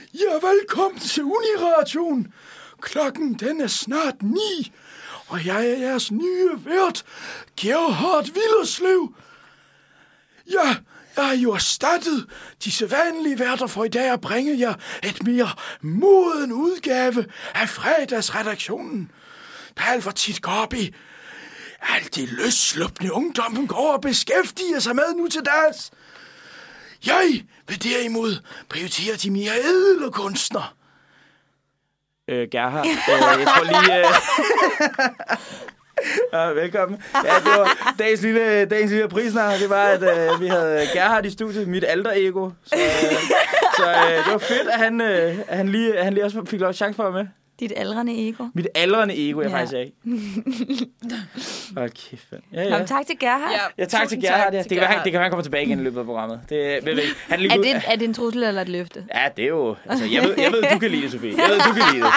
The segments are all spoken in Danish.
Ja, velkommen til Uniradioen. Klokken den er snart 9, og jeg er jeres nye vært, Gerhard Willerslev. Ja, jeg har jo erstattet de sædvanlige værter for i dag at bringe jer et mere moden udgave af fredagsredaktionen, der alt for tit går op i alt det løsslupne ungdommen går og beskæftiger sig med nu til dags. Jeg vil derimod prioritere de mere ædle kunstnere. Gerhard, jeg tror lige... velkommen. Ja, det var dagens lille prisner. Det var, at vi havde Gerhard i studiet, mit alter ego. Så det var fedt, at han lige også fik lov chance for at være med. Dit aldrende ego. Mit aldrende ego, jeg faktisk af. Hold kæft, ja. Nå, tak til Gerhard. Ja, tak til Gerhard. Ja. Det kan være, han kommer tilbage igen i løbet af programmet. Er det en trussel eller et løfte? Ja, det er jo... Altså, jeg ved, du kan lide det, Sofie. Jeg ved, du kan lide det.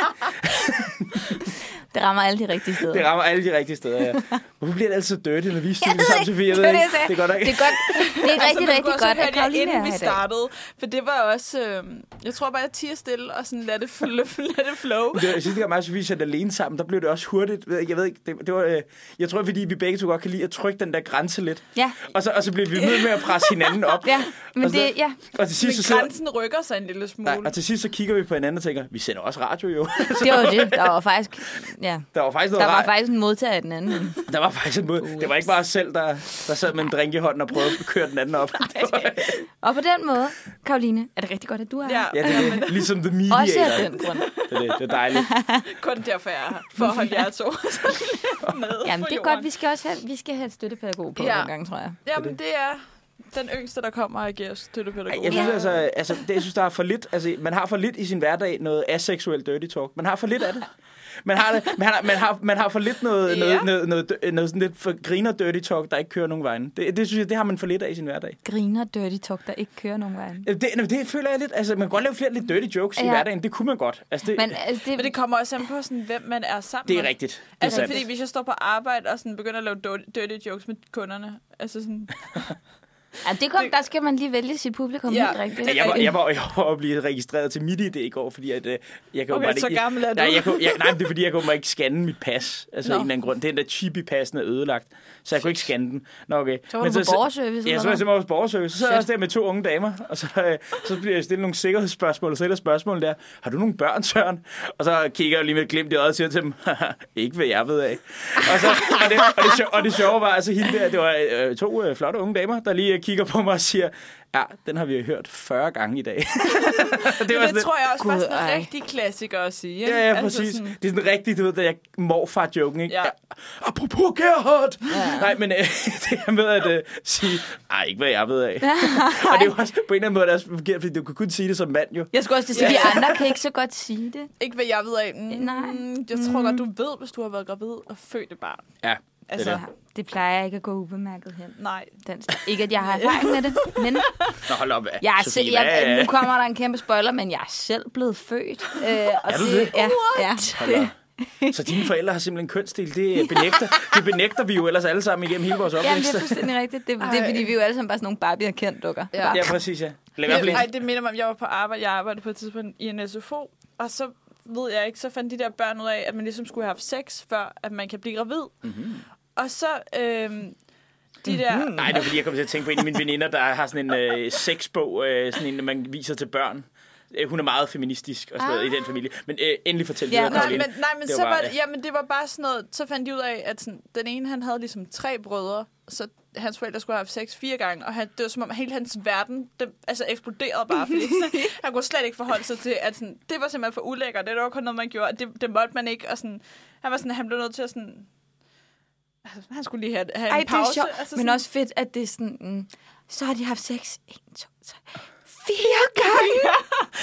Det rammer alle de rigtige steder. Det rammer alle de rigtige steder, ja. Hvorfor bliver det altid dirty, når vi studerer sammen, Sofie? Jeg ved ikke. Det er godt ikke. Det er rigtig godt, at Karoline inden vi startede. For det var også... jeg tror bare, at tiger stille og sådan lad det flow. Jeg synes, det var meget, Sofie satte alene sammen. Der blev det også hurtigt. Jeg ved ikke, det var... Jeg tror, fordi vi begge to godt kan lide at trykke den der grænse lidt. Ja. Og så bliver vi nødt med at presse hinanden op. Ja, men det... Ja. Og til sidst, men grænsen rykker sig en lille smule. Nej, og til sidst så kigger vi på hinanden og tænker, vi sender også radio jo. Det var det. Der var faktisk... Ja. Der var faktisk en modtager af den anden. Der var faktisk en modtager. Det var ikke bare os selv, der sad med en drink i hånden og prøvede at køre den anden op. Og på den måde, Karoline, er det rigtig godt, at du er her. Ja, det er ligesom The Mediator. Også af den grund. Det er dejligt. Kun derfor jeg er her. For at holde jer to med. Jamen, det er godt. Vi skal have et støttepædagog på den gang, tror jeg. Jamen, det er... Den yngste, der kommer og agerer støttepædagog. Jeg synes jeg synes, der er for lidt. Altså, man har for lidt i sin hverdag noget aseksuel dirty talk. Man har for lidt af det. Man har for lidt noget sådan lidt for griner dirty talk, der ikke kører nogen vejen. Det synes jeg, det har man for lidt af i sin hverdag. Griner dirty talk, der ikke kører nogen vejen. Det føler jeg lidt. Altså, man kan godt lave flere lidt dirty jokes i hverdagen. Det kunne man godt. Altså, men det kommer også an på, sådan, hvem man er sammen med. Det er rigtigt. Altså, fordi hvis jeg står på arbejde og sådan begynder at lave dirty jokes med kunderne, altså sådan... Ja, der skal man lige vælge sit publikum helt rigtigt. Ja, jeg var at blive registreret til MitID i går, fordi at jeg kan okay, så gammel er du? Nej, det er fordi, jeg kunne ikke scanne mit pas. Altså en eller anden grund. Den der chip i passen er ødelagt, så jeg kunne ikke scanne den. Nå, okay. Så var du på borgerservice? Ja, så var jeg simpelthen på borgerservice. Så sad jeg også der med 2 unge damer, og så bliver jeg stillet nogle sikkerhedsspørgsmål, og så et af spørgsmålene der, har du nogle børn, Søren? Og så kigger jeg lige med et glimt i øjet og siger til dem, ikke hvad jeg ved af. Og det sjove var, altså hende der, det var 2 flotte unge damer, der lige kigger på mig og siger, ja, den har vi hørt 40 gange i dag. det tror jeg også var sådan en rigtig klassiker at sige. Ikke? Ja, præcis. Altså sådan... Det er sådan rigtig, du ved, der morfar-joken, ikke? Ja. Apropos Gerhard! Ja. Nej, men det er med at sige, ikke hvad jeg ved af. Og det er jo også på en eller anden måde, der er forkert, fordi du kan kun sige det som mand, jo. Jeg skulle også sige, at de andre kan ikke så godt sige det. Ikke hvad jeg ved af. Nej. Jeg tror godt, du ved, hvis du har været gravid og født et barn. Ja. Altså, det plejer ikke at gå ubemærket hen. Nej. Ikke, at jeg har erfaring med det, men... Nå, hold op. Nu kommer der en kæmpe spoiler, men jeg er selv blevet født. Og er du det? Ja. Så dine forældre har simpelthen kønsdel. Det benægter vi jo ellers alle sammen igennem hele vores opvækst. Jamen, det er fuldstændig rigtigt. Det er fordi, vi jo alle sammen bare sådan nogle Barbie- kendt dukker. Ja, præcis, ja. Det minder mig om, jeg var på arbejde. Jeg arbejdede på et tidspunkt i en SFO, og så ved jeg ikke, så fandt de der børn ud af, at man ligesom skulle have haft sex, før at man kan blive gravid. Mm-hmm. Og så de der... Nej, det er fordi, jeg kommer til at tænke på en af mine veninder, der har sådan en sexbog, sådan en, man viser til børn. Hun er meget feministisk og sådan noget i den familie. Men endelig fortæl videre, Karoline. Men så var det, jamen, det var bare sådan noget... Så fandt de ud af, at sådan, den ene, han havde ligesom 3 brødre, så hans forældre skulle have haft sex 4 gange, og det var som om hele hans verden eksploderede bare, fordi han kunne slet ikke forholde sig til, at sådan, det var simpelthen for ulækkert, det var kun noget, man gjorde, det måtte man ikke, og sådan, han blev nødt til at sådan... Han skulle lige have en pause. Det er altså, men også fedt, at det er sådan... så har de haft sex 1, 2, 3, 4 gange!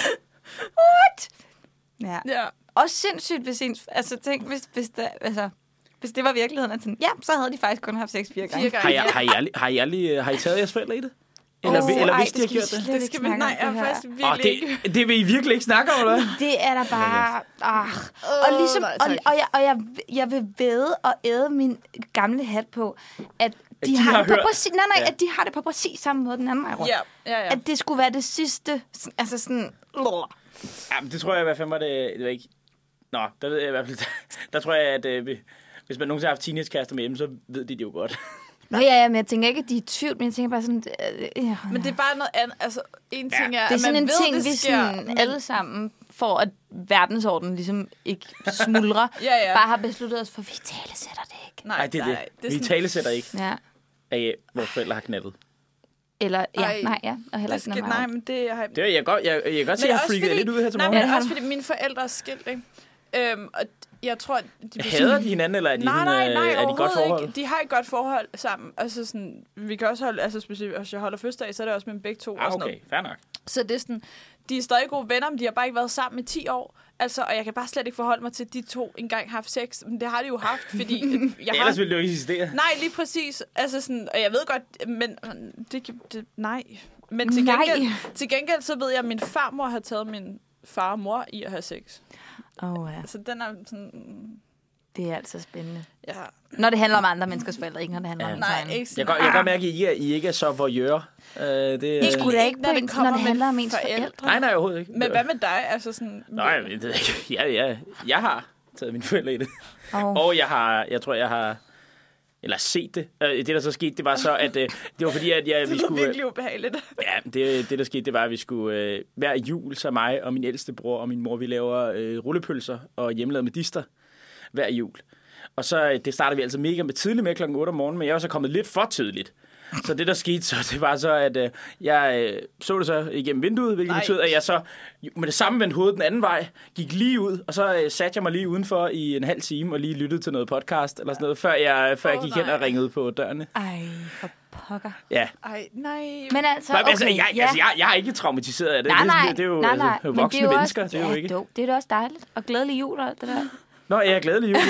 What? Ja. Også sindssygt, hvis ens... Altså, tænk, hvis det var virkeligheden, at sådan, så havde de faktisk kun haft sex 4 gange. Har I taget jeres forældre i det? Eller hvis de har gjort det? Det skal vi nej, jeg faktisk virkelig ikke. Det vil I virkelig ikke snakke om, eller? Det er der bare... Og ligesom, jeg vil vædde og æde min gamle hat på, at de har det på præcis, at de har det på præcis samme måde den anden vej rundt. Ja. At det skulle være det sidste, altså sådan... Jamen, det tror jeg i hvert fald var det var ikke... Nå, der ved jeg i hvert fald... Der tror jeg, at hvis man nogensinde har haft teenagekærester med hjemme, så ved de det jo godt. Nå ja, men jeg tænker ikke, at de er i tvivl, men jeg tænker bare sådan... Men det er bare noget andet. Altså, en ting er, det er sådan man en ved, ting, det vi sker, sådan alle sammen, for at verdensordenen ligesom ikke smuldrer, ja. bare har besluttet os for, vi talesætter det ikke. Nej, det er det. Vi talesætter ikke, af vores forældre har knaldet. Eller, og heller ikke, nej, men det har... Det jeg kan godt se, at jeg freakede lidt ud her til morgen. Nej, men også fordi mine forældre er skilt, ikke? Og jeg tror, de hader de hinanden, eller er de, nej, er de godt forhold? Ikke. De har et godt forhold sammen. Altså sådan, vi kan også holde, altså specifikt, hvis jeg holder fødselsdag, så er det også med begge to. Og sådan noget. Fair nok. Så det er sådan, de er stadig gode venner, men de har bare ikke været sammen i 10 år. Altså, og jeg kan bare slet ikke forholde mig til, at de to engang har haft sex. Men det har de jo haft, fordi... Ellers ville det jo ikke eksistere. Nej, lige præcis. Altså sådan, og jeg ved godt, men... nej. Men til gengæld, så ved jeg, at min farmor har taget min far og mor i at have sex. Ja. Så den er sådan... Det er altså spændende. Ja. Når det handler om andre menneskers forældre, ikke når det handler om Jeg kan godt mærke, at I ikke er så voyeur. Det skulle da ikke, når det handler om ens forældre. Nej, overhovedet ikke. Men hvad med dig? Altså sådan... Nej, jeg har taget mine forældre i det. Og jeg tror, jeg har... Eller set det. Det, der så skete, det var så, at det var fordi, at vi skulle... Det var virkelig ubehageligt. Ja, det, der skete, det var, at vi skulle hver jul, så mig og min ældste bror og min mor, vi laver rullepølser og hjemmelavede medister hver jul. Og så, det startede vi altså mega med tidligt med klokken 8 om morgenen, men jeg var så kommet lidt for tidligt. Så det, der skete, så det var så, at jeg så det så igennem vinduet, hvilket betød, at jeg så med det samme vendte hovedet den anden vej, gik lige ud, og så satte jeg mig lige udenfor i en halv time og lige lyttede til noget podcast eller sådan noget, før jeg gik hen og ringede på dørene. Ej, for pokker. Ja. Ej, nej. Men altså, okay, jeg er ikke traumatiseret af det. Nej, det er jo voksne mennesker, det er jo ikke. Det er da også dejligt. Og glædelig jul og alt det der. Nå, jeg er glædelig jul.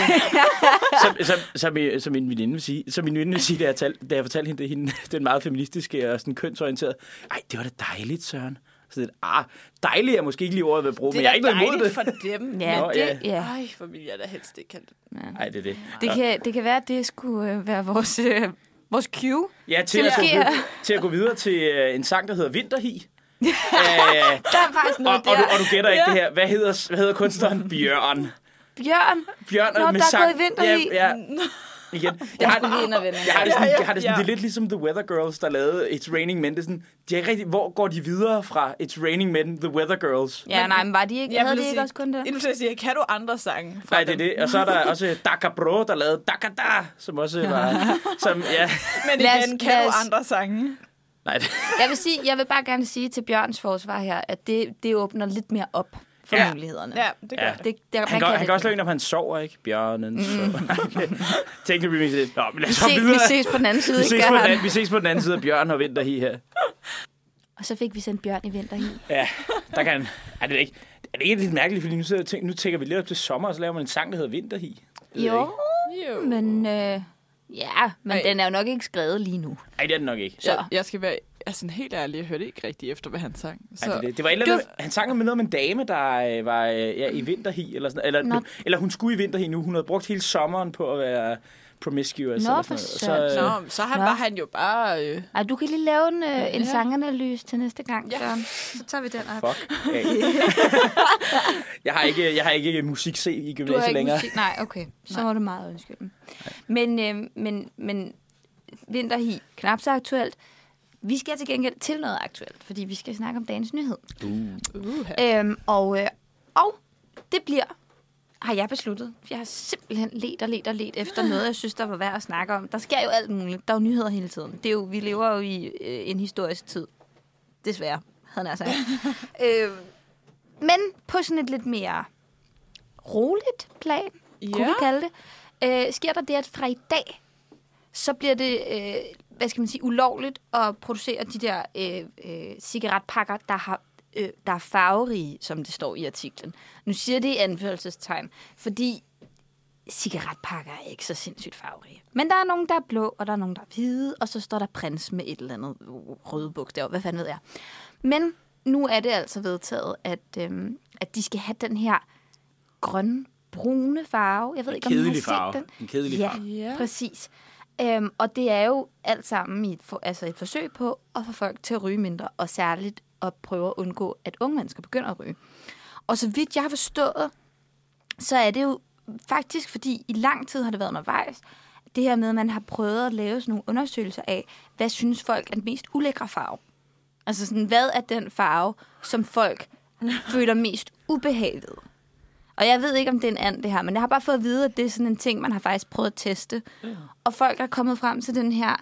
Som min veninde vil sige, da jeg fortalte hende, det er en meget feministiske og sådan kønsorienteret. Ej, det var da dejligt, Søren. Så det dejligt er måske ikke lige ordet ved at bruge, men jeg er ikke noget imod det. For dem. Ej, for vil jeg da helst ikke kalde det. Nej, det er det. Det kan være, at det skulle være vores cue. Ja, til at gå videre til en sang, der hedder Vinterhi. Der er faktisk noget der. Og du gætter ikke det her. Hvad hedder kunstneren? Bjørn. Nå, med der sang. er gået i vinterhi. Ja. Igen. Jeg har det sådan lidt ligesom The Weather Girls, der lavede It's Raining Men. Det er sådan, de er ikke rigtig, hvor går de videre fra It's Raining Men, The Weather Girls? Ja, men var de ikke, havde de ikke også kun det? Jeg vil sige, kan du andre sange fra Nej, det er det. Og så er der også Daka Bro, der lavede Daka Da, som også var... Som, ja. Men igen, kan du andre sange? Nej. Jeg vil bare gerne sige til Bjørns forsvar her, at det åbner lidt mere op for mulighederne. Ja, det gør det. Han kan også lave, når han sover, ikke? Bjørnen sover. Tænk nu, vi ses på den anden side. Vi ses på den anden side af Bjørn og Vinterhi her. Og så fik vi sendt Bjørn i Vinterhi. Ja, der kan... Er det ikke lidt mærkeligt, fordi nu tænker vi lidt op til sommer, og så laver man en sang, der hedder Vinterhi? Jo, men... men den er jo nok ikke skrevet lige nu. Nej, det er den nok ikke. Så jeg skal være helt ærlig, jeg hørte ikke rigtig efter, hvad han sang. Så... Det var han sang med noget om en dame, der var i vinterhi, eller sådan, eller hun skulle i vinterhi nu. Hun havde brugt hele sommeren på at være promiscuous. Så var han jo bare... Du kan lige lave en sanganalyse til næste gang, Søren. Så tager vi den op. Fuck. Jeg har ikke musik C i gymnasiet længere. Nej, okay. Så må du meget undskylde. Men Vinterhi, knap så aktuelt. Vi skal til gengæld til noget aktuelt, fordi vi skal snakke om dagens nyhed. Og det bliver, har jeg besluttet. Jeg har simpelthen let efter noget, jeg synes, der var værd at snakke om. Der sker jo alt muligt. Der er jo nyheder hele tiden. Vi lever jo i en historisk tid. Desværre, havde jeg sagt. Men på sådan et lidt mere roligt plan, kunne vi kalde det, sker der det, at fra i dag, så bliver det... ulovligt at producere de der cigaretpakker, der er farverige, som det står i artiklen. Nu siger det i anførselstegn, fordi cigaretpakker er ikke så sindssygt farverige. Men der er nogen, der er blå, og der er nogen, der er hvide, og så står der prins med et eller andet røde bogstaver. Hvad fanden ved jeg? Men nu er det altså vedtaget, at de skal have den her grønne, brune farve. Jeg ved ikke, om I har set den. En kedelig farve. Ja, præcis. Og det er jo alt sammen i et forsøg på at få folk til at ryge mindre, og særligt at prøve at undgå, at unge mennesker begynder at ryge. Og så vidt jeg har forstået, så er det jo faktisk, fordi i lang tid har det været undervejs, det her med, at man har prøvet at lave sådan nogle undersøgelser af, hvad synes folk er den mest ulækre farve. Altså sådan, hvad er den farve, som folk føler mest ubehag ved? Og jeg ved ikke, om det er en and, det her, men jeg har bare fået at vide, at det er sådan en ting, man har faktisk prøvet at teste. Og folk er kommet frem til den her,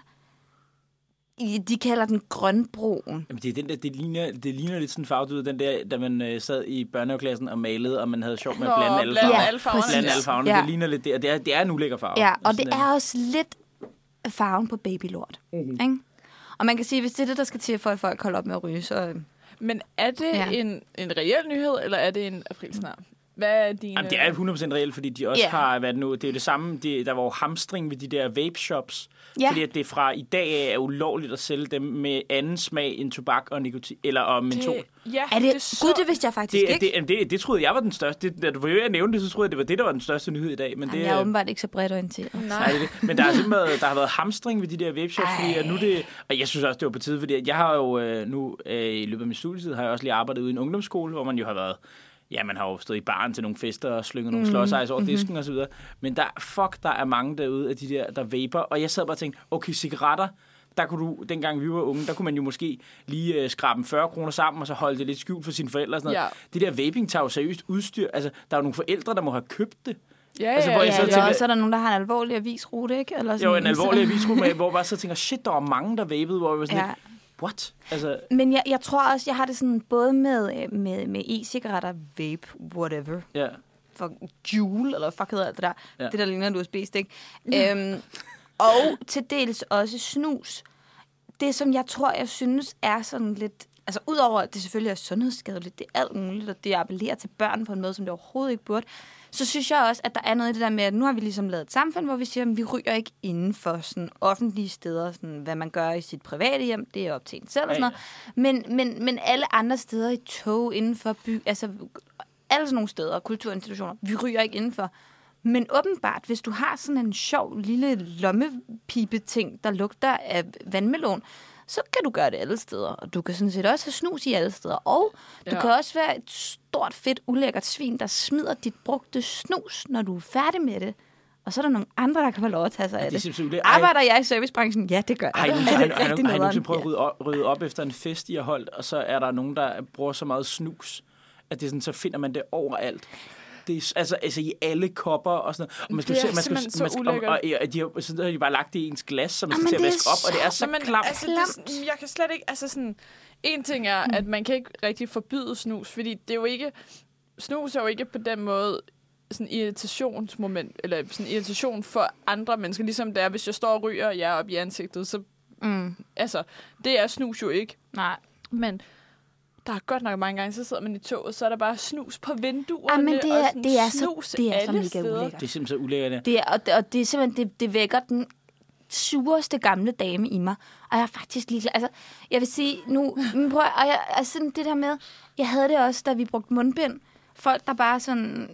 de kalder den grønbrun. Jamen, det er den der, det ligner lidt sådan en farve, den der, da man sad i børnehaveklassen og malede, og man havde sjov med at blande alle farverne. Blande alle farverne. Ja. Det ligner lidt det, og det er en ulækker farve. Ja, og det er også lidt farven på babylort. Ikke? Og man kan sige, hvis det er det, der skal til for, at folk holder op med at ryge, så... Men er det en reel nyhed, eller er det en aprilsnar? Hvad er dine... Jamen, det er 100% reelt, fordi de også har været nu... Det er jo det samme, der var jo hamstring ved de der vape-shops. Ja. Fordi at det fra i dag er ulovligt at sælge dem med anden smag end tobak og nikotin, eller mentol. Er det så... Gud, det vidste jeg faktisk ikke. Det troede jeg var den største. Da du var jo at nævne det, så troede jeg, det var det, der var den største nyhed i dag. Men jeg er åbenbart ikke så bredt orienteret. Nej, det. Men der har været hamstring ved de der vape-shops, fordi at nu det... Og jeg synes også, det var på tide, fordi jeg har jo nu i løbet af min studietid, har jeg også lige arbejdet ude i en ungdomsskole, hvor man jo har været... Ja, man har jo stået i baren til nogle fester og slynget nogle slåsejs over disken og så videre. Men der er mange derude af de der vaper. Og jeg sad bare og tænkte, okay, cigaretter, der kunne du, dengang vi var unge, der kunne man jo måske lige skrabe 40 kroner sammen, og så holde det lidt skjult for sine forældre og sådan noget. Det der vaping tager jo seriøst udstyr. Altså, der er jo nogle forældre, der må have købt det. Og så er der nogen, der har en alvorlig avisrute, ikke? Eller sådan, jo, en alvorlig avisrute, hvor jeg bare så tænker, shit, der var mange, der vapede, hvor jeg var sådan what? Altså... Men jeg tror også, jeg har det sådan både med e-cigaretter, vape, whatever. Ja. For Juul, eller fuck hedder alt det der. Ja. Det der ligner en USB-stik. Og til dels også snus. Det, som jeg tror, jeg synes er sådan lidt... Altså, udover at det selvfølgelig er sundhedsskadeligt, det er alt muligt, og det appellerer til børn på en måde, som det overhovedet ikke burde, så synes jeg også, at der er noget i det der med, at nu har vi ligesom lavet et samfund, hvor vi siger, at vi ryger ikke inden for sådan offentlige steder, sådan, hvad man gør i sit private hjem, det er op til en selv og sådan noget. Men alle andre steder i tog, inden for by, altså alle sådan nogle steder, kulturinstitutioner, vi ryger ikke indenfor. Men åbenbart, hvis du har sådan en sjov lille lommepipe-ting, der lugter af vandmelon, så kan du gøre det alle steder. Og du kan sådan set også have snus i alle steder. Og du kan også være et stort, fedt, ulækkert svin, der smider dit brugte snus, når du er færdig med det. Og så er der nogle andre, der kan få lov at tage sig af det. Arbejder jeg i servicebranchen? Ja, det gør jeg. Har I nogensinde prøvet at rydde op efter en fest, I har holdt, og så er der nogen, der bruger så meget snus, at det sådan, så finder man det overalt? Det er, altså i alle kopper og sådan noget. Og man skal det er simpelthen så ulækkert. Og så har de bare lagt det i ens glas, så man skal til at vaske op, og det er så klamt. Altså, jeg kan slet ikke... Altså sådan, en ting er, at man kan ikke rigtig forbyde snus, fordi det er jo ikke... Snus er jo ikke på den måde sådan irritationsmoment, eller sådan irritation for andre mennesker, ligesom det er, hvis jeg står og ryger jer op i ansigtet, så... Altså, det er snus jo ikke. Nej. Men... Der er godt nok mange gange, så sidder man i toget, så er der bare snus på vinduerne, men det er, og det er snus så, det er så mega ulækkert. Det er simpelthen så ulækkert, det er, og det er simpelthen, det vækker den sureste gamle dame i mig. Og jeg er faktisk ligeglad. Altså, jeg vil sige, nu, prøv, og jeg, altså det der med, jeg havde det også, da vi brugte mundbind. Folk, der bare sådan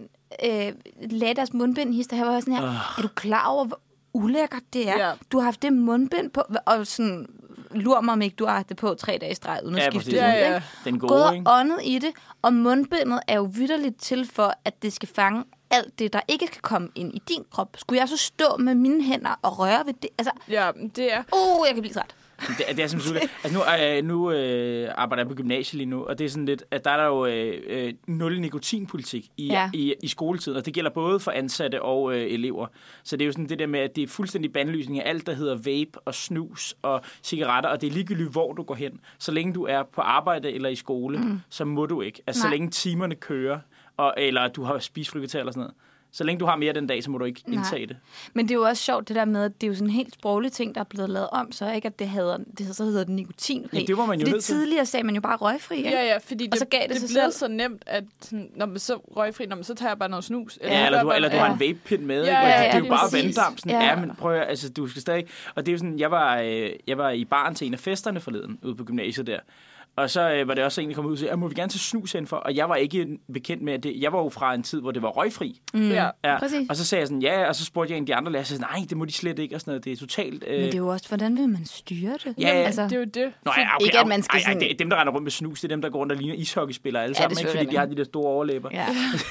lagde deres mundbind hister her, var sådan her, er du klar over, hvor ulækkert det er? Ja. Du har haft det mundbind på, og sådan... Lur mig, om ikke du har haft det på 3 dage i streg, uden at skifte det ud. Ikke? Den gode, gået og åndet i det, og mundbindet er jo vitterligt til for, at det skal fange alt det, der ikke kan komme ind i din krop. Skulle jeg så stå med mine hænder og røre ved det? Altså, ja, det er... jeg kan blive træt. Det er simpelthen altså nu arbejder jeg på gymnasiet lige nu, og det er sådan lidt, at der er jo nul nikotinpolitik i skoletiden, og det gælder både for ansatte og elever. Så det er jo sådan det der med, at det er fuldstændig bandlysning af alt, der hedder vape og snus og cigaretter, og det er ligegyldigt, hvor du går hen. Så længe du er på arbejde eller i skole, så må du ikke. Altså så længe timerne kører, eller du har spist frikadeller eller sådan noget. Så længe du har mere den dag, så må du ikke indtage det. Men det er jo også sjovt det der med, at det er jo sådan en helt sproglig ting, der er blevet lavet om, så ikke at så hedder det nikotinfri. Ja, det var man jo lidt tidligere sagde man jo bare røgfri, ikke? Ja, fordi og så gav det bliver så nemt, at når man så røgfri, når man så tager jeg bare noget snus. Eller du har en vape-pind med, ikke? Det er jo bare vanddamp. Men prøv at, altså du skal stadig... Og det er jo sådan, jeg var i baren til en af festerne forleden, ude på gymnasiet der. Og så var det også en, der kom ud og sagde, må vi gerne tage snus hen for? Og jeg var ikke bekendt med, at det. Jeg var jo fra en tid, hvor det var røgfri. Ja, præcis. Og så sagde jeg sådan, ja, og så spurgte jeg en af de andre lærere, nej, det må de slet ikke, og sådan noget. Det er totalt... Men det er jo også, hvordan vil man styre det? Ja, altså, det er jo det. Nå, ja, okay, ikke, at man skal sådan... det er dem, der render rundt med snus, det er dem, der går rundt og ligner ishockeyspillere alle sammen, ikke? Fordi de har de der store overlæber. Ja.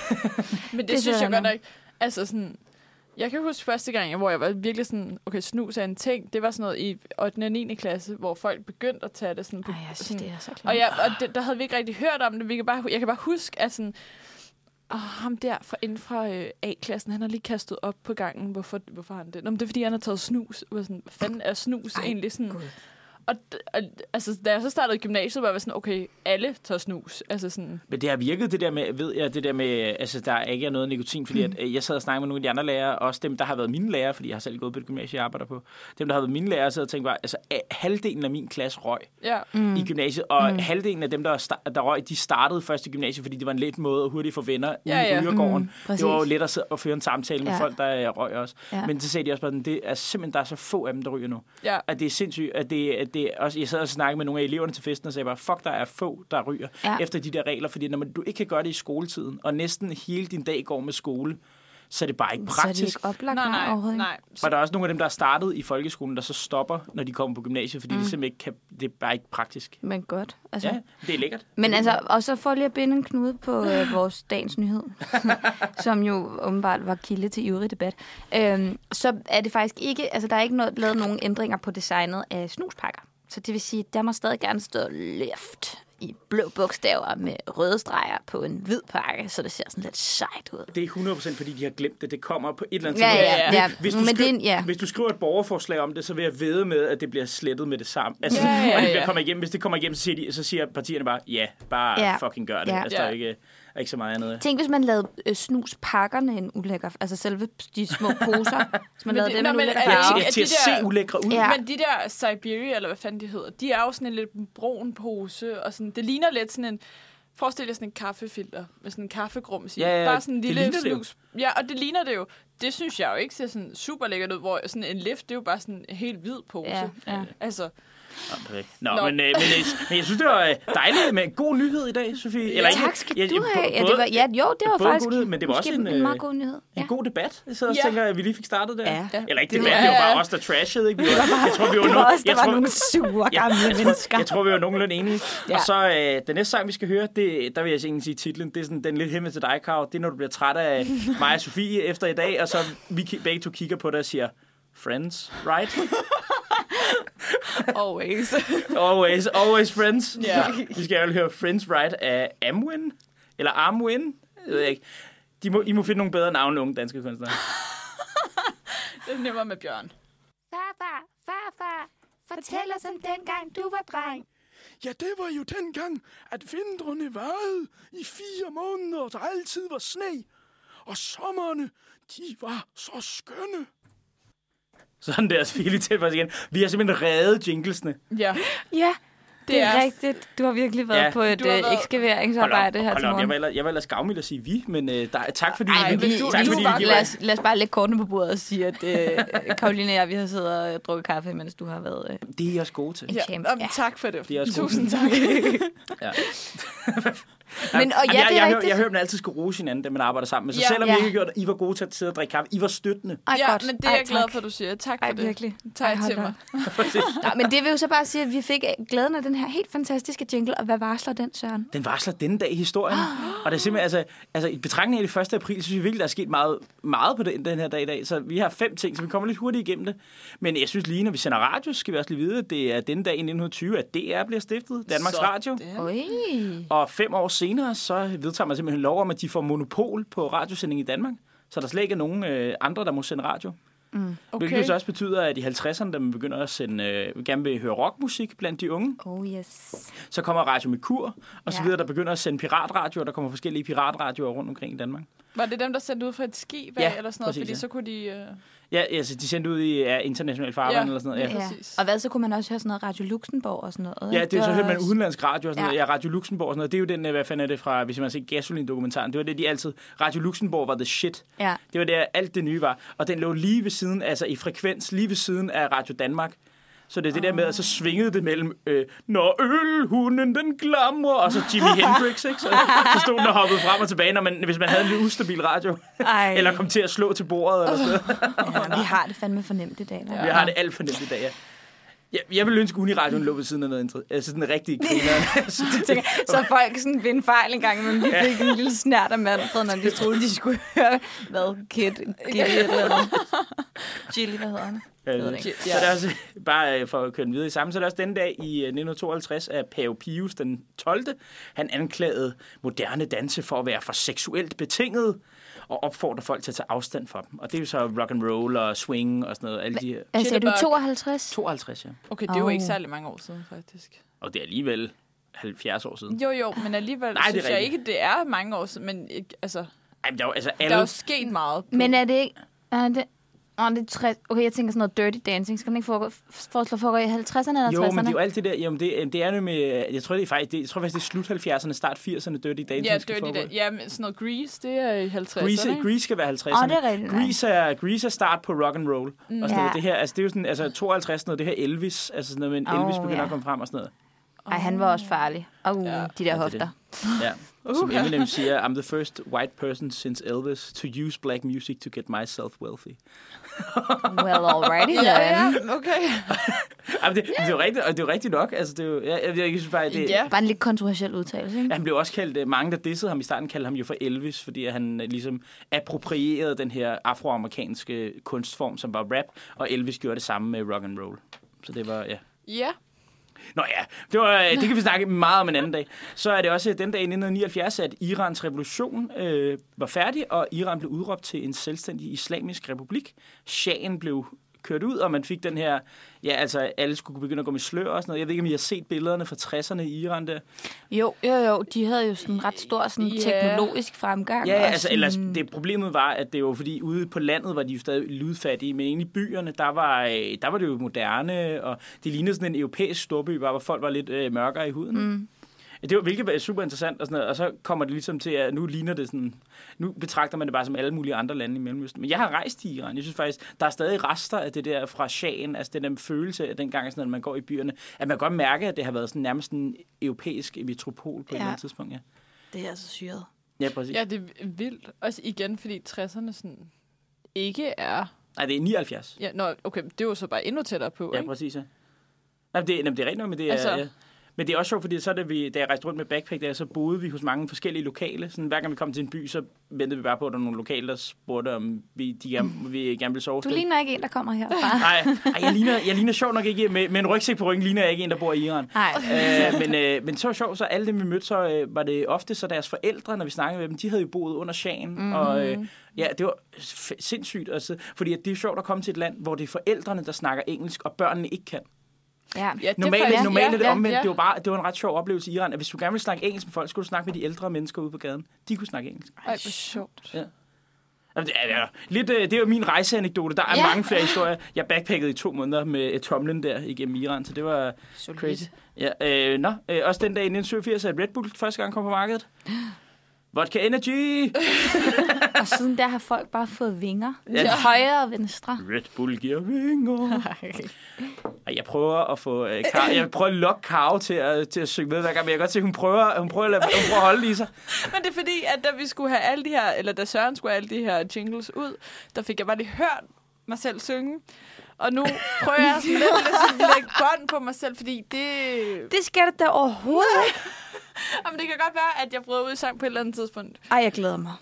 Men det synes jeg godt nok... Altså sådan... Jeg kan huske første gang, hvor jeg var virkelig sådan, okay, snus er en ting. Det var sådan noget i 8. og 9. klasse, hvor folk begyndte at tage det sådan på... Ej, jeg synes, det er så klart. Der havde vi ikke rigtig hørt om det. Jeg kan bare huske, at sådan... ham der inden fra A-klassen, han har lige kastet op på gangen. Hvorfor har han det? Nå, men det er, fordi han har taget snus. Hvad fanden er snus egentlig sådan... God. Og altså, da jeg så startede i gymnasiet, var jeg sådan, okay, alle tager snus. Altså sådan. Men det har virket, det der med, ved jeg, det der med, altså der ikke er noget nikotin, fordi at, jeg sad og snakkede med nogle af de andre lærere, også dem, der har været mine lærere, fordi jeg har selv gået på det gymnasie, jeg arbejder på. Dem, der har været mine lærere, så jeg tænkte bare, altså halvdelen af min klasse røg i gymnasiet, og halvdelen af dem, der røg, de startede først i gymnasiet, fordi det var en let måde at hurtigt få venner ude i rygergården. Det var jo let at sidde og føre en samtale med folk, der røg også. Men så sagde de også bare, det er simpelthen, der er så få af dem, der ryger nu. At det er sindssygt, at det også, jeg sad og snakkede med nogle af eleverne til festen og sagde bare, fuck, der er få, der ryger efter de der regler, fordi når du ikke kan gøre det i skoletiden, og næsten hele din dag går med skole, så er det bare ikke praktisk. Så er det ikke oplagt overhovedet. Nej. Og der er også nogle af dem, der er startet i folkeskolen, der så stopper, når de kommer på gymnasiet, fordi det simpelthen ikke kan, det er bare ikke praktisk. Men godt. Altså. Ja, det er lækkert. Men altså, og så får lige at binde en knude på vores dagens nyhed, som jo åbenbart var kilde til ivrig debat. Så er det faktisk ikke, altså der er ikke lavet nogen ændringer på designet af snuspakker. Så det vil sige, der må stadig gerne stå Lift i blå bogstaver med røde streger på en hvid pakke, så det ser sådan lidt sejt ud. Det er 100% fordi, de har glemt det. Det kommer på et eller andet tidspunkt. Hvis du skriver et borgerforslag om det, så vil jeg vædde med, at det bliver slettet med det samme. Altså, og det kommer igennem. Hvis det kommer igennem, så siger partierne bare, fucking gør det. Altså, der er ikke så meget andet. Tænk, hvis man lavede snuspakkerne en ulækker, altså selve de små poser, hvis man lavede dem en ulækker farve. Til at se ulækre ud. Ja. Men de der Siberia, eller hvad fanden de hedder, de er jo sådan en lidt brun pose, og sådan, det ligner lidt sådan en, forestil jer sådan en kaffefilter, med sådan en kaffegrums i. Bare sådan en lille snus. Ja, og det ligner det jo. Det synes jeg jo ikke ser sådan super lækkert ud, hvor sådan en Lift, det er jo bare sådan en helt hvid pose. Ja. Altså... Men jeg synes, det var dejligt med en god nyhed i dag, Sofie. Eller tak skal du have. Det var faktisk nyhed, men det var også en meget god nyhed. En god debat. Jeg sidder og tænker, at vi lige fik startet der. Ja. Eller ikke debat, det var bare os, der trashede. Ikke? Jeg tror, vi var nogle sure gamle mennesker. Jeg tror, vi var nogenlunde enige. Og så den næste sang, vi skal høre, der vil jeg egentlig sige titlen. Det er sådan den lidt himmel til dig, Karo. Det er, når du bliver træt af mig og Sofie efter i dag, og så vi begge to kigger på det og siger, Friends, right? Always friends. Yeah. Vi skal jo høre Friends Right af Amwin. Eller Armwin. Jeg ved ikke. I må finde nogle bedre navne, unge danske kunstnere. Det er nemmere med Bjørn. Farfar, fortæl os om dengang du var dreng. Ja, det var jo dengang, at vintrene varede i 4 måneder, og der altid var sne. Og sommerne, de var så skønne. Sådan der, Sofie, lige til for os igen. Vi har simpelthen reddet jinglesene. Ja. Ja, det er rigtigt. Du har virkelig været på et ekskaveringsarbejde her til morgen. Jeg var ellers gavmild at sige vi, men tak fordi Lad os bare lægge kortene på bordet og sige, at Karoline og jeg, vi har siddet og drukket kaffe, mens du har været det er også gode til. Tak for det. Tusind tak. Ja. Men, jeg hører dem altid skulle rose hinanden, da man arbejder sammen med. Så selvom I ikke har gjort det, I var gode til at sidde og drikke kaffe. I var støttende. Men det er jeg glad for, at du siger. Tak for det. Virkelig. Tak til mig. Men det vil jo så bare sige, at vi fik glæden af den her helt fantastiske jingle. Og hvad varsler den, Søren? Den varsler denne dag i historien. Og det er simpelthen, altså i betragtning af det 1. april, så synes jeg virkelig, der er sket meget på den her dag i dag. Så vi har 5 ting, så vi kommer lidt hurtigt igennem det. Men jeg synes lige, når vi sender radio, skal vi også lige vide, at det er denne dag i 1920, at DR bliver stiftet. Danmarks Radio. Og 5 år senere, så vedtager man simpelthen lov om, at de får monopol på radiosending i Danmark. Så der slet ikke er nogen andre, der må sende radio. Hvilket så også betyder, at i 50'erne, da man begynder at sende, gerne vil høre rockmusik blandt de unge, så kommer Radio Mercur, og så videre, der begynder at sende piratradio, og der kommer forskellige piratradioer rundt omkring i Danmark. Var det dem, der sendte ud fra et skib af, eller sådan noget? Præcis, fordi så kunne de... Ja, altså de sendte ud i international farvand eller sådan noget. Ja. Og hvad, så kunne man også høre sådan noget Radio Luxembourg og sådan noget? Ja, det er så hørte man udenlandsk radio og sådan noget. Ja, Radio Luxembourg og sådan noget. Det er jo den, hvad fanden er det fra, hvis man har set Gasolin-dokumentaren. Det var det, de altid... Radio Luxembourg var the shit. Ja. Det var der, alt det nye var. Og den lå lige ved siden, altså i frekvens, lige ved siden af Radio Danmark. Så det er det der med, at så svingede det mellem, når ølhunden den glamrer, og så Jimi Hendrix, ikke? Så stod den og hoppede frem og tilbage, hvis man havde en lidt ustabil radio. Eller kom til at slå til bordet. Eller sådan. Ja, vi har det fandme fornemt i dag. Vi har det alt fornemt i dag, ja. Jeg vil ønske, at Uniradioen lå ved siden af noget altså sådan en rigtig griner. Så folk sådan ved en fejl engang, men vi fik en lille snært af Manfred, når de troede, de skulle høre, hvad, Gilly eller noget. Gilly, hvad hedder han? Så er det også, bare for at køre den videre i sammen, så er det også den dag i 1952, at Pave Pius den 12. Han anklagede moderne danse for at være for seksuelt betinget, og opfordrer folk til at tage afstand fra dem. Og det er jo så rock and roll og swing og sådan noget. Alle de her. Altså, er du 52? 52, ja. Okay, det er jo ikke særlig mange år siden, faktisk. Og det er alligevel 70 år siden. Jo, men alligevel synes jeg ikke, det er mange år siden. Men altså, der er jo sket meget. Men er det ikke... Okay, jeg tænker sådan noget Dirty Dancing. Skal den ikke foregå i 50'erne eller 60'erne? Jo, men det er jo alt det der. Jamen, det er jo med... Jeg tror faktisk, det er slut 70'erne, start 80'erne, Dirty Dancing. Ja, Dirty Dancing. Ja, men sådan noget Grease, det er i 50'erne. Grease skal være 50'erne. Det er rigtigt. Grease er start på rock and roll. Og sådan noget. Det her, altså det er jo sådan, altså 52 noget, det her Elvis, altså sådan noget, men Elvis begynder at komme frem og sådan noget. Ej, han var også farlig. De der hofter. Ja. Som Eminem siger, I'm the first white person since Elvis to use black music to get myself wealthy. Well, alrighty then. Okay. Det er jo rigtigt, og det er jo rigtigt nok. Altså, det er jo, jeg synes bare, det bare en lidt kontroversiel udtalelse, ikke? Ja, han blev også kaldt, mange der dissede ham i starten, kaldte ham jo for Elvis, fordi han ligesom approprierede den her afroamerikanske kunstform, som var rap, og Elvis gjorde det samme med rock and roll. Så det var, Ja. Nå ja, det kan vi snakke meget om en anden dag. Så er det også den dag i 1979, at Irans revolution var færdig, og Iran blev udråbt til en selvstændig islamisk republik. Shahen blev kørt ud, og man fik den her... Ja, altså, alle skulle begynde at gå med slør og sådan noget. Jeg ved ikke, om I har set billederne fra 60'erne i Iran der? Jo. De havde jo sådan en ret stor sådan teknologisk fremgang. Ja, altså, ellers, problemet var, at det var fordi ude på landet var de jo stadig lydfattige, men inde i byerne, der var det jo moderne, og det lignede sådan en europæisk storby, hvor folk var lidt mørkere i huden. Det var, hvilket var super interessant, og, sådan noget, og så kommer det ligesom til, at nu ligner det sådan, nu betragter man det bare som alle mulige andre lande i Mellemøsten. Men jeg har rejst i Iran. Jeg synes faktisk, der er stadig rester af det der fra Shahen, altså den der følelse af dengang, sådan, at man går i byerne, at man kan godt mærke, at det har været sådan, nærmest en europæisk metropol på et eller andet tidspunkt. Ja. Det er altså syret. Ja, præcis. Ja, det er vildt. Også igen, fordi 60'erne sådan ikke er... Nej, det er 79. Ja, okay, det er jo så bare endnu tættere på, ja, ikke? Præcis, ja. Nej, det er rigtigt nok, men det er... Altså... Ja. Men det er også sjovt, fordi så da jeg rejste rundt med backpack, der, så boede vi hos mange forskellige lokale. Sådan, hver gang vi kom til en by, så ventede vi bare på, at der var nogle lokale, der spurgte, om vi gerne ville sove. Du ligner ikke en, der kommer herfra. Nej, jeg ligner sjovt nok ikke. Med en rygsæk på ryggen ligner jeg ikke en, der bor i Iran. Men så sjovt, så alle dem, vi mødte, så var det ofte så deres forældre, når vi snakkede med dem, de havde jo boet under Shahen. Og det var sindssygt. Altså, fordi det er sjovt at komme til et land, hvor det er forældrene, der snakker engelsk, og børnene ikke kan. Ja. Normalt er det omvendt. Ja. Det var en ret sjov oplevelse i Iran, at hvis du gerne ville snakke engelsk med folk, skulle du snakke med de ældre mennesker ude på gaden. De kunne snakke engelsk. Ej, hvor sjovt. Ja. Det er jo min rejseanekdote. Der er mange flere historier. Jeg backpackede i 2 måneder med tomlen der igennem Iran, så det var crazy. Ja, også den dag i 1987, at Red Bull første gang kom på markedet. Vodka Energy! Og siden der har folk bare fået vinger. Ja. Højre og venstre. Red Bull giver vinger. Jeg prøver at lokke Karo til at synge med hver gang, men jeg kan godt se, at hun prøver at holde i sig. Men det er fordi, at da vi skulle have alle de her, eller da Søren skulle have alle de her jingles ud, der fik jeg bare lige hørt mig selv synge. Og nu prøver jeg sådan lidt at lægge bånd på mig selv, fordi det skal det da overhovedet ikke. Jamen, det kan godt være, at jeg bryder ud i sang på et eller andet tidspunkt. Ej, jeg glæder mig.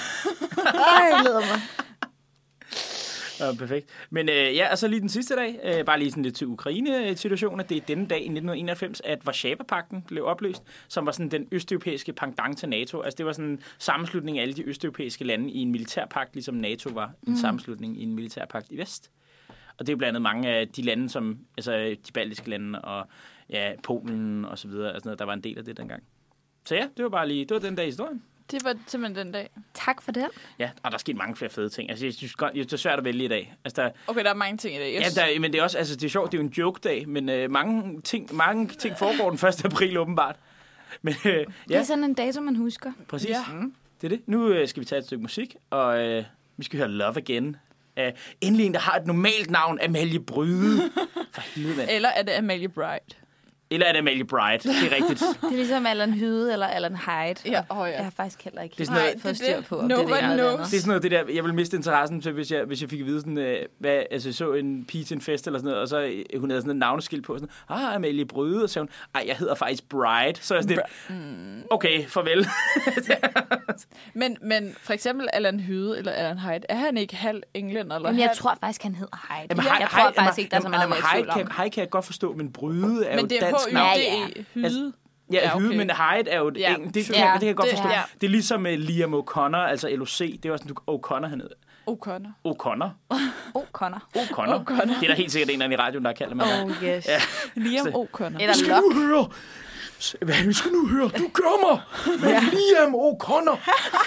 Ja, perfekt. Men og så lige den sidste dag, bare lige sådan lidt til Ukraine-situationen, det er denne dag i 1991, at Warszava-pagten blev opløst, som var sådan den østeuropæiske pendant til NATO. Altså det var sådan en sammenslutning af alle de østeuropæiske lande i en militærpagt, ligesom NATO var en sammenslutning i en militærpagt i vest. Og det er blandt andet mange af de lande, som altså de baltiske lande og Polen og så videre, altså der var en del af det dengang. Så ja, det var den dag i historien. Det var simpelthen den dag. Tak for det. Ja, og der er sket mange flere fede ting. Altså, jeg synes godt, det er svært at vælge i dag. Altså, okay, der er mange ting i dag. Yes. Ja, men det er også, altså det er sjovt, det er jo en joke-dag, men mange ting foregår den 1. april åbenbart. Men, det er sådan en dato, man husker. Præcis. Ja. Det er det. Nu skal vi tage et stykke musik, og vi skal høre Love Again. Endelig en, der har et normalt navn, Amalie Bryde. For helvede, mand. Eller er det Amalie Bright? Eller er det Amalie Bright? Det er rigtigt. Det er ligesom Alan Hyde eller Alan Hyde. Ja, Jeg har faktisk heller ikke Det er sådan noget- fået styr på, om No det er det one ene eller det knows. andet. Det er sådan noget, det der, jeg ville miste interessen til, hvis jeg fik at vide sådan, jeg så en pige til en fest eller sådan noget, og så hun havde sådan et navneskilt på, sådan, Amalie Bryde, og så sagde hun, jeg hedder faktisk Bright. Så er jeg sådan okay, farvel. Men for eksempel Alan Hyde eller Alan Hyde, er han ikke halv englænder? Eller Men jeg halv... tror faktisk, han hedder Hyde. Jamen, Jeg tror faktisk ikke, der er så meget mere tvivl om. Hyde kan jeg godt forstå, men Bryde er Men jo det er dansk navn. H-Y-D-E. Hyde. Ja, okay. Hyde, men Hyde er jo Ja. det kan jeg godt forstå. ja. Det er ligesom Liam O'Connor, altså LOC. Det er også sådan, O'Connor, han hedder. O'Connor. O'Connor. O'Connor. Det er der helt sikkert en af i radioen, der har kaldt mig. Yes. Ja. Liam Så- O'Connor. Eller Vi skal Locke. nu høre. Vi skal nu høre. Du gør mig med Liam O'Connor.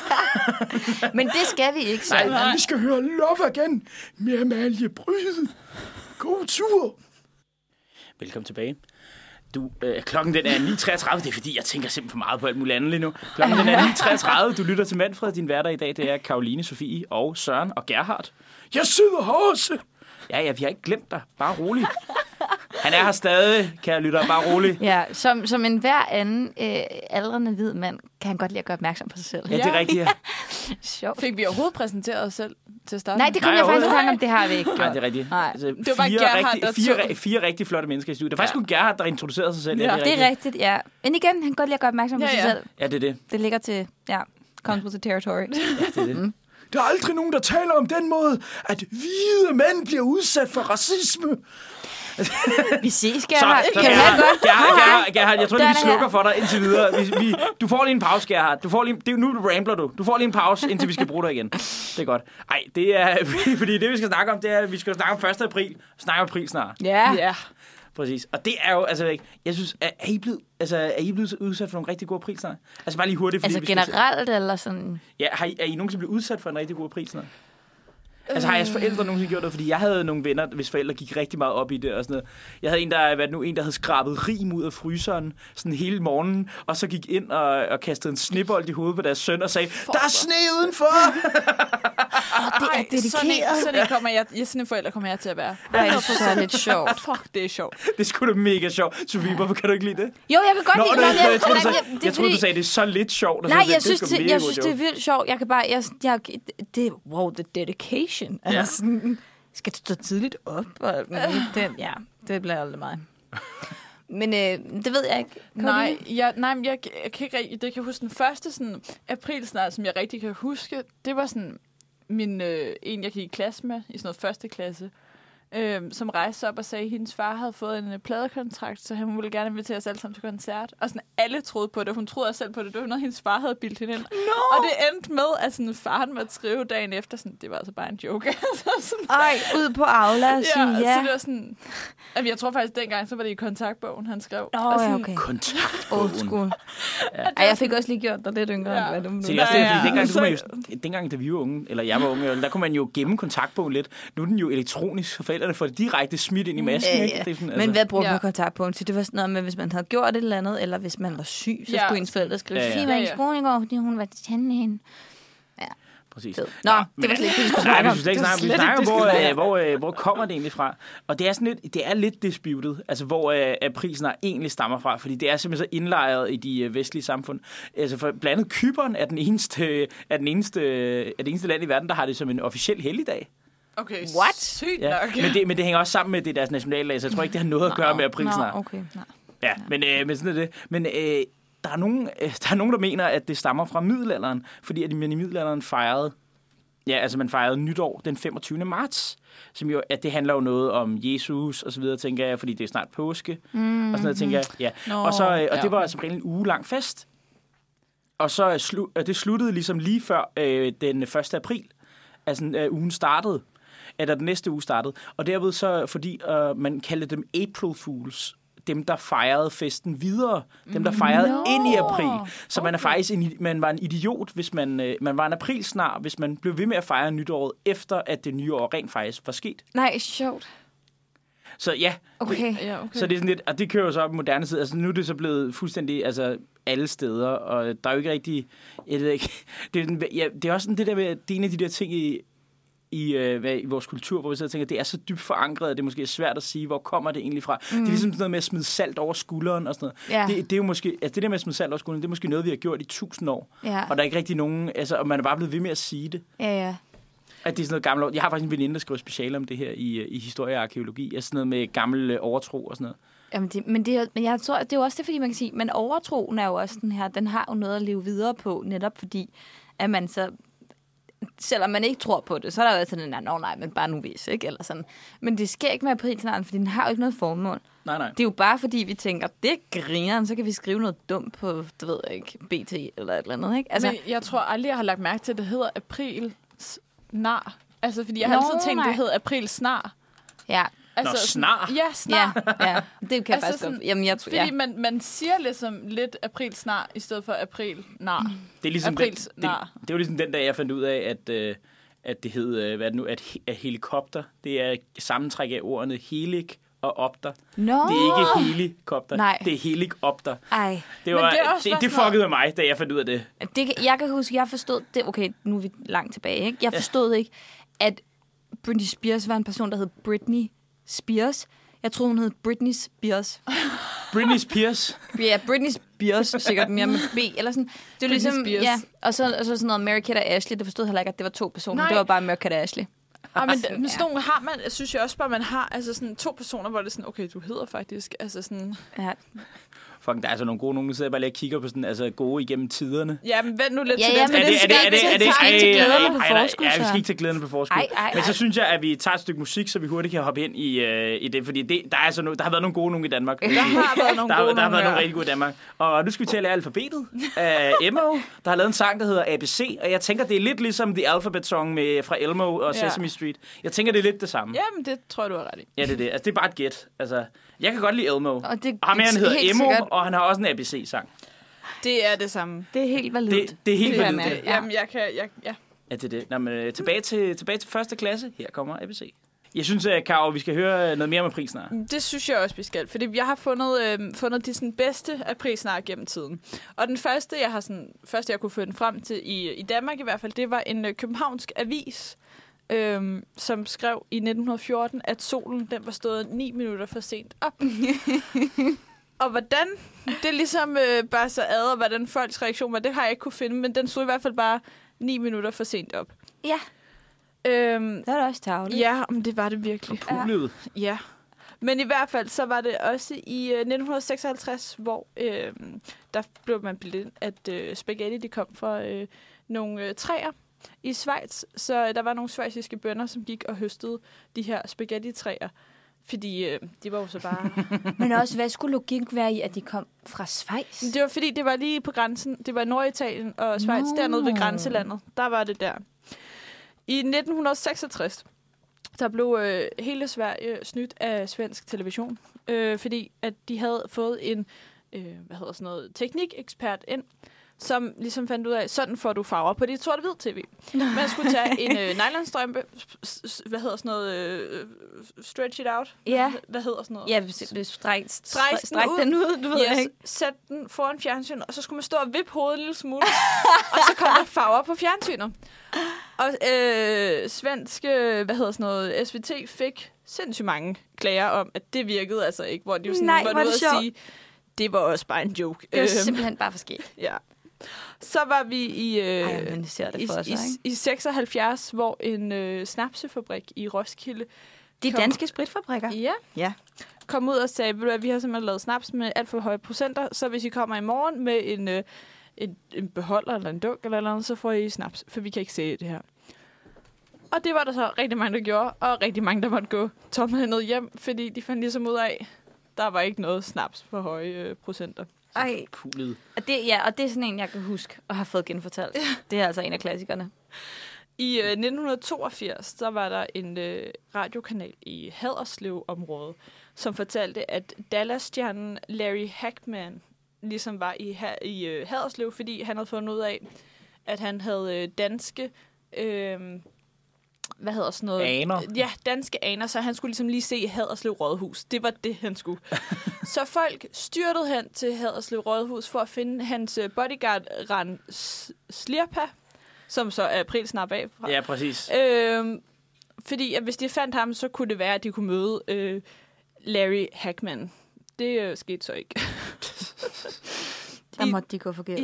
Men det skal vi ikke, så. Vi skal høre Love Again med Amalie Bryde. God tur. Velkommen tilbage. Klokken den er 9.33. Det er fordi, jeg tænker simpelthen for meget på alt muligt andet lige nu. Klokken den er 9.33. Du lytter til Manfred. Din værter i dag, det er Karoline, Sofie og Søren og Gerhard. Jeg sidder her også. Ja, vi har ikke glemt dig. Bare rolig. Han er her stadig, kære lytter. Bare rolig. Ja, som en hver anden aldrende hvid mand, kan han godt lide at gøre opmærksom på sig selv. Ja, det er rigtigt, ja. Sjovt. Fik vi overhovedet præsenteret os selv til at starte? Nej, det kom Nej, jeg faktisk i overhovedet tanke om, det har vi ikke Nej, gjort. det er rigtigt. Nej. Altså, Det var bare Gerhard, der fire rigtig flotte mennesker i studiet. Det er faktisk kun Gerhard, der introducerede sig selv. Ja. Det er rigtigt, ja. Men igen, han kan godt lide at gøre opmærksom på sig selv. Ja, det er det. Det ligger til, comes with the territory. Ja, det er det. Der er aldrig nogen, der taler om den måde, at hvide mænd bliver udsat for racisme. Vi ses, Så, Gerhard. så Kan du have det godt? Gerhard, jeg tror, Den vi er slukker her. for dig indtil videre. Du får lige en pause, Gerhard. Nu rambler du. Du får lige en pause, indtil vi skal bruge dig igen. Det er godt. Ej, det er... Fordi det, vi skal snakke om, det er, at vi skal snakke om 1. april. Snakke om april snart. Ja. Ja. Præcis. Og det er jo... Altså, jeg synes... Er I blevet udsat for nogle rigtig gode april snart? Altså, bare lige hurtigt, fordi Altså vi skal... generelt, eller sådan... Ja, er I nogensinde blevet udsat for en rigtig god april snart? Altså har jeres forældre nogensinde gjort det? Fordi jeg havde nogle venner, hvis forældre gik rigtig meget op i det og sådan noget. Jeg havde en, der havde skrabet rim ud af fryseren sådan hele morgenen, og så gik ind og kastede en snebold i hovedet på deres søn og sagde, der er sne udenfor! Det er dedikeret. Sådan en forælder kommer jeg til at være. Ej, det er så lidt sjovt. Fuck, det er sjovt. Det skulle da mega sjovt. Sofie, hvorfor kan du ikke lide det? Jo, jeg kan godt lide det. Jeg troede, du sagde, det er så lidt sjovt. Nej, jeg synes, det er vildt sjovt. Jeg kan bare... Wow, the dedication. Ja. Altså, sådan, skal stå tidligt op. Og, det bliver aldrig mig. Men det ved jeg ikke. Nej, men jeg kan ikke rigtig... Det kan jeg huske den første sådan, april snart, som jeg rigtig kan huske. Det var sådan en, jeg gik i klasse med, i sådan noget første klasse, som rejste op og sagde, at hendes far havde fået en pladekontrakt, så han ville gerne invitere os alle sammen til koncert. Og sådan alle troede på det. Hun troede også selv på det. Det var noget, hendes far havde bildt hende ind. No! Og det endte med, at sådan, faren måtte skrive dagen efter, sådan, det var altså bare en joke. sådan, Ej, ud på Aula og sige ja. så det var sådan... Jamen, jeg tror faktisk, dengang, så var det i kontaktbogen, han skrev. Ja, okay. Kontaktbogen. Old school. Ej, jeg fik også lige gjort dig lidt yngre, Ja. end hvad du Så det er også det, fordi dengang, da vi var unge, eller jeg var unge, der kunne man jo gemme kontaktbogen lidt. Nu er den jo elektronisk, så forældrene får det direkte smidt ind i masken. Ikke? Det er sådan, Men hvad brugte man kontaktbogen til? Det var sådan noget med, hvis man havde gjort et eller andet, eller hvis man var syg, så skulle ens forældre skrive, Sofie var i skolen i går, fordi hun var til tandlægen. Præcis. Nå, det var slet ikke det, vi skulle snakke om. Vi snakker om, hvor kommer det egentlig fra? Og det er sådan lidt, det er lidt disputed, altså hvor prisen egentlig stammer fra, fordi det er simpelthen så indlejret i de vestlige samfund. Altså for blandt andet Cypern er det eneste land i verden, der har det som en officiel helligdag. Okay, What? sygt Ja. nok. Men det hænger også sammen med det deres nationaldag, så jeg tror ikke, det har noget at gøre med april snart. Okay. Ja, men sådan er det. Men der er nogen, der mener, at det stammer fra middelalderen, fordi at man i middelalderen fejrede, man fejrede nytår den 25. marts, som jo, at det handler jo noget om Jesus og så videre, tænker jeg, fordi det er snart påske, og sådan noget, tænker jeg. Ja. Og det var som regel en uge lang fest. Og så det sluttede ligesom lige før den 1. april, altså ugen startede, eller den næste uge startede, og derved så, fordi man kaldte dem April Fools, dem, der fejrede festen videre. Dem, der fejrede ind i april. Så man er faktisk man var en idiot, hvis man var en aprilsnar, hvis man blev ved med at fejre nytåret, efter at det nye år rent faktisk var sket. Nej, sjovt. Så ja. Okay. Så det er sådan lidt, og det kører jo så op i moderne tid. Altså nu er det så blevet fuldstændig alle steder, og der er jo ikke rigtig, jeg ved ikke, det er også sådan det der med, det er en af de der ting i vores kultur, hvor vi så tænker, at det er så dybt forankret, at det måske er svært at sige, hvor kommer det egentlig fra. Det er ligesom sådan noget med at smide salt over skulderen og sådan noget. Ja. Det er jo måske, altså det der med at smide salt over skulderen, det er måske noget, vi har gjort i 1000 år. Ja. Og der er ikke rigtig nogen, altså, og man er bare blevet ved med at sige det. Ja. At det er sådan noget gammelt. Jeg har faktisk en veninde, der skriver speciale om det her i historie og arkeologi. Altså sådan noget med gammel overtro og sådan noget. Jamen, men jeg tror, det er jo også det, fordi man kan sige, men overtroen er jo også den her, den har jo noget at leve videre på, netop fordi, at man så, selvom man ikke tror på det, så er der jo sådan en, nej, men bare nu vis, ikke? Eller sådan. Men det sker ikke med aprilsnaren, fordi den har jo ikke noget formål. Nej. Det er jo bare fordi, vi tænker, det er grineren, så kan vi skrive noget dumt på, det ved jeg ikke, BT eller et eller andet, ikke? Altså, men jeg tror aldrig, jeg har lagt mærke til, at det hedder aprilsnar. Altså, fordi jeg har altid tænkt, det hedder aprilsnar. Ja. Altså, snar? Ja, snar. Ja, det kan jeg faktisk godt. Jamen, fordi man siger ligesom lidt aprilsnar, i stedet for aprilnar. Det er ligesom aprilsnar. Det var ligesom den dag, jeg fandt ud af, at det hed, hvad er det nu, at helikopter, det er sammentræk af ordene helik og opter. No. Det er ikke helikopter, Nej. det er helikopter. Ej. Det fuckede mig, da jeg fandt ud af det. Jeg kan huske, jeg forstod det. Okay, nu er vi langt tilbage, ikke? Jeg forstod ikke, at Britney Spears var en person, der hed Britney Spears. Jeg troede, hun hed Britney Spears. Britney Spears? Ja, Britney Spears, sikkert mere med B, eller sådan. Det var ligesom, Spears. ja, og så sådan noget Mary Kate og Ashley, det forstod heller ikke, at det var 2 personer. Nej. Det var bare Mary Kate og Ashley. Ja, men sådan nogle har man, synes jeg også bare, man har altså sådan 2 personer, hvor det er sådan, okay, du hedder faktisk, altså sådan... Ja. Fuck, der er altså nogle gode, nogen der sidder bare lige og kigger på sådan, altså gode igennem tiderne. Ja, men vent nu lidt Ja, til ja, den. men det skal ikke til glæderne på forskud. Ja, vi skal ikke til glæderne på forskud. Ej. Men så synes jeg, at vi tager et stykke musik, så vi hurtigt kan hoppe ind i det, fordi der har været nogle gode nogen i Danmark. Der har været nogle gode Der har været nogle rigtig gode i Danmark. Og nu skal vi til at lære alfabetet af Elmo, der har lavet en sang, der hedder ABC, og jeg tænker, det er lidt ligesom The Alphabet Song fra Elmo og Sesame Street. Jeg tænker, det er lidt det samme. Jamen, det tror jeg, du har ret i. Ja, det er det. Altså, det er bare et gæt. Altså, jeg kan godt lide Elmo. Og ham her, han hedder helt Emo, sikkert. og han har også en ABC-sang. Det er det samme. Det er helt validt. Det er helt Det er validt. med. Det. Jamen, jeg kan... Ja. Ja, det er det. Nå, men, tilbage til første klasse. Her kommer ABC. Jeg synes, Karo, vi skal høre noget mere om aprilsnar. Det synes jeg også, vi skal. Fordi jeg har fundet de sådan, bedste aprilsnar gennem tiden. Og den første, jeg kunne finde frem til i Danmark i hvert fald, det var en københavnsk avis, som skrev i 1914, at solen den var stået 9 minutter for sent op. Og hvordan det ligesom bare så ad, og hvordan folks reaktion var, det har jeg ikke kunne finde, men den stod i hvert fald bare 9 minutter for sent op. Ja, det er da også tarveligt. Ja, men det var det virkelig. Kulet. Ja. Men i hvert fald, så var det også i 1956, hvor der blev man blind, at spaghetti de kom fra nogle træer i Schweiz. Så der var nogle schweiziske bønder, som gik og høstede de her spaghetti-træer. Fordi de var jo så bare... Men også, hvad skulle logik være i, at de kom fra Schweiz? Det var fordi, det var lige på grænsen. Det var Norditalien og Schweiz, dernede ved grænselandet. Der var det der. I 1966, der blev hele Sverige snydt af svensk television. Fordi at de havde fået en teknikekspert ind, som ligesom fandt ud af, sådan får du farver på dit sort-hvid tv. Man skulle tage en nylonstrømpe, stretch it out. Ja. Hvad hedder sådan noget? Ja, stræk den ud, du ved ikke. Sæt den foran fjernsynet, og så skulle man stå og vippe hovedet en lille smule, og så kom der farver på fjernsynet. Og svenske, SVT fik sindssygt mange klager om, at det virkede altså ikke, hvor de jo sådan var ude at sige, det var også bare en joke. Det var simpelthen bare for sket. Ja. Så var vi i 76, hvor en snapsefabrik i Roskilde... De danske spritfabrikker? Ja. Kom ud og sagde, at vi har simpelthen lavet snaps med alt for høje procenter, så hvis I kommer i morgen med en beholder eller en dunk eller noget, så får I snaps, for vi kan ikke se det her. Og det var der så rigtig mange, der gjorde, og rigtig mange, der måtte gå tomhændet hjem, fordi de fandt ligesom ud af, der var ikke noget snaps for høje procenter. Ej. Kulet. Og det er sådan en, jeg kan huske og har fået genfortalt. Det er altså en af klassikerne. I 1982, så var der en radiokanal i Haderslev-området, som fortalte, at Dallas-stjernen Larry Hagman ligesom var i Haderslev, fordi han havde fundet ud af, at han havde danske... Aner? Ja, danske aner, så han skulle ligesom lige se Haderslev Rådhus. Det var det, han skulle. Så folk styrtede hen til Haderslev Rådhus for at finde hans bodyguard, Ran Slirpa, som så er aprilsnar bagfra. Ja, præcis. Fordi at hvis de fandt ham, så kunne det være, at de kunne møde Larry Hagman. Det skete så ikke. Der måtte de gå forgæves. I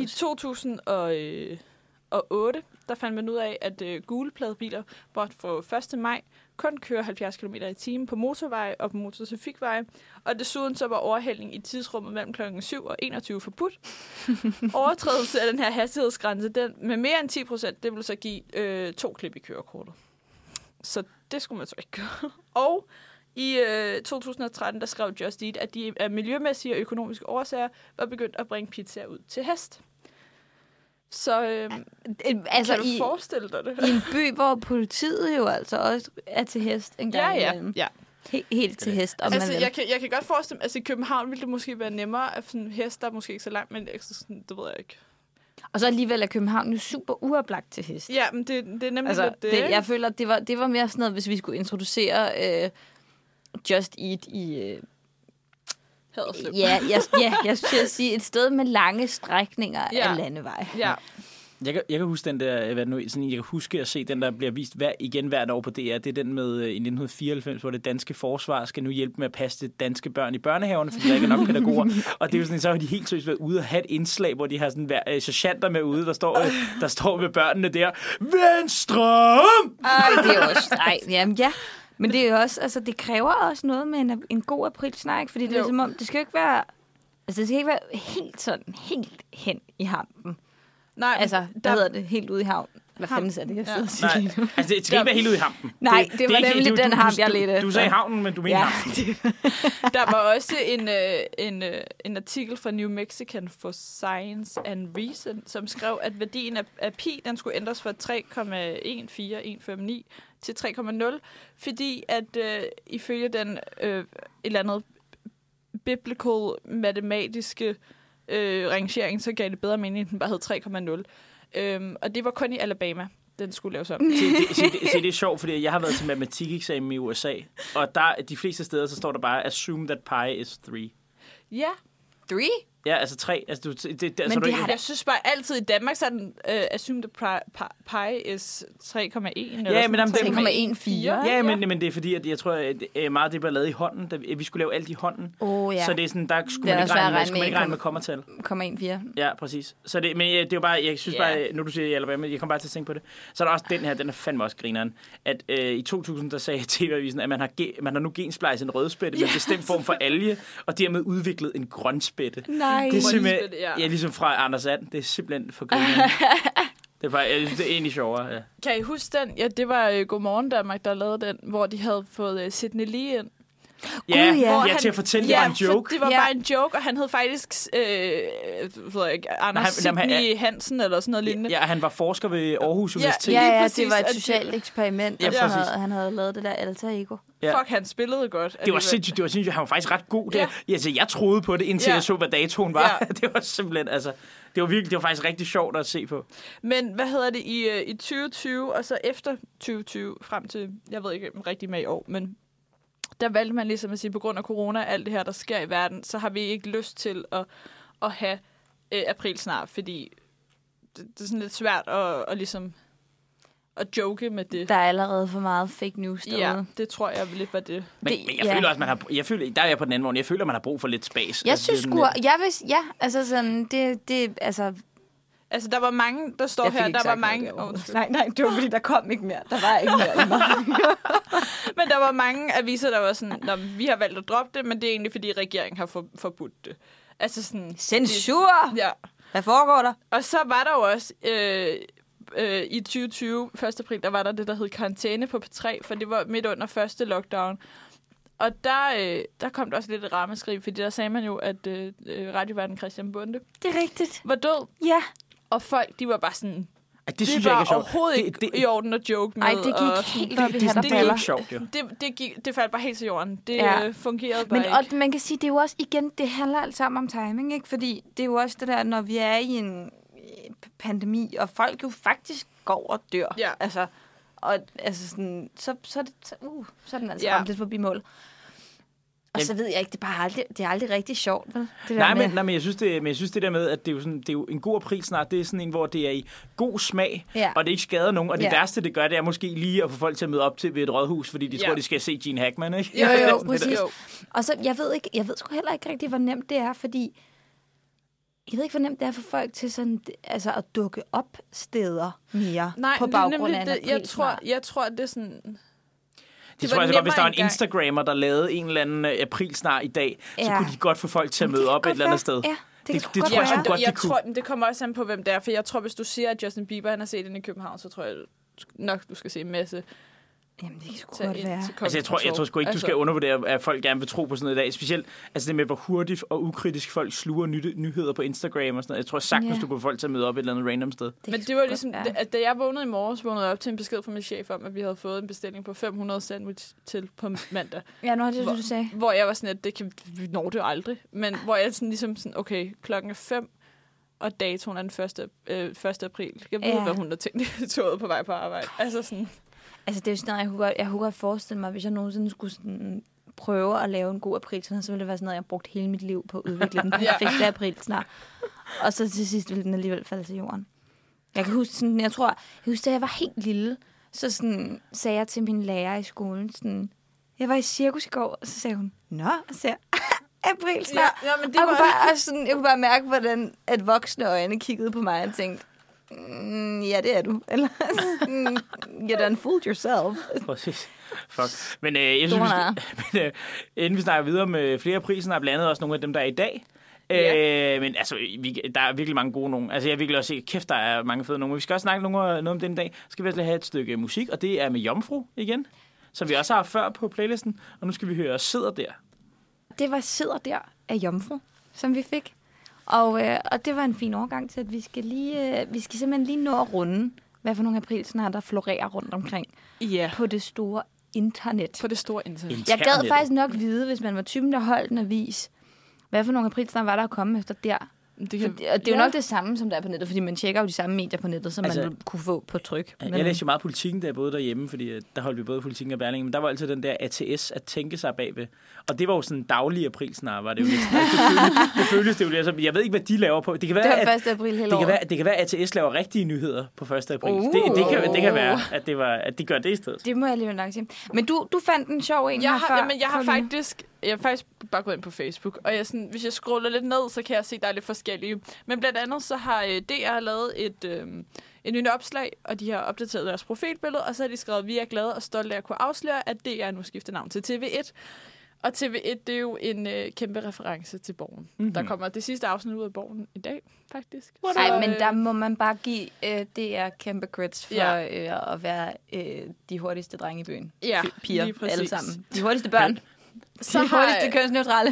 2008, der fandt man ud af, at gulpladebiler bort fra 1. maj kun kører 70 km i timen på motorveje og på motortrafikveje. Og desuden så var overhældning i tidsrummet mellem kl. 7 og 21 forbudt. Overtrædelse af den her hastighedsgrænse, den med mere end 10%, det vil så give 2 klip i kørekortet. Så det skulle man så ikke gøre. Og i 2013, der skrev Just Eat, at de af miljømæssige og økonomiske årsager var begyndt at bringe pizzaer ud til hest. Så altså kan du forestille dig det? I en by, hvor politiet jo altså også er til hest en gang imellem. Ja. Helt til hest, om altså, man vil. Jeg kan godt forestille mig, altså i København ville det måske være nemmere, at sådan hest, der er måske ikke så langt, men sådan, det ved jeg ikke. Og så alligevel er København jo super uoplagt til hest. Ja, men det er nemlig altså, lidt det. Jeg føler, det var mere sådan noget, hvis vi skulle introducere Just Eat i... Haderslev. Jeg skulle sige et sted med lange strækninger af landevej. Ja. Jeg kan huske den der, jeg kan huske at se den, der bliver vist hvert år på DR. Det er den med i 1994, hvor det danske forsvar skal nu hjælpe med at passe de danske børn i børnehaverne, fordi der ikke er nok pædagoger. Og det er jo sådan, så har de helt seriøst været ude og have et indslag, hvor de har sådan sergeanter med ude, der står med børnene der. Venstre! Ej, det er også... Ja. Men det er jo også, altså det kræver også noget med en god aprilsnak, fordi det er som om, det skal ikke være, altså det skal ikke være helt hen i hampen. Nej, altså, der hedder det helt ude i havn. Hvad fanden er det, jeg sidder og siger lige nu? Altså, det skal ikke være helt ude i hampen. Nej, det var nemlig den hamp, jeg ledte. Du sagde havnen, men du mener hampen. Der var også en artikel fra New Mexican for Science and Reason, som skrev, at værdien af pi, den skulle ændres fra 3,14159 til 3,0, fordi at ifølge den et eller andet biblical matematiske rangering, så gav det bedre mening, at den bare hed 3,0. Og det var kun i Alabama, den skulle laves om. Det er sjovt, fordi jeg har været til matematikeksamen i USA, og der de fleste steder, så står der bare, assume that pi is 3. Ja. 3? Ja, altså 3. Altså, jeg synes bare altid i Danmark, så er den assume that pi is 3,1. Ja, men 3,14. Ja, men det er fordi, at jeg tror, at meget af det blev lavet i hånden. Vi skulle lave alt i hånden. Ja. Så det er sådan, der skulle man ikke regne med kommatal. 0,14. Ja, præcis. Så det, men det er jo bare, jeg synes bare, nu du siger Alabama, jeg kommer bare til at tænke på det. Så er der også den her, den er fandme også grineren. At i 2000, der sagde TV-avisen, at man har nu gensplejset en rødspætte med en bestemt form for alge, og dermed udviklet en grønspætte. Nej. Det er simpelthen, ligesom fra Anders And, det er simpelthen for grineren. Det er egentlig sjovere, ja. Kan I huske den? Ja, det var Godmorgen Danmark, der lavede den, hvor de havde fået Sidney Lee ind. Ja, til at fortælle, det var en joke. Det var bare en joke, og han hed faktisk Anders Sidney Hansen, eller sådan noget lignende. Ja, han var forsker ved Aarhus Universitet. Ja, det var et socialt eksperiment, og han havde lavet det der alter ego. Ja. Fuck, han spillede godt. Det var sindssygt, han var faktisk ret god der. Ja. Altså, jeg troede på det, indtil jeg så, hvad datoen var. Ja. Det var simpelthen, altså, det var faktisk rigtig sjovt at se på. Men hvad hedder det, i 2020, og så efter 2020, frem til, jeg ved ikke rigtig med i år, men der valgte man ligesom at sige, på grund af corona og alt det her, der sker i verden, så har vi ikke lyst til at have april snart, fordi det er sådan lidt svært at ligesom at joke med det. Der er allerede for meget fake news derude. Ja, det tror jeg lidt var det. Men jeg føler også, der er jeg på den anden måde, jeg føler, man har brug for lidt space. Jeg synes altså sådan, det altså... Altså, der var mange, der står her, der var mange... Nej, det var fordi, der kom ikke mere. Der var ikke mere i mig. Men der var mange aviser, der var sådan, vi har valgt at droppe det, men det er egentlig, fordi regeringen har forbudt det. Altså sådan... Censur! Ja. Hvad foregår der? Og så var der jo også... I 2020, 1. april, der var der det, der hed karantæne på P3, for det var midt under første lockdown. Og der kom der også lidt et ramaskrig, fordi der sagde man jo, at radioverden Christian Bonde... Det er rigtigt. ...var død. Ja. Og folk, de var bare sådan... Det synes jeg ikke er sjovt. Overhovedet ikke i orden at joke med. Nej, det gik helt op i det er ikke sjovt, jo. Det faldt bare helt til jorden. Det fungerede bare ikke. Og man kan sige, det er jo også, igen, det handler alt sammen om timing, ikke? Fordi det er jo også det der, når vi er i en pandemi, og folk jo faktisk går og dør. Ja. Altså, og altså sådan, så er den altså ramt lidt forbi mål. Og så ved jeg ikke, det er aldrig rigtig sjovt. Vel? Men jeg synes det der med, at det er jo en god aprilsnar, det er sådan en, hvor det er i god smag, og det ikke skader nogen. Og det værste, det gør, det er måske lige at få folk til at møde op ved et rådhus, fordi de tror, de skal se Gene Hackman, ikke? Jo, præcis. Og så, jeg ved sgu heller ikke rigtig, hvor nemt det er, fordi jeg ved ikke, hvor nemt det er for folk til sådan, altså at dukke op steder mere på baggrund af en aprilsnar. Jeg tror, det er sådan... Det tror jeg så godt, hvis der var en Instagrammer, der lavede en eller anden aprilsnar i dag, så kunne de godt få folk til at møde op et eller andet sted. Ja, det tror jeg så godt, de kunne. Tror, det kommer også an på, hvem det er. For jeg tror, hvis du siger, at Justin Bieber han har set den i København, så tror jeg nok, du skal se en masse. Jamen, det kan sgu godt være. Altså, jeg tror sgu ikke, du skal undervurdere, at folk gerne vil tro på sådan noget i dag. Specielt det med, hvor hurtigt og ukritisk folk sluger nyheder på Instagram og sådan noget. Jeg tror sagtens, du kunne få folk til at møde op et eller andet random sted. Men det var ligesom, da jeg vågnede i morges, vågnede jeg op til en besked fra min chef om, at vi havde fået en bestilling på 500 sandwich til på mandag. Ja, nu har det, du sagde. Hvor jeg var sådan, at vi når det jo aldrig. Men hvor jeg sådan ligesom okay, klokken er 5, og datoen er den 1. april. Jeg ved, hvad hun har tænkt i toget på vej på arbejde. Altså sådan... Altså, det er jo sådan noget, jeg kunne godt forestille mig, hvis jeg nogensinde skulle sådan prøve at lave en god aprilsnar, så ville det være sådan noget, jeg har brugt hele mit liv på at udvikle den perfekte aprilsnar. Og så til sidst ville den alligevel falde til jorden. Jeg kan huske, sådan, jeg husker, da jeg var helt lille, så sådan, sagde jeg til min lærer i skolen, sådan, jeg var i cirkus i går, og så sagde hun, nå, så aprilsnar. Ja, men det jeg kunne bare mærke, hvordan at voksne øjne kiggede på mig og tænkte, ja, det er du. Eller you done fooled yourself. Præcis. Fuck. Men jeg synes, inden vi snakker videre med flere priser, har blandet også nogle af dem, der er i dag. Men altså, der er virkelig mange gode nogen. Altså, jeg virkelig også se, kæft, der er mange fede nogen. Men vi skal også snakke noget om den dag. Så skal vi også have et stykke musik, og det er med Jomfru igen, som vi også har før på playlisten. Og nu skal vi høre Sidder der. Det var Sidder der af Jomfru, som vi fik. Og det var en fin overgang til, at vi skal simpelthen lige nå at runde, hvad for nogle aprilsnar, der florerer rundt omkring på det store internet. På det store internet. Jeg gad faktisk nok vide, hvis man var typen, der holdt en avis, hvad for nogle aprilsnar var der at komme efter der. Og det er jo nok det samme, som der er på nettet, fordi man tjekker jo de samme medier på nettet, som man kunne få på tryk. Jeg læste jo meget Politikken, da jeg boede derhjemme, fordi der holdt vi både Politikken og Berlingske, men der var altid den der ATS at tænke sig bagved. Og det var jo sådan en daglig aprilsnar, var det jo lidt. Det føltes det jo lidt som, jeg ved ikke, hvad de laver på. Det kan være, det var 1. april hele året. Det kan være, at ATS laver rigtige nyheder på 1. april. Det kan være, at de gør det i stedet. Det må jeg lige nok sige. Men du fandt en sjov en jeg har faktisk bare gået ind på Facebook, og hvis jeg scroller lidt ned, så kan jeg se, at der er lidt forskellige. Men blandt andet så har DR lavet et nyt opslag, og de har opdateret deres profilbillede, og så har de skrevet, vi er glade og stolte af at kunne afsløre, at DR nu skifter navn til TV1. Og TV1, det er jo en kæmpe reference til Borgen. Mm-hmm. Der kommer det sidste afsnit ud af Borgen i dag, faktisk. Nej, men der må man bare give DR kæmpe creds for at være de hurtigste drenge i byen. Ja, piger alle sammen. De hurtigste børn. Så de hurtigste kønsneutrale.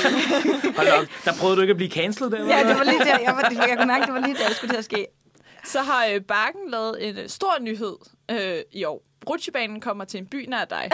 Hold op, der prøvede du ikke at blive cancelled der? Ja, det var lige der. Jeg kunne mærke, det var lige der, det skulle til at ske. Så har Bakken lavet en stor nyhed i år. Rutsjebanen kommer til en by nær dig.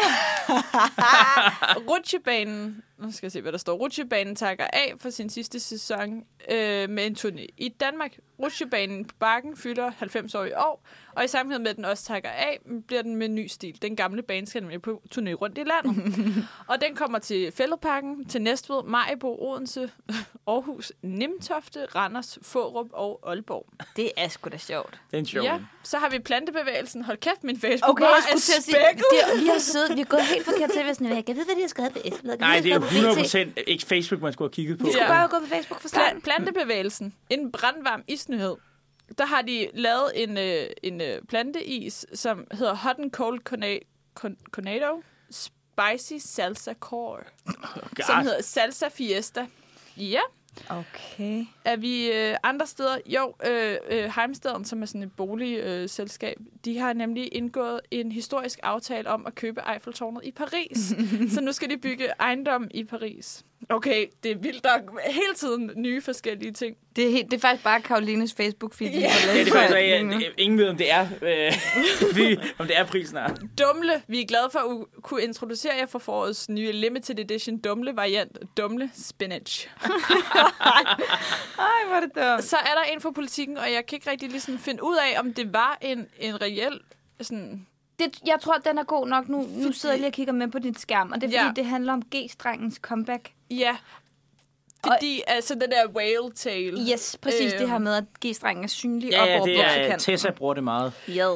Rutsjebanen, nu skal jeg se, hvad der står. Rutsjebanen takker af for sin sidste sæson med en turné i Danmark. Rutsjebanen på Bakken fylder 90 år i år, og i sammenhæng med, at den også takker af, bliver den med en ny stil. Den gamle bane skal med på turné rundt i landet. Og den kommer til Fælledparken, til Næstved, Maribo, Odense, Aarhus, Nimtofte, Randers, Fårup og Aalborg. Det er sgu da sjovt. Det er en sjov. Ja, så har vi plantebevægelsen. Hold kæft, min Facebook. Okay, jeg skulle til at sige, vi har gået helt forkert til, hvis jeg kan vide, hvad de har skrevet på Esbjerg. Nej, det er jo 100% ikke Facebook, man skulle have kigget på. Vi skulle bare gå på Facebook for starten. Plantebevægelsen. En brandvarm isnyhed. Der har de lavet en planteis, som hedder Hot and Cold Cornado Spicy Salsa Core. Som hedder Salsa Fiesta. Ja. Okay. Er vi andre steder? Jo, Heimstaden, som er sådan et boligselskab, de har nemlig indgået en historisk aftale om at købe Eiffeltårnet i Paris. Så nu skal de bygge ejendom i Paris. Okay, det er vildt nok. Hele tiden nye forskellige ting. Det er faktisk bare Karolines Facebook-feed. Ja, det er faktisk ingen ved, om det er, om det er prisen er. Dumle. Vi er glade for at kunne introducere jer for forårets nye limited edition Dumle-variant. Dumle Spinach. Ej, hvor er det dumt. Så er der en fra Politikken, og jeg kan ikke rigtig ligesom finde ud af, om det var en reel sådan Jeg tror, den er god nok. Nu sidder jeg lige og kigger med på din skærm, og det er fordi, det handler om G-strengens comeback. Ja, fordi altså den der whale tail. Yes, præcis det her med, at G-strengen er synlig ja, op over buksekanten. buksekanten. Tessa bruger det meget. Ja.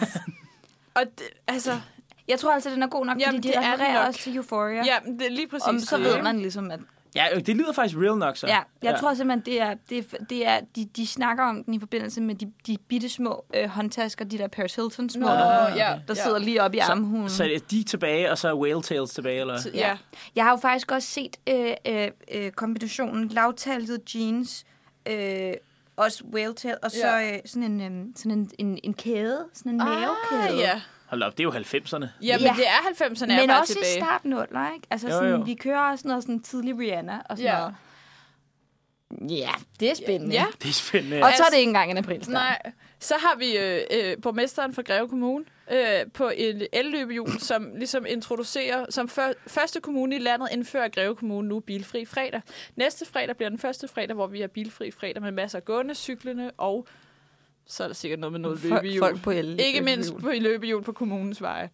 Og altså... Jeg tror altså, den er god nok, fordi de refererer også til Euphoria. Ja, det er lige præcis. Og så ved man ligesom, at... Ja, det lyder faktisk real nok, så. Ja, jeg tror simpelthen, det er de snakker om den i forbindelse med de bittesmå håndtasker, de der Paris Hilton små, der sidder lige oppe i armhulen. Så er de tilbage, og så er Whale Tails tilbage, eller? Ja. Jeg har jo faktisk også set kombinationen lavtallet jeans, også Whale Tail, og så sådan en kæde, sådan en mavekæde. Ja. Hold op, det er jo 90'erne. Ja, men det er 90'erne, men bare også tilbage. i startnuller, ikke? Altså sådan, vi kører også noget sådan tidlig Rihanna og sådan noget. Ja, det er spændende. Ja. Det er spændende. Og så er det ikke engang en aprilsnart. Nej, så har vi borgmesteren fra Greve Kommune på en elløbehjul, som ligesom introducerer, som første kommune i landet indfører Greve Kommune nu bilfri fredag. Næste fredag bliver den første fredag, hvor vi har bilfri fredag med masser af gående, cyklende og så er der sikkert noget med noget løbehjul. Folk på ikke mindst på løbehjul på kommunens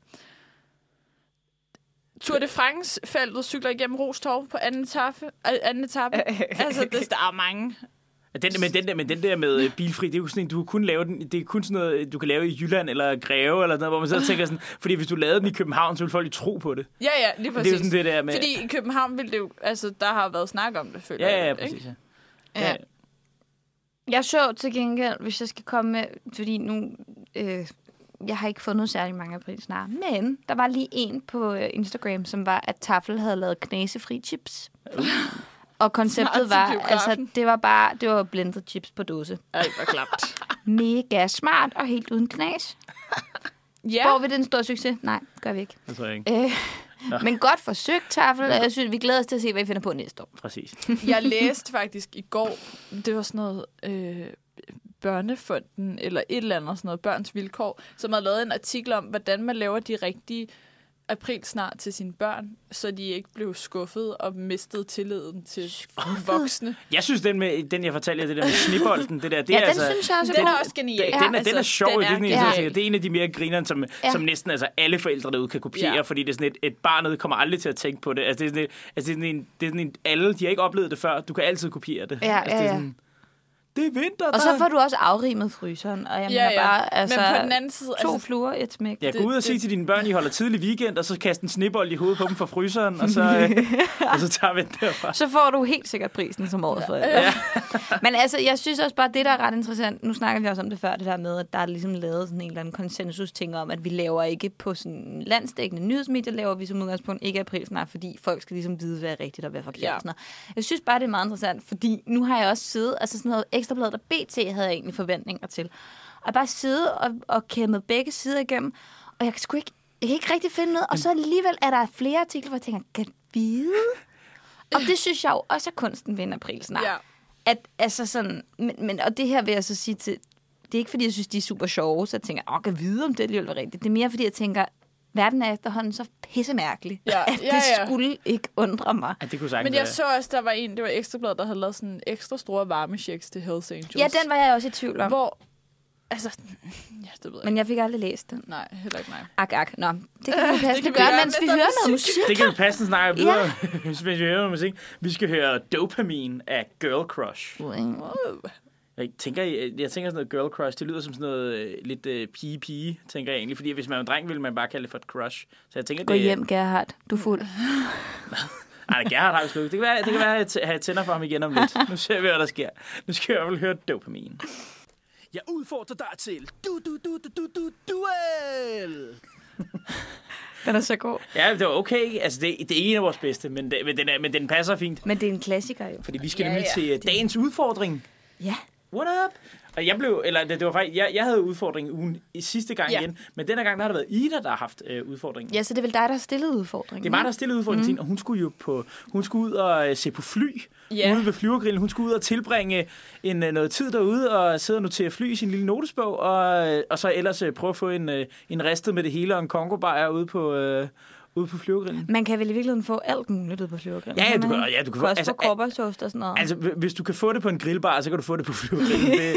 veje. Tour de France-feltet cykler igennem Rostorv på anden etape. Altså, der er mange. Men den der med bilfri, det er jo sådan en, du kan kun lave den, det er kun sådan noget, du kan lave i Jylland eller Greve, eller noget, hvor man så tænker sådan, fordi hvis du lavede den i København, så ville folk jo tro på det. Ja, lige præcis. Det er jo sådan det der med... Fordi i København ville det jo, altså, der har været snak om det, føler jeg. Ja, præcis, ja. Jeg så til gengæld, hvis jeg skal komme med, fordi nu, jeg har ikke fundet særlig mange aprilsnare, men der var lige en på Instagram, som var, at Tafel havde lavet knasefri chips. Og konceptet var, altså, det var blended chips på dåse. Ej, hvor klapt. Mega smart og helt uden knas. Ja. Får vi det en stor succes? Nej, gør vi ikke. Det tror jeg ikke. Men godt forsøgt, Tafel, og jeg synes, vi glæder os til at se, hvad I finder på næste år. Præcis. Jeg læste faktisk i går, det var sådan noget Børnefonden, eller et eller andet sådan noget, Børns Vilkår, som havde lavet en artikel om, hvordan man laver de rigtige aprilsnar til sine børn, så de ikke blev skuffet og mistede tilliden til voksne. Jeg synes, den jeg fortalte jer, det der med snibolden, det der, det er den altså... synes jeg også den er også genial. Den er sjov. Det er en af de mere grinerne, som næsten altså alle forældre derude kan kopiere, fordi det er sådan et barnet kommer aldrig til at tænke på det. Altså, det er sådan en alle, de har ikke oplevet det før. Du kan altid kopiere det. Ja, altså, det er sådan, det er vinter, og så får du også afrimet fryseren. Og jeg mener bare, altså, men på den anden side, to fluer, et smæk. Ja, gå ud og sige til dine børn, I holder tidlig weekend, og så kaste en snebold i hovedet på dem fra fryseren, og så tager vi den derfra. Så får du helt sikkert prisen som årets forældre. Ja. Men altså, jeg synes også bare, det der er ret interessant, nu snakker vi også om det før, det der med, at der er ligesom lavet sådan en eller anden konsensus-ting om, at vi laver ikke på sådan landsdækkende nyhedsmedier, laver vi som udgangspunkt ikke aprilsnar, fordi folk skal ligesom vide, hvad er rigtigt og hvad er forkert. Ja. Jeg synes bare, det er meget interessant, fordi nu har jeg også siddet, altså sådan noget Ekstrabladet og BT havde jeg egentlig forventninger til. Og bare sidde og kæmmet begge sider igennem, og jeg kan ikke rigtig finde noget, og så alligevel er der flere artikler, hvor jeg tænker, kan vide? Og det synes jeg jo også er kunsten ved en aprilsnar. Ja. At, altså sådan, men, og det her vil jeg så sige til, det er ikke fordi, jeg synes, de er super sjove, så jeg tænker, kan vide, om det alligevel var rigtigt. Det er mere fordi, jeg tænker, verden er efterhånden så pissemærkelig, at det skulle ikke undre mig. Ja, det kunne men jeg så også, der var det var Ekstrabladet, der havde lavet sådan ekstra store varmechecks til Hells Angels. Ja, den var jeg også i tvivl om. Hvor, altså, det ved jeg. Men jeg fik aldrig læst den. Nej, heller ikke mig. Ak. Nå, det kan vi passe gøre, mens vi hører noget musik. Det kan vi passe snakke videre, hvis vi hører noget musik. Vi skal høre Dopamine af Girl Crush. Jeg tænker sådan noget girl crush, det lyder som sådan noget lidt pige, tænker jeg egentlig. Fordi hvis man er en dreng, vil man bare kalde det for et crush. Så jeg tænker, gå hjem, Gerhard. Du er fuld. Nej, Gerhard har jo slukket. Det kan være at jeg tænder for ham igen om lidt. Nu ser vi, hvad der sker. Nu skal jeg vel høre Dopamine. Jeg udfordrer dig til duel! Den er så god. Ja, det var okay. Altså, det er en af vores bedste, men den passer fint. Men det er en klassiker jo. Fordi vi skal nemlig til dagens udfordring. Ja. What up? Og det var faktisk, jeg havde udfordringen ugen sidste gang igen, men denne gang der har det været Ida, der har haft udfordringen. Ja, så det er vel dig, der har stillet udfordringen? Det er mig, der har stillet udfordringen, og hun skulle jo ud og se på fly ude ved Flyvergrillen. Hun skulle ud og tilbringe noget tid derude og sidde og notere fly i sin lille notesbog, og så ellers prøve at få en ristet med det hele og en kongobajer ude på Flyvergrillen. Man kan vel i virkeligheden få alt muligt ude på Flyvergrillen? Ja, du kan få kostfotost og sådan noget. Altså, hvis du kan få det på en grillbar, så kan du få det på Flyvergrillen.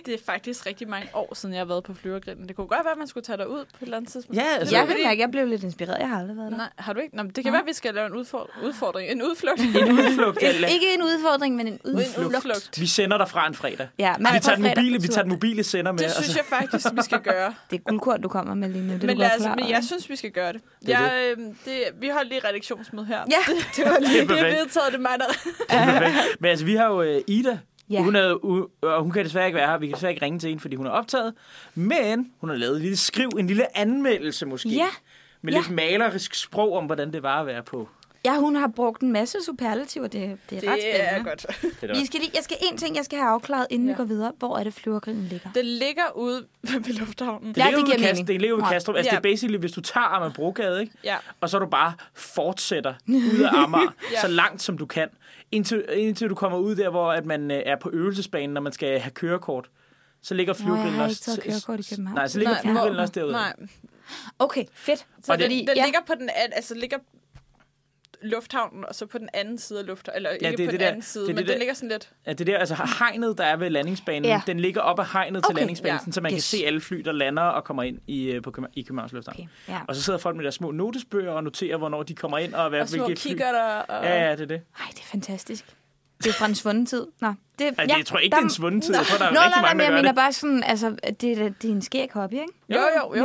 Det er faktisk rigtig mange år siden, jeg har været på Flyvergrillen. Det kunne godt være, at man skulle tage dig ud på et eller andet tidspunkt. Ja, altså, Jeg kan mærke, jeg blev lidt inspireret. Jeg har aldrig været der. Nej, har du ikke? Nå, det kan være, at vi skal lave en udfordring. En udflugt. en udflugt. Ikke en udfordring, men en udflugt. Vi sender dig fra en fredag. Ja, Vi tager den mobile sender med. Det synes jeg faktisk, vi skal gøre. Det er guldkort, du kommer med lige nu. Det Men jeg synes, vi skal gøre det. Vi holdt lige redaktionsmøde her. Ja, det var lige det er vedtaget, det mig, der... Men altså, vi har jo Ida. Ja. Hun kan desværre ikke være her. Vi kan desværre ikke ringe til hende, fordi hun er optaget. Men hun har lavet et lille skriv, en lille anmeldelse måske. Ja. Med lidt malerisk sprog om, hvordan det var at være på. Ja, hun har brugt en masse superlativer. Det er ret spændende. Det er godt. Jeg skal have afklaret, inden vi går videre. Hvor er det Flyvergrillen ligger? Det ligger ude ved lufthavnen. Det ligger ude i Kastrup. Altså, det er basically, hvis du tager Amagerbrogade, ikke? Ja. Og så du bare fortsætter ud af Amager, så langt som du kan, indtil du kommer ud der, hvor at man er på øvelsesbanen, når man skal have kørekort. Så ligger Flyvergrillen også... Jeg har ikke taget kørekort i København. Nej, så ligger Flyvergrillen også derude. Nej. Okay, fedt. Så den ligger på den anden... Altså, ligger lufthavnen, og så på den anden side af lufthavnen. Eller ikke på den anden side, men den ligger sådan lidt... Ja, det der, altså hegnet, der er ved landingsbanen, den ligger op ad hegnet til landingsbanen, så man kan se alle fly, der lander og kommer ind i Københavns Lufthavn. Okay. Og så sidder folk med deres små notesbøger og noterer, hvornår de kommer ind, og hvilke fly. Ja, det er det. Ej, det er fantastisk. Det er fra en svunden tid. Nå, jeg tror ikke, det er en svunden tid. Jeg tror, der er rigtig mange, der gør det. Jeg mener bare sådan, altså, det er en skæg hobby, ikke? Jo.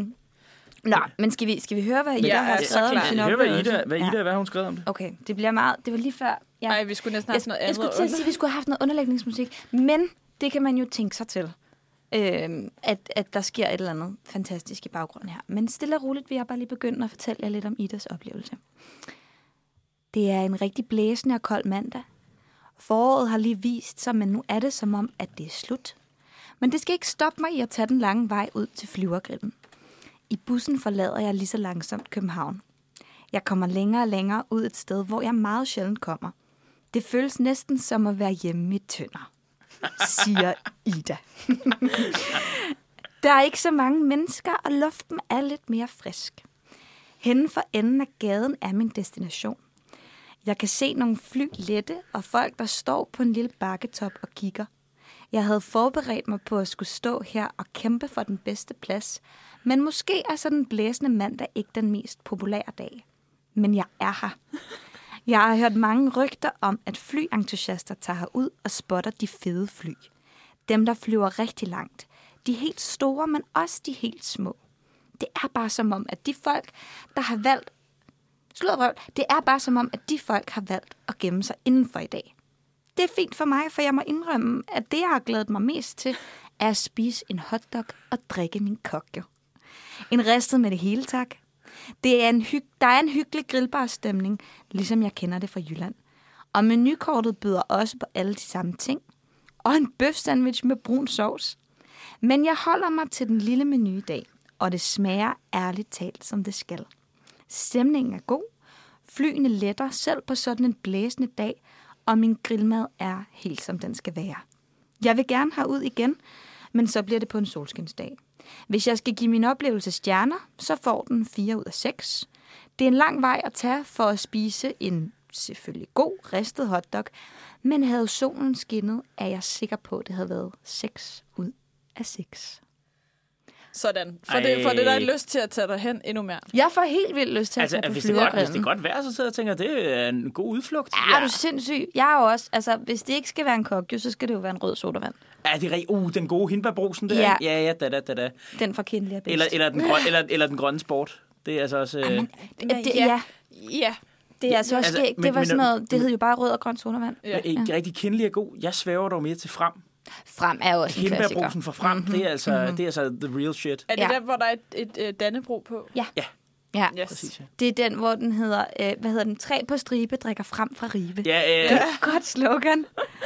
Men skal vi høre, hvad Ida har skrevet om sin oplevelse? Hvad har hun skrevet om det? Okay, det bliver meget... Det var lige før... Nej, vi skulle næsten have noget andet. Jeg skulle til at sige, at vi skulle have haft noget underlægningsmusik. Men det kan man jo tænke sig til, at der sker et eller andet fantastisk i baggrunden her. Men stille og roligt vil jeg bare lige begynde at fortælle jer lidt om Idas oplevelse. Det er en rigtig blæsende og kold mandag. Foråret har lige vist sig, men nu er det som om, at det er slut. Men det skal ikke stoppe mig i at tage den lange vej ud til Flyvergrillen. I bussen forlader jeg lige så langsomt København. Jeg kommer længere og længere ud et sted, hvor jeg meget sjældent kommer. Det føles næsten som at være hjemme i Tønder, siger Ida. Der er ikke så mange mennesker, og luften er lidt mere frisk. Henne for enden af gaden er min destination. Jeg kan se nogle fly lette, og folk, der står på en lille bakketop og kigger. Jeg havde forberedt mig på at skulle stå her og kæmpe for den bedste plads, men måske er sådan en blæsende mandag ikke den mest populære dag. Men jeg er her. Jeg har hørt mange rygter om, at flyentusiaster tager herud og spotter de fede fly. Dem, der flyver rigtig langt. De helt store, men også de helt små. Det er bare som om, at de folk, der har valgt... Det er bare som om, at de folk har valgt at gemme sig indenfor i dag. Det er fint for mig, for jeg må indrømme, at det, jeg har glædet mig mest til, er at spise en hotdog og drikke min kokjo. En ristet med det hele, tak. Der er en hyggelig grillbarstemning, ligesom jeg kender det fra Jylland. Og menukortet byder også på alle de samme ting. Og en bøfsandwich med brun sovs. Men jeg holder mig til den lille menu i dag, og det smager ærligt talt, som det skal. Stemningen er god, flyene letter selv på sådan en blæsende dag, og min grillmad er helt som den skal være. Jeg vil gerne herud igen, men så bliver det på en solskinsdag. Hvis jeg skal give min oplevelse stjerner, så får den 4 ud af 6. Det er en lang vej at tage for at spise en selvfølgelig god ristet hotdog, men havde solen skinnet, er jeg sikker på, at det havde været 6 ud af 6. Sådan. For det der er lyst til at tage dig hen endnu mere. Jeg får helt vildt lyst til at tage på Flyvergrillen. Hvis det er godt vejr, så sidder jeg og tænker, det er en god udflugt. Ja, er du sindssyg. Jeg er jo også, altså hvis det ikke skal være en kokjo, så skal det jo være en rød sodavand. Ja, det er rigtigt. Den gode hindbærbrusen der. Ja, da. Den fra Kindle er bedst. Eller den grønne sport. Det er altså også... Ja. Det er altså også skægt. Det var sådan noget, det hed jo bare rød og grøn sodavand. Ja. Rigtig Kindle er god. Jeg svæver dog mere til Frem. Frem er jo også en klassiker. Hindbærbrusen for Frem, det er altså the real shit. Er det der, hvor der er et Dannebrog på? Ja. Yes. Præcis, ja. Det er den, hvor den hedder, træ på stribe, drikker frem fra ribe. Ja. Det er et godt slogan.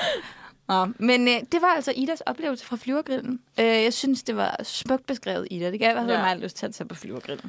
Men det var altså Idas oplevelse fra Flyvergrillen. Jeg synes, det var smukt beskrevet, Ida. Det gav i hvert fald meget lyst til at tage på Flyvergrillen.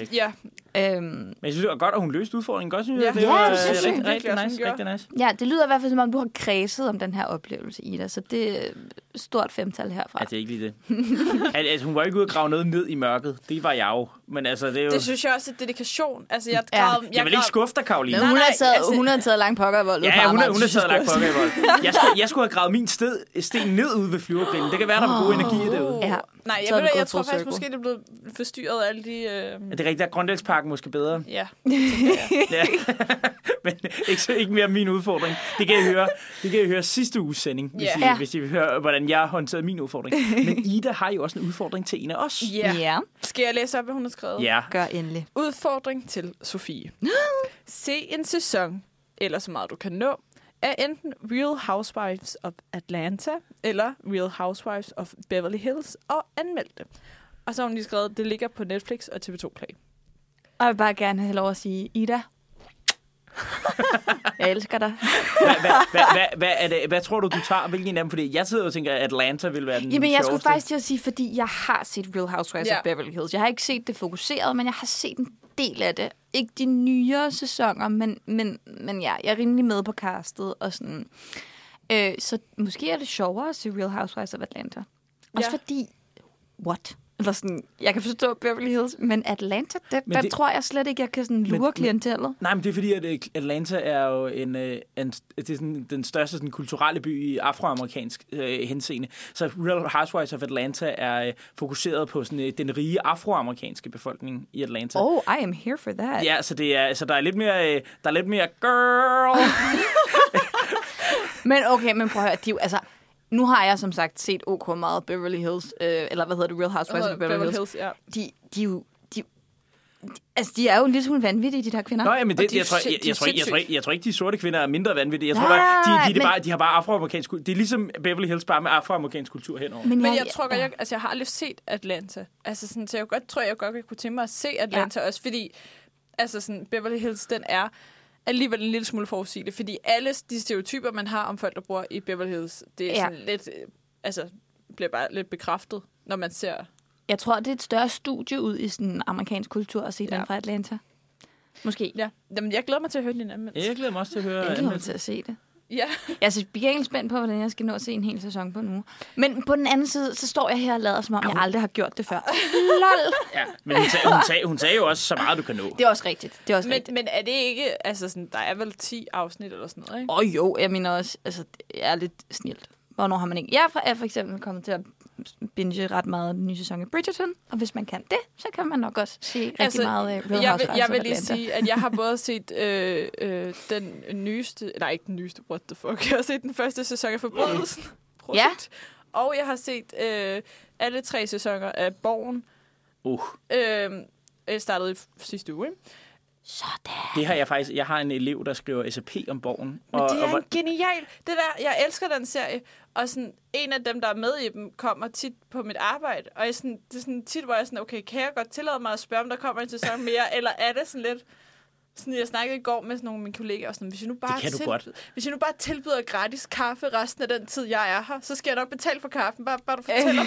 Men jeg synes, det var godt, at hun løste udfordringen. Godt, synes jeg. Det var synes rigtig nice. Ja, det lyder i hvert fald, som om du har kredset om den her oplevelse, Ida. Så det stort femtal herfra. Ja, det er ikke lige det. altså, hun var ikke ude at grave noget ned i mørket. Det var jeg jo. Men altså, det er jo... Det synes jeg også er dedikation. Altså, jeg vil ikke skuffe dig, Karoline. Men hun har taget lang pokker i vold. Ja, hun har taget lang pokker i vold. Jeg skulle have gravet min sten ned ude ved flyvergrillen. Det kan være, der var god energi derude. Ja. Nej, jeg tror faktisk, måske det er blevet forstyrret af alle de... Er det rigtigt, at Grøndalsparken måske bedre? Ja. Ja. Men ikke mere min udfordring. Det kan I høre sidste uges sending, hvis I vil høre, hvordan jeg har håndteret min udfordring. Men Ida har jo også en udfordring til en af os. Ja. Skal jeg læse op, hvad hun har skrevet? Ja. Gør endelig. Udfordring til Sofie. Se en sæson, eller så meget du kan nå, af enten Real Housewives of Atlanta eller Real Housewives of Beverly Hills, og anmeld det. Og så har hun lige skrevet, det ligger på Netflix og TV2 Play. Og jeg vil bare gerne have lov at sige, Ida, jeg elsker dig. Hvad tror du tager? Hvilken af dem? Fordi jeg sidder og tænker, at Atlanta vil være den Jamen, jeg sjoveste. skulle faktisk til at sige, fordi jeg har set Real Housewives of Beverly Hills. Jeg har ikke set det fokuseret, men jeg har set en del af det. Ikke de nyere sæsoner, men ja, jeg er rimelig med på castet og sådan. Så måske er det sjovere at se Real Housewives of Atlanta. Også fordi, what? Eller sådan, jeg kan forstå Beverly Hills, men Atlanta, der tror jeg slet ikke, jeg kan sådan lure klientellet. Nej, men det er fordi, at Atlanta er jo det er sådan, den største sådan, kulturelle by i afroamerikansk henseende. Så Real Housewives of Atlanta er fokuseret på sådan, den rige afroamerikanske befolkning i Atlanta. Oh, I am here for that. Ja, så der er lidt mere girl. Men prøv at høre, altså... Nu har jeg som sagt set OK meget Beverly Hills, eller hvad hedder det, Real Housewives of Beverly Hills. Ja. De er jo en lille smule vanvittige, de der kvinder. Nå, men jeg tror ikke, de sorte kvinder er mindre vanvittige. Jeg tror bare, de har bare afroamerikansk kultur. Det er ligesom Beverly Hills, bare med afroamerikansk kultur henover. Men jeg tror godt, jeg har aldrig set Atlanta. Altså sådan, så jeg godt kunne tænke mig at se Atlanta også, fordi altså sådan, Beverly Hills, den er alligevel en lille smule forudsigelig, fordi alle de stereotyper, man har om folk, der bor i Beverly Hills, det er sådan lidt, bliver bare lidt bekræftet, når man ser... Jeg tror, det er et større studie ud i sådan amerikansk kultur at se den fra Atlanta. Måske. Ja. Jamen, jeg glæder mig til at høre din anmeldelse. Jeg glæder mig også til at høre anmeldelse. Jeg glæder mig til at se det. Ja. Jeg bliver egentlig spændt på, hvordan jeg skal nå at se en hel sæson på nu. Men på den anden side, så står jeg her og lader, som om jeg aldrig har gjort det før. LOL! Ja, men hun sagde jo også, så meget du kan nå. Det er også rigtigt. Men er det ikke... Altså, sådan, der er vel 10 afsnit eller sådan noget, ikke? Jo, jeg mener også... Altså, det er lidt snilt. Hvornår har man ikke... Jeg er for eksempel kommet til at binge ret meget den nye sæson af Bridgerton, og hvis man kan det, så kan man nok også se rigtig meget Real Housewives of Atlanta. Jeg vil lige sige, at jeg har både set den nyeste... Nej, ikke den nyeste, what the fuck. Jeg har set den første sæson af Forbrydelsen. Ja. Og jeg har set alle 3 sæsoner af Borgen. Startede i sidste uge, ikke? Sådan. Det har jeg faktisk. Jeg har en elev, der skriver SAP om Borgen. Men det er genialt. Det der, jeg elsker den serie. Og sådan, en af dem, der er med i dem, kommer tit på mit arbejde. Og det er sådan tit, hvor jeg sådan, okay, kan jeg godt tillade mig at spørge, om der kommer en sæson mere? Eller er det sådan lidt... Sådan, jeg snakkede i går med nogle af mine kollegaer, og sådan, hvis jeg nu bare tilbyder gratis kaffe resten af den tid, jeg er her, så skal jeg nok betale for kaffen, bare du fortæller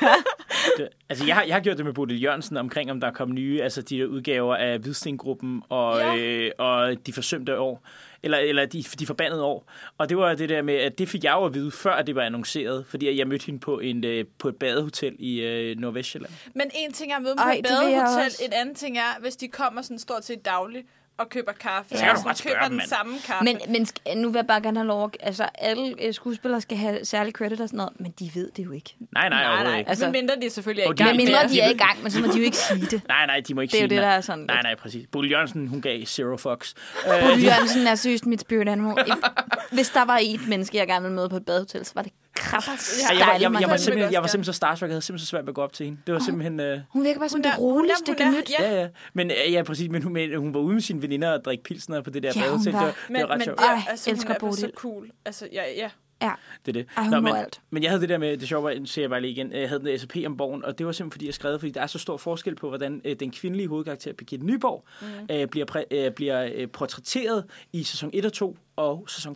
mig. Jeg har gjort det med Bodil Jørgensen omkring, om der er kommet nye, altså de der udgaver af Hvidstengruppen og de forsømte år, eller de forbandede år. Og det var det der med, at det fik jeg jo at vide, før det var annonceret, fordi jeg mødte hende på et badehotel i Nordvestjylland. Men en ting er at møde på et badehotel, en anden ting er, hvis de kommer sådan stort set dagligt, og køber kaffe. Så og køber den samme kaffe. Men nu vil jeg bare gerne have lov. Altså, alle skuespillere skal have særlig credit og sådan noget, men de ved det jo ikke. Nej. Altså, men mindre de selvfølgelig er i gang. Men mindre de er i gang, men så må de jo ikke sige det. Nej, de må ikke sige det. Det er jo det, der er sådan lidt. Nej, præcis. Bodil Jørgensen, hun gav zero fucks. Bodil Jørgensen er seriøst mit spirit animal. Hvis der var et menneske, jeg gerne ville møde på et badehotel, så var det jeg var simpelthen så starstruck, jeg havde simpelthen så svært ved at gå op til hende. Det var simpelthen... Hun virker bare som det roligste gemyt. Ja. Men præcis, men hun var ude med sine veninder og drikke pilsner på det der badehotel. Det var ret sjovt. Elsker Bodil. Hun er så cool. Altså, ja. Ja. Det er det. Hun må alt. Men jeg havde det der med, det sjove var, ser jeg bare lige igen, jeg havde den SAP om Borgen, og det var simpelthen fordi, jeg skrev, fordi der er så stor forskel på, hvordan den kvindelige hovedkarakter, Birgitte Nyborg, bliver portrætteret i sæson 1 og 2 og sæson 3.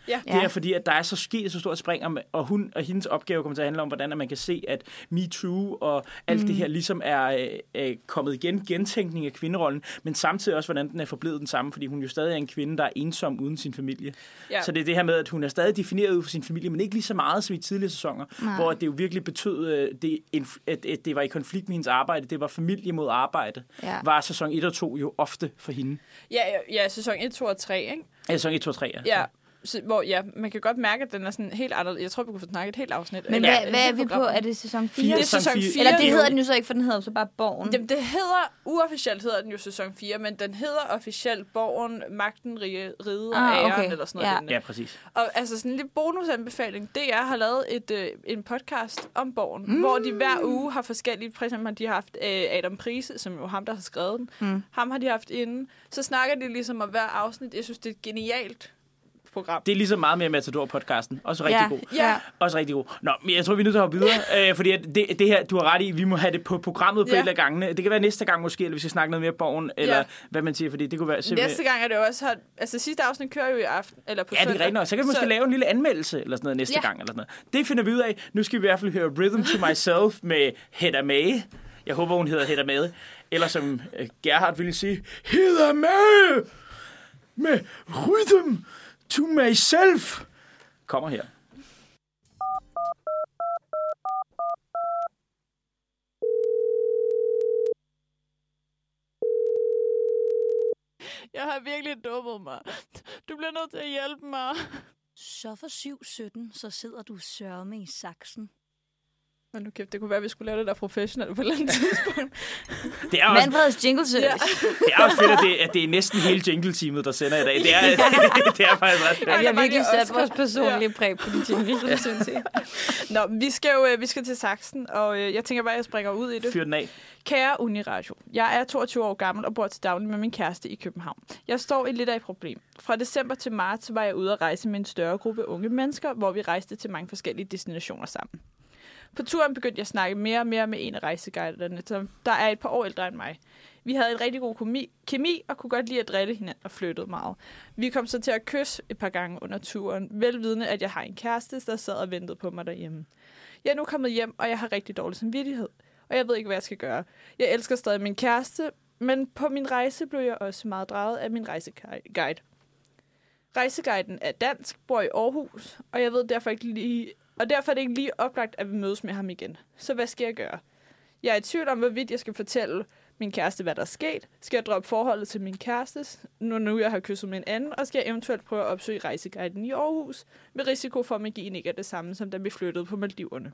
Ja. Det er fordi, at der er så sket så stort spring, og hun og hendes opgave kommer til at handle om, hvordan man kan se, at MeToo og alt det her ligesom er kommet igen, gentænkning af kvinderollen, men samtidig også, hvordan den er forblevet den samme, fordi hun jo stadig er en kvinde, der er ensom uden sin familie. Ja. Så det er det her med, at hun er stadig defineret ud for sin familie, men ikke lige så meget som i tidligere sæsoner, hvor det jo virkelig betød, at det var i konflikt med hendes arbejde, det var familie mod arbejde, var sæson 1 og 2 jo ofte for hende. Ja, sæson 1, 2 og 3, ikke? Ja, sæson 1, 2 og 3, ja. Hvor man kan godt mærke, at den er sådan helt anderledes. Jeg tror, vi kunne få snakket et helt afsnit. Men hvad er vi på? Er det sæson 4? Det er sæson 4. Eller det hedder den jo så ikke, for den hedder så bare Borgen. Jamen, det hedder, uofficielt hedder den jo sæson 4, men den hedder officielt Borgen, Magten, Ride og Æren, eller sådan noget. Ja, præcis. Og altså sådan en lille bonusanbefaling, DR har lavet en podcast om Borgen, hvor de hver uge har forskellige, for eksempel har de haft Adam Prise, som jo ham, der har skrevet den. Ham har de haft inde. Så snakker de ligesom om hver afsnit. Jeg synes, det er et genialt program. Det er ligesom meget mere Matador-podcasten. Også rigtig god. Ja. Også rigtig god. Nå, men jeg tror, vi er nødt til at hoppe videre. Fordi det her, du har ret i, vi må have det på programmet på en af gangene. Det kan være næste gang måske, eller vi skal snakke noget mere Borgen, eller hvad man siger, fordi det kunne være simpelthen... Næste gang er det jo også... Altså sidste afsnit kører jo i aften, eller på søndag. Ja, det er rigtigt nok. Så kan vi måske lave en lille anmeldelse, eller sådan noget næste gang, eller sådan noget. Det finder vi ud af. Nu skal vi i hvert fald høre Rhythm to Myself med Hedda Mae. Jeg håber, hun hedder Hedda Mae. Eller som Gerhard ville sige, Hedda Mae! Med Rhythm to Myself. Kommer her. Jeg har virkelig dummet mig. Du bliver nødt til at hjælpe mig. Så for 7:17, så sidder du sørme i saksen. Men nu kæft, det kunne være, at vi skulle lave det der professionelt på et eller andet tidspunkt. Det er også, Manfreds jingle service. det er også fedt, at det er næsten hele jingle-teamet, der sender i dag. Det er faktisk ret fedt. Vi har virkelig sat vores personlige præg på de jingle, synes jeg. Nå, vi skal til Saksen, og jeg tænker bare, at jeg springer ud i det. Fyr den af. Kære Uniradio, jeg er 22 år gammel og bor til daglig med min kæreste i København. Jeg står i lidt af et problem. Fra december til marts var jeg ude at rejse med en større gruppe unge mennesker, hvor vi rejste til mange forskellige destinationer sammen. På turen begyndte jeg at snakke mere og mere med en af rejseguiderne, der er et par år ældre end mig. Vi havde en rigtig god kemi og kunne godt lide at drille hinanden og flyttede meget. Vi kom så til at kysse et par gange under turen, velvidende at jeg har en kæreste, der sad og ventede på mig derhjemme. Jeg er nu kommet hjem, og jeg har rigtig dårlig samvittighed, og jeg ved ikke, hvad jeg skal gøre. Jeg elsker stadig min kæreste, men på min rejse blev jeg også meget draget af min rejseguide. Rejseguiden er dansk, bor i Aarhus, og jeg ved derfor ikke lige... Og derfor er det ikke lige oplagt, at vi mødes med ham igen. Så hvad skal jeg gøre? Jeg er i tvivl om, hvorvidt jeg skal fortælle min kæreste, hvad der er sket. Skal jeg droppe forholdet til min kæreste, nu jeg har kysset med en anden? Og skal jeg eventuelt prøve at opsøge rejseguiden i Aarhus, med risiko for, at magien ikke er det samme, som da vi flyttede på Maldiverne?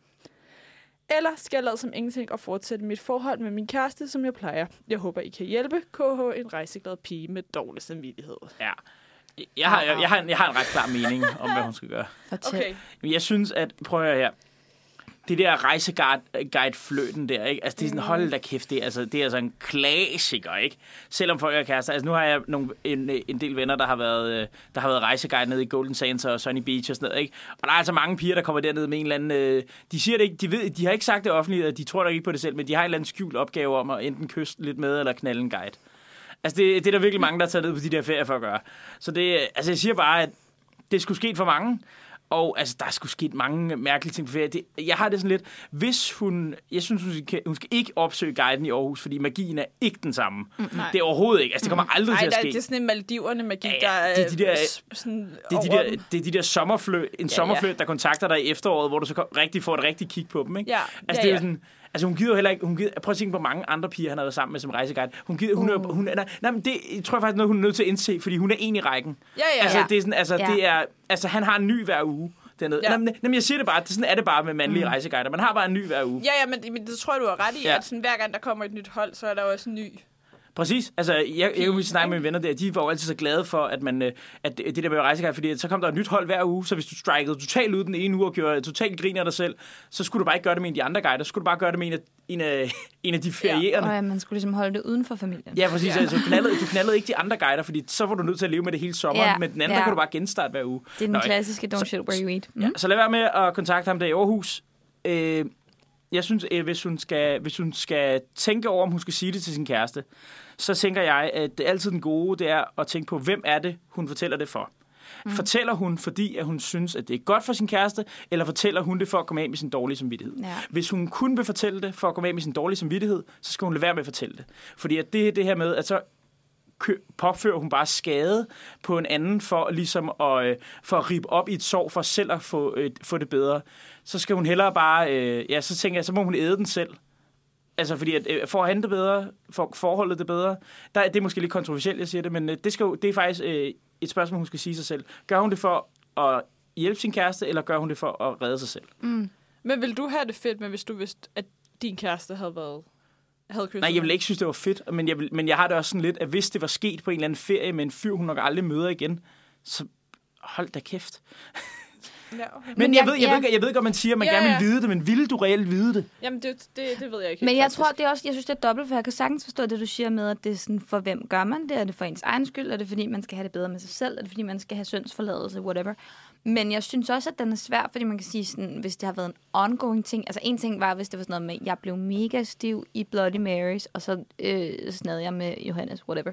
Eller skal jeg lade som ingenting og fortsætte mit forhold med min kæreste, som jeg plejer? Jeg håber, I kan hjælpe. KH, en rejseglad pige med dårlig samvittighed. Ja. Jeg har en ret klar mening om, hvad hun skal gøre. Okay. Jeg synes, at... Prøv at høre her. Det der rejseguide-fløten der, ikke? Altså, det er sådan, hold da kæft, det er altså en klassiker, ikke? Selvom folk er kærester. Altså, nu har jeg en del venner, der har været rejseguide nede i Golden Sands og Sunny Beach og sådan noget, ikke? Og der er altså mange piger, der kommer derned med en eller anden... de siger det ikke, de har ikke sagt det offentligt, og de tror da ikke på det selv, men de har en eller anden skjult opgave om at enten kysse lidt med eller knalde en guide. Altså, det er der virkelig mange, der tager ned på de der ferier for at gøre. Så jeg siger bare, at det skulle ske for mange. Og altså, der er sgu sket mange mærkelige ting på ferie. Jeg har det sådan lidt, hvis hun... Jeg synes, hun skal ikke opsøge guiden i Aarhus, fordi magien er ikke den samme. Det er overhovedet ikke. Altså, det kommer aldrig til at ske. Det er sådan en Maldiverne-magi, der det er de der sommerfløt, der kontakter dig i efteråret, hvor du så får et rigtigt kig på dem, ikke? Altså, det er sådan... Altså, hun gider heller ikke... Prøv at tænke på mange andre piger, han har været sammen med som rejseguide. Men det tror jeg faktisk noget, hun er nødt til at indse, fordi hun er en i rækken. Altså, det er sådan, altså, han har en ny hver uge dernede. Jamen, jeg siger det bare, sådan er det bare med mandlige rejseguider. Man har bare en ny hver uge. Men det tror jeg, du har ret i, at sådan, hver gang der kommer et nyt hold, så er der også en ny. Præcis. Altså, jeg kunne snakke med mine venner der, de var jo altid så glade for, at det der med rejseguide, fordi så kom der et nyt hold hver uge, så hvis du strikede totalt ud den ene uge og gjorde totalt grin af dig selv, så skulle du bare ikke gøre det med en af de andre guider, så skulle du bare gøre det med en af de ferierende. Ja, man skulle ligesom holde det uden for familien. Ja, præcis. Altså, du knaldede ikke de andre guider, fordi så var du nødt til at leve med det hele sommeren, men den anden kan du bare genstarte hver uge. Det er den klassiske don't shit where you eat. Ja, så lad være med at kontakte ham der i Aarhus. Jeg synes, hvis hun skal tænke over, om hun skal sige det til sin kæreste, så tænker jeg, at det er altid den gode, det er at tænke på, hvem er det, hun fortæller det for. Fortæller hun, fordi at hun synes, at det er godt for sin kæreste, eller fortæller hun det for at komme af med sin dårlige samvittighed? Ja. Hvis hun kun vil fortælle det for at komme af med sin dårlige samvittighed, så skal hun lade være med at fortælle det. Fordi at det her med, at så påfører hun bare skade på en anden for ligesom for at ribe op i et sår, for selv at få det bedre. Så skal hun hellere bare, så tænker jeg, så må hun æde den selv. Altså fordi at for at have det bedre, for forholdet det bedre, det er måske lidt kontroversielt, jeg siger det, men det er faktisk et spørgsmål, hun skal sige sig selv. Gør hun det for at hjælpe sin kæreste, eller gør hun det for at redde sig selv? Mm. Men vil du have det fedt med, hvis du vidste, at din kæreste havde kysset? Nej, jeg ville ikke synes, det var fedt, men jeg har det også sådan lidt, at hvis det var sket på en eller anden ferie med en fyr, hun nok aldrig møder igen, så hold da kæft. Ja, okay. Men jeg ved godt, man siger, at man gerne vil vide det, men ville du reelt vide det? Jamen, det ved jeg ikke. Men jeg tror, det er også, jeg synes, det er dobbelt, for jeg kan sagtens forstå det, du siger med, at det er sådan, for hvem gør man det? Er det for ens egen skyld? Er det fordi, man skal have det bedre med sig selv? Er det fordi, man skal have syndsforladelse? Whatever. Men jeg synes også, at den er svær, fordi man kan sige sådan, hvis det har været en ongoing ting. Altså en ting var, hvis det var sådan noget med, jeg blev mega stiv i Bloody Marys, og så snadede jeg med Johannes, whatever.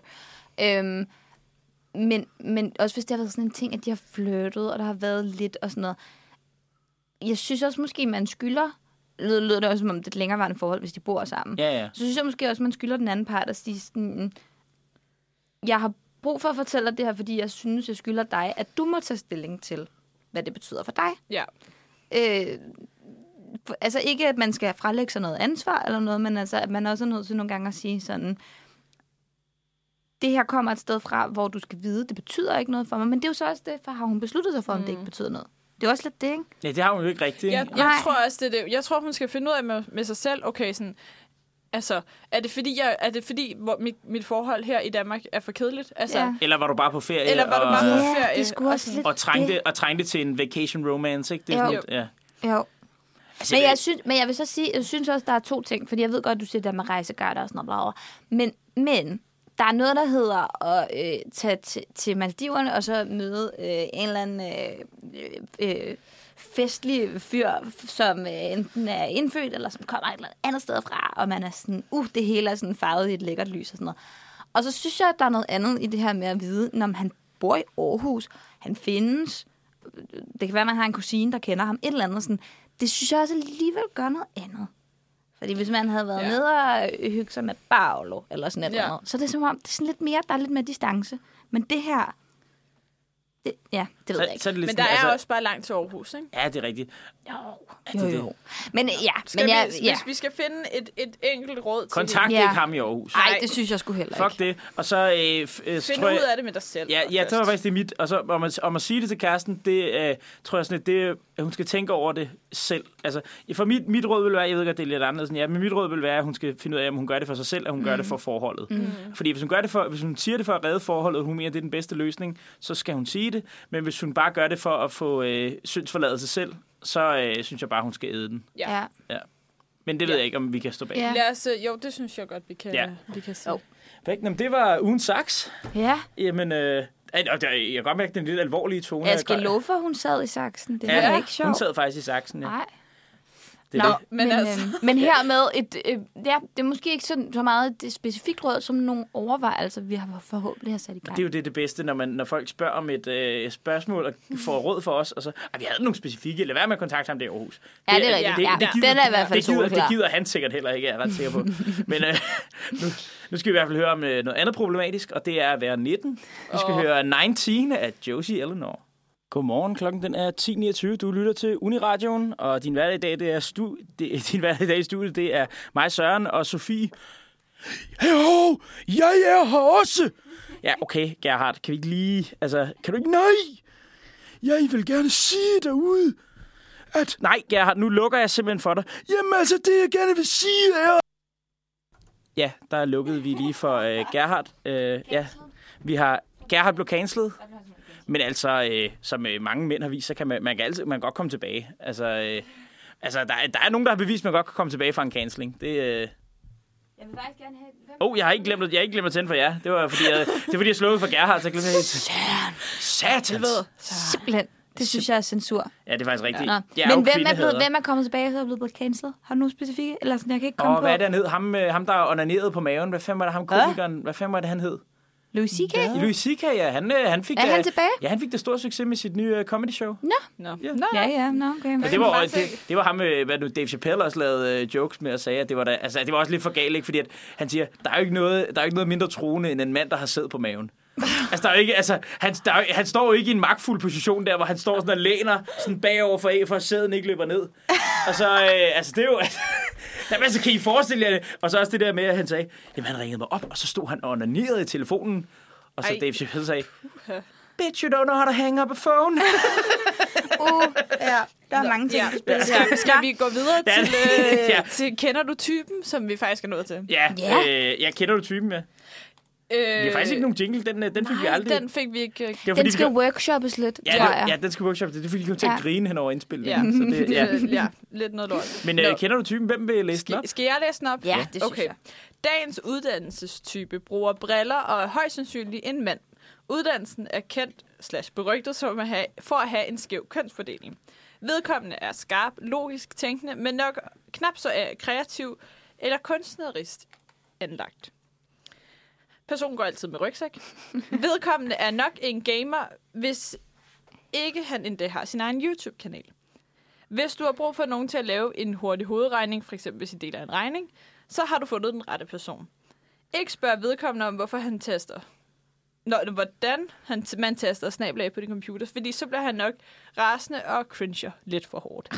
Men også hvis det har været sådan en ting, at de har flyttet, og der har været lidt og sådan noget. Jeg synes også måske, man skylder, lyder det også som om det er et længerevarende forhold, hvis de bor sammen. Ja. Så synes jeg måske også, man skylder den anden part at sige sådan, jeg har brug for at fortælle dig det her, fordi jeg synes, jeg skylder dig, at du må tage stilling til, hvad det betyder for dig. Ja. Altså ikke, at man skal frelægge sig noget ansvar eller noget, men altså, at man også er nødt til nogle gange at sige sådan, det her kommer et sted fra, hvor du skal vide, det betyder ikke noget for mig, men det er jo så også det, for har hun besluttet sig for, om det ikke betyder noget. Det er også lidt det, ikke? Ja, det har hun jo ikke rigtigt. Jeg tror også, det er det. Jeg tror, hun skal finde ud af med sig selv, okay, sådan, altså, er det fordi hvor mit forhold her i Danmark er for kedeligt? Altså, Ja. Eller var du bare på ferie? Eller var du bare på ferie? det skulle også lidt og trængte til en vacation romance, ikke? Det er Jo. sådan, ja. Jo. Altså, Men jeg vil så sige, jeg synes også, der er to ting, fordi jeg ved godt, du siger der med rejseguider og sådan noget. Men der er noget, der hedder at tage til Maldiverne og så møde en eller anden festlig fyr, som enten er indfødt, eller som kommer et eller andet sted fra, og man er sådan, det hele er sådan farvet i et lækkert lys og sådan noget. Og så synes jeg, at der er noget andet i det her med at vide, når han bor i Aarhus, han findes, det kan være, at man har en kusine, der kender ham, et eller andet sådan. Det synes jeg også alligevel gør noget andet. Fordi hvis man havde været nede og hygge sig med Paolo, eller sådan et eller andet, så er det som om, det er sådan lidt mere, der er lidt mere distance. Men det her, det ved jeg ikke. Men der er også bare langt til Aarhus, ikke? Ja, det er rigtigt. Jo. Men Hvis vi skal finde et enkelt råd til kontakt ikke ham i Aarhus. Nej, det synes jeg sgu heller ikke. Fuck det. Og så find ud af det med dig selv. Ja, det var faktisk det mit. Og så om at sige det til kæresten, det tror jeg sådan, at hun skal tænke over det selv. Altså, for mit råd vil være, jeg ved godt, det er lidt anderledes, men mit råd vil være, at hun skal finde ud af, om hun gør det for sig selv, eller hun gør det for forholdet. Fordi hvis hun siger det for at redde forholdet, og hun mener, det er den bedste løsning, så skal hun sige det. Men hvis hun bare gør det for at få syndsforladelse selv, så synes jeg bare, hun skal æde den. Ja. Men det ved jeg ikke, om vi kan stå bag. Ja. Lad os, jo, det synes jeg godt, vi kan sige. Jamen, det var ugens saks. Ja. Jamen, jeg kan godt mærke den lidt alvorlige tone. Jeg skal love for, hun sad i saksen. Det er ikke sjovt. Hun sad faktisk i saksen, ja. Nej. Det er det. Men hermed, det er måske ikke så meget et specifikt råd, som nogle overvejelser, vi har forhåbentlig har sat i gang. Det er jo det bedste, når folk spørger om et spørgsmål og får råd for os, og så, vi havde nogle specifikke, lad være med at kontakte ham der i Aarhus. Ja, det er rigtigt. Den er i hvert fald solklar. Det gider han sikkert heller ikke, jeg er ret sikker på. Men nu skal vi i hvert fald høre om noget andet problematisk, og det er at være 19. Vi skal høre 19 af Josie Eleanor. Godmorgen, klokken den er 10.29. Du lytter til Uniradioen, og din hverdag i dag, din hverdag i dag i studiet, det er mig, Søren og Sofie. Hej, jeg er her også. Ja, okay, Gerhard, kan vi ikke lige, kan du ikke? Nej, jeg vil gerne sige derude, at... Nej, Gerhard, nu lukker jeg simpelthen for dig. Jamen det jeg gerne vil sige er... Ja, der lukkede vi lige for Gerhard. Vi har... Gerhard blev cancelled. Men som mange mænd har vist, så kan man kan godt komme tilbage. Der er nogen, der har bevist, at man godt kan komme tilbage fra en cancelling. Det... Jeg vil faktisk gerne have... jeg har ikke glemt at tænde for jer. Det var fordi jeg slukkede for Gerhard, så jeg glemte helt... Satans! Simpelthen. Det synes jeg er censur. Ja, det er faktisk rigtigt. Men hvem er kommet tilbage og blevet cancelled? Har du nogen specifikke? Eller sådan, jeg kan ikke komme på. Hvad er det, han hed? Ham der onanerede på maven. Hvad fanden var det, ham komikeren? Hvad fanden var det, han hed? Louis C.K.? Louis C.K., ja. Han fik, Er han tilbage? Ja, han fik det store succes med sit nye comedy show. Nå. Nå. Ja. Ja, okay. Og det var ham, hvad nu, Dave Chappelle også lavede jokes med at sige, at det var det var også lidt for galt, ikke? Fordi at han siger, der er jo ikke noget mindre truende end en mand, der har sæd på maven. Altså, der er jo ikke, altså, han står jo ikke i en magtfuld position der, hvor han står sådan og læner sådan bagover for at sæden ikke løber ned. Og så, det er jo... Jamen, så kan I forestille jer det? Og så også det der med, at han sagde, jamen han ringede mig op, og så stod han og onanerede i telefonen. Og så Dave Chappelle sagde, bitch, you don't know how to hang up a phone. Ja, der er mange ting. Ja. Skal vi gå videre til Kender du typen, som vi faktisk er nået til? Ja, jeg kender du typen, ja. Vi har faktisk ikke nogen jingle, den fik vi aldrig. Den fik vi ikke. Den skal workshoppes lidt, tror jeg. Ja, den skal workshoppes. Det fik vi til at grine hen over indspilningen. Ja. Ja, lidt noget lort. Men kender du typen? Hvem vil læse den op? Skal jeg læse den op? Ja, det synes jeg. Dagens uddannelsestype bruger briller og er højst sandsynligt en mand. Uddannelsen er kendt /berygtet for at have en skæv kønsfordeling. Vedkommende er skarp, logisk tænkende, men nok knap så kreativ eller kunstnerisk anlagt. Personen går altid med rygsæk. Vedkommende er nok en gamer, hvis ikke han endda har sin egen YouTube-kanal. Hvis du har brug for nogen til at lave en hurtig hovedregning, f.eks. hvis I deler en regning, så har du fundet den rette person. Ikke spørg vedkommende om, hvorfor han tester. Hvordan man tester snablag på din computer, fordi så bliver han nok rasende og cringer lidt for hårdt.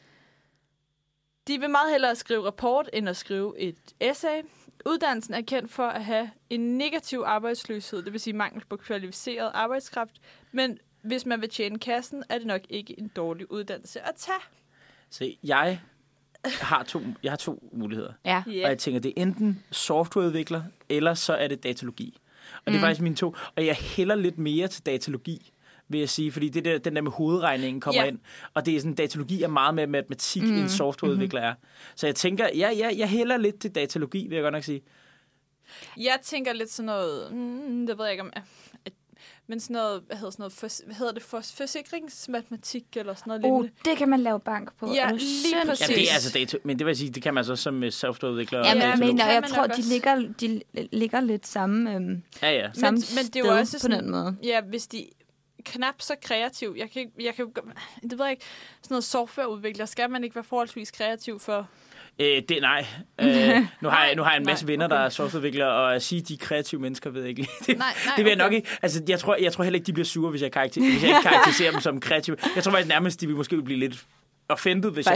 De vil meget hellere skrive rapport, end at skrive et essay. Uddannelsen er kendt for at have en negativ arbejdsløshed, det vil sige mangel på kvalificeret arbejdskraft, men hvis man vil tjene kassen, er det nok ikke en dårlig uddannelse at tage. Se, jeg har to muligheder. Ja. Og jeg tænker, det er enten softwareudvikler, eller så er det datalogi. Og det er faktisk mine to. Og jeg hælder lidt mere til datalogi, vil jeg sige, fordi den der med hovedregningen kommer ind. Og det er sådan, datalogi er meget mere matematik, end softwareudvikler er. Så jeg tænker, jeg hælder lidt til datalogi, vil jeg godt nok sige. Jeg tænker lidt sådan noget, det ved jeg ikke om, men sådan noget, hvad hedder det, forsikringsmatematik eller sådan noget lignende. Det kan man lave bank på. Ja, lige præcis. Ja, det er altså men det vil sige, det kan man så som softwareudvikler. Ja, men jeg tror, de ligger lidt samme, samme men det er jo også på den måde. Ja, hvis de knap så kreativ. Jeg kan det ved jeg ikke. Sådan noget softwareudvikler, skal man ikke være forholdsvis kreativ for? Nej. Nu har jeg en masse venner, der er softwareudviklere, og at sige, de er kreative mennesker, ved jeg ikke. Det vil jeg nok ikke. Altså, jeg tror heller ikke, de bliver sure, hvis jeg ikke karakteriserer dem som kreative. Jeg tror faktisk nærmest, de vil måske blive lidt offended, hvis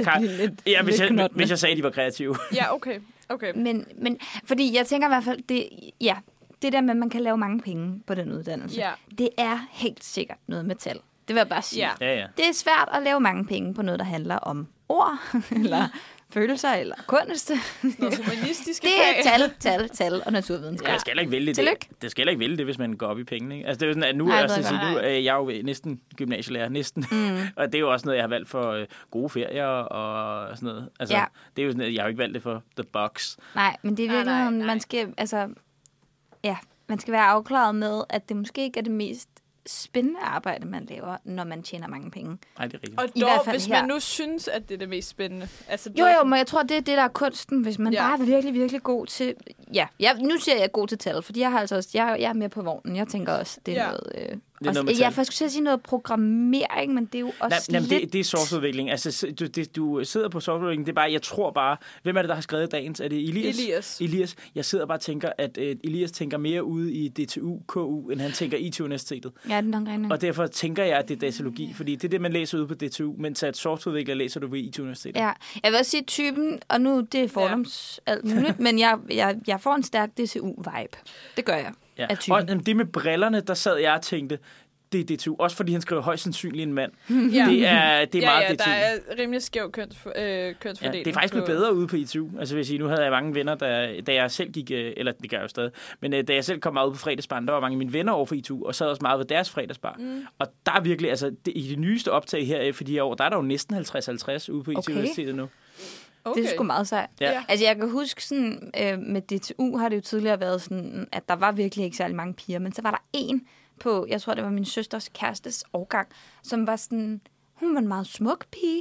jeg sagde, de var kreative. Ja, okay. Men fordi jeg tænker i hvert fald, det der med, at man kan lave mange penge på den uddannelse, det er helt sikkert noget med tal. Det vil jeg bare sige. Ja. Det er svært at lave mange penge på noget, der handler om ord, eller følelser, eller kunst. Noget humanistiske det er tal og naturvidenskab. Ja, jeg skal heller ikke vælge det. Det skal heller ikke vælge det, hvis man går op i pengene. Ikke? Altså, det er jo sådan, at nu er jeg jo næsten gymnasielærer, og det er jo også noget, jeg har valgt for gode ferier og sådan noget. Altså, det er jo sådan, at jeg har jo ikke valgt det for the box. Nej, men det er virkelig, man skal, man skal være afklaret med, at det måske ikke er det mest spændende arbejde, man laver, når man tjener mange penge. Nej, det er rigtigt. Og dog, hvis man nu synes, at det er det mest spændende. Altså, jo, men jeg tror, det er det, der er kunsten, hvis man bare er virkelig, virkelig god til... nu siger jeg god til tal, fordi jeg er mere på vognen. Jeg tænker også, det er noget... Jeg faktisk skulle sige noget programmering, men det er jo også det er softwareudvikling. Altså, du sidder på softwareudvikling, det er bare, jeg tror bare... Hvem er det, der har skrevet dagens? Er det Elias? Jeg sidder bare og tænker, at Elias tænker mere ude i DTU, KU, end han tænker IT-universitetet. Ja, det er nok rigtigt. Og derfor tænker jeg, at det er datalogi, fordi det er det, man læser ude på DTU, mens at softwareudvikler læser du ved IT-universitetet. Ja, jeg vil også sige typen, og nu det er fordoms alt muligt, men jeg får en stærk DTU-vibe. Det gør jeg. Ja. Og det med brillerne, der sad jeg og tænkte, det er DTU. Også fordi han skriver højst sandsynligt en mand. Det er meget DTU. Der er rimelig skæv kønsfordeling. Ja, det er faktisk blevet bedre ude på ITU. Altså vil jeg sige, nu havde jeg mange venner, da jeg selv gik, eller det gør jeg jo stadig, men da jeg selv kom meget ud på fredagsbaren, der var mange af mine venner over for ITU, og sad også meget ved deres fredagsbar. Og der er virkelig, altså i det nyeste optag her for de her år, der er der jo næsten 50-50 ude på ITU-universitetet nu. Okay. Det er sgu meget sejt. Ja. Altså, jeg kan huske sådan, med DTU har det jo tidligere været sådan, at der var virkelig ikke særlig mange piger, men så var der en på, jeg tror, det var min søsters kærestes årgang, som var sådan, hun var en meget smuk pige,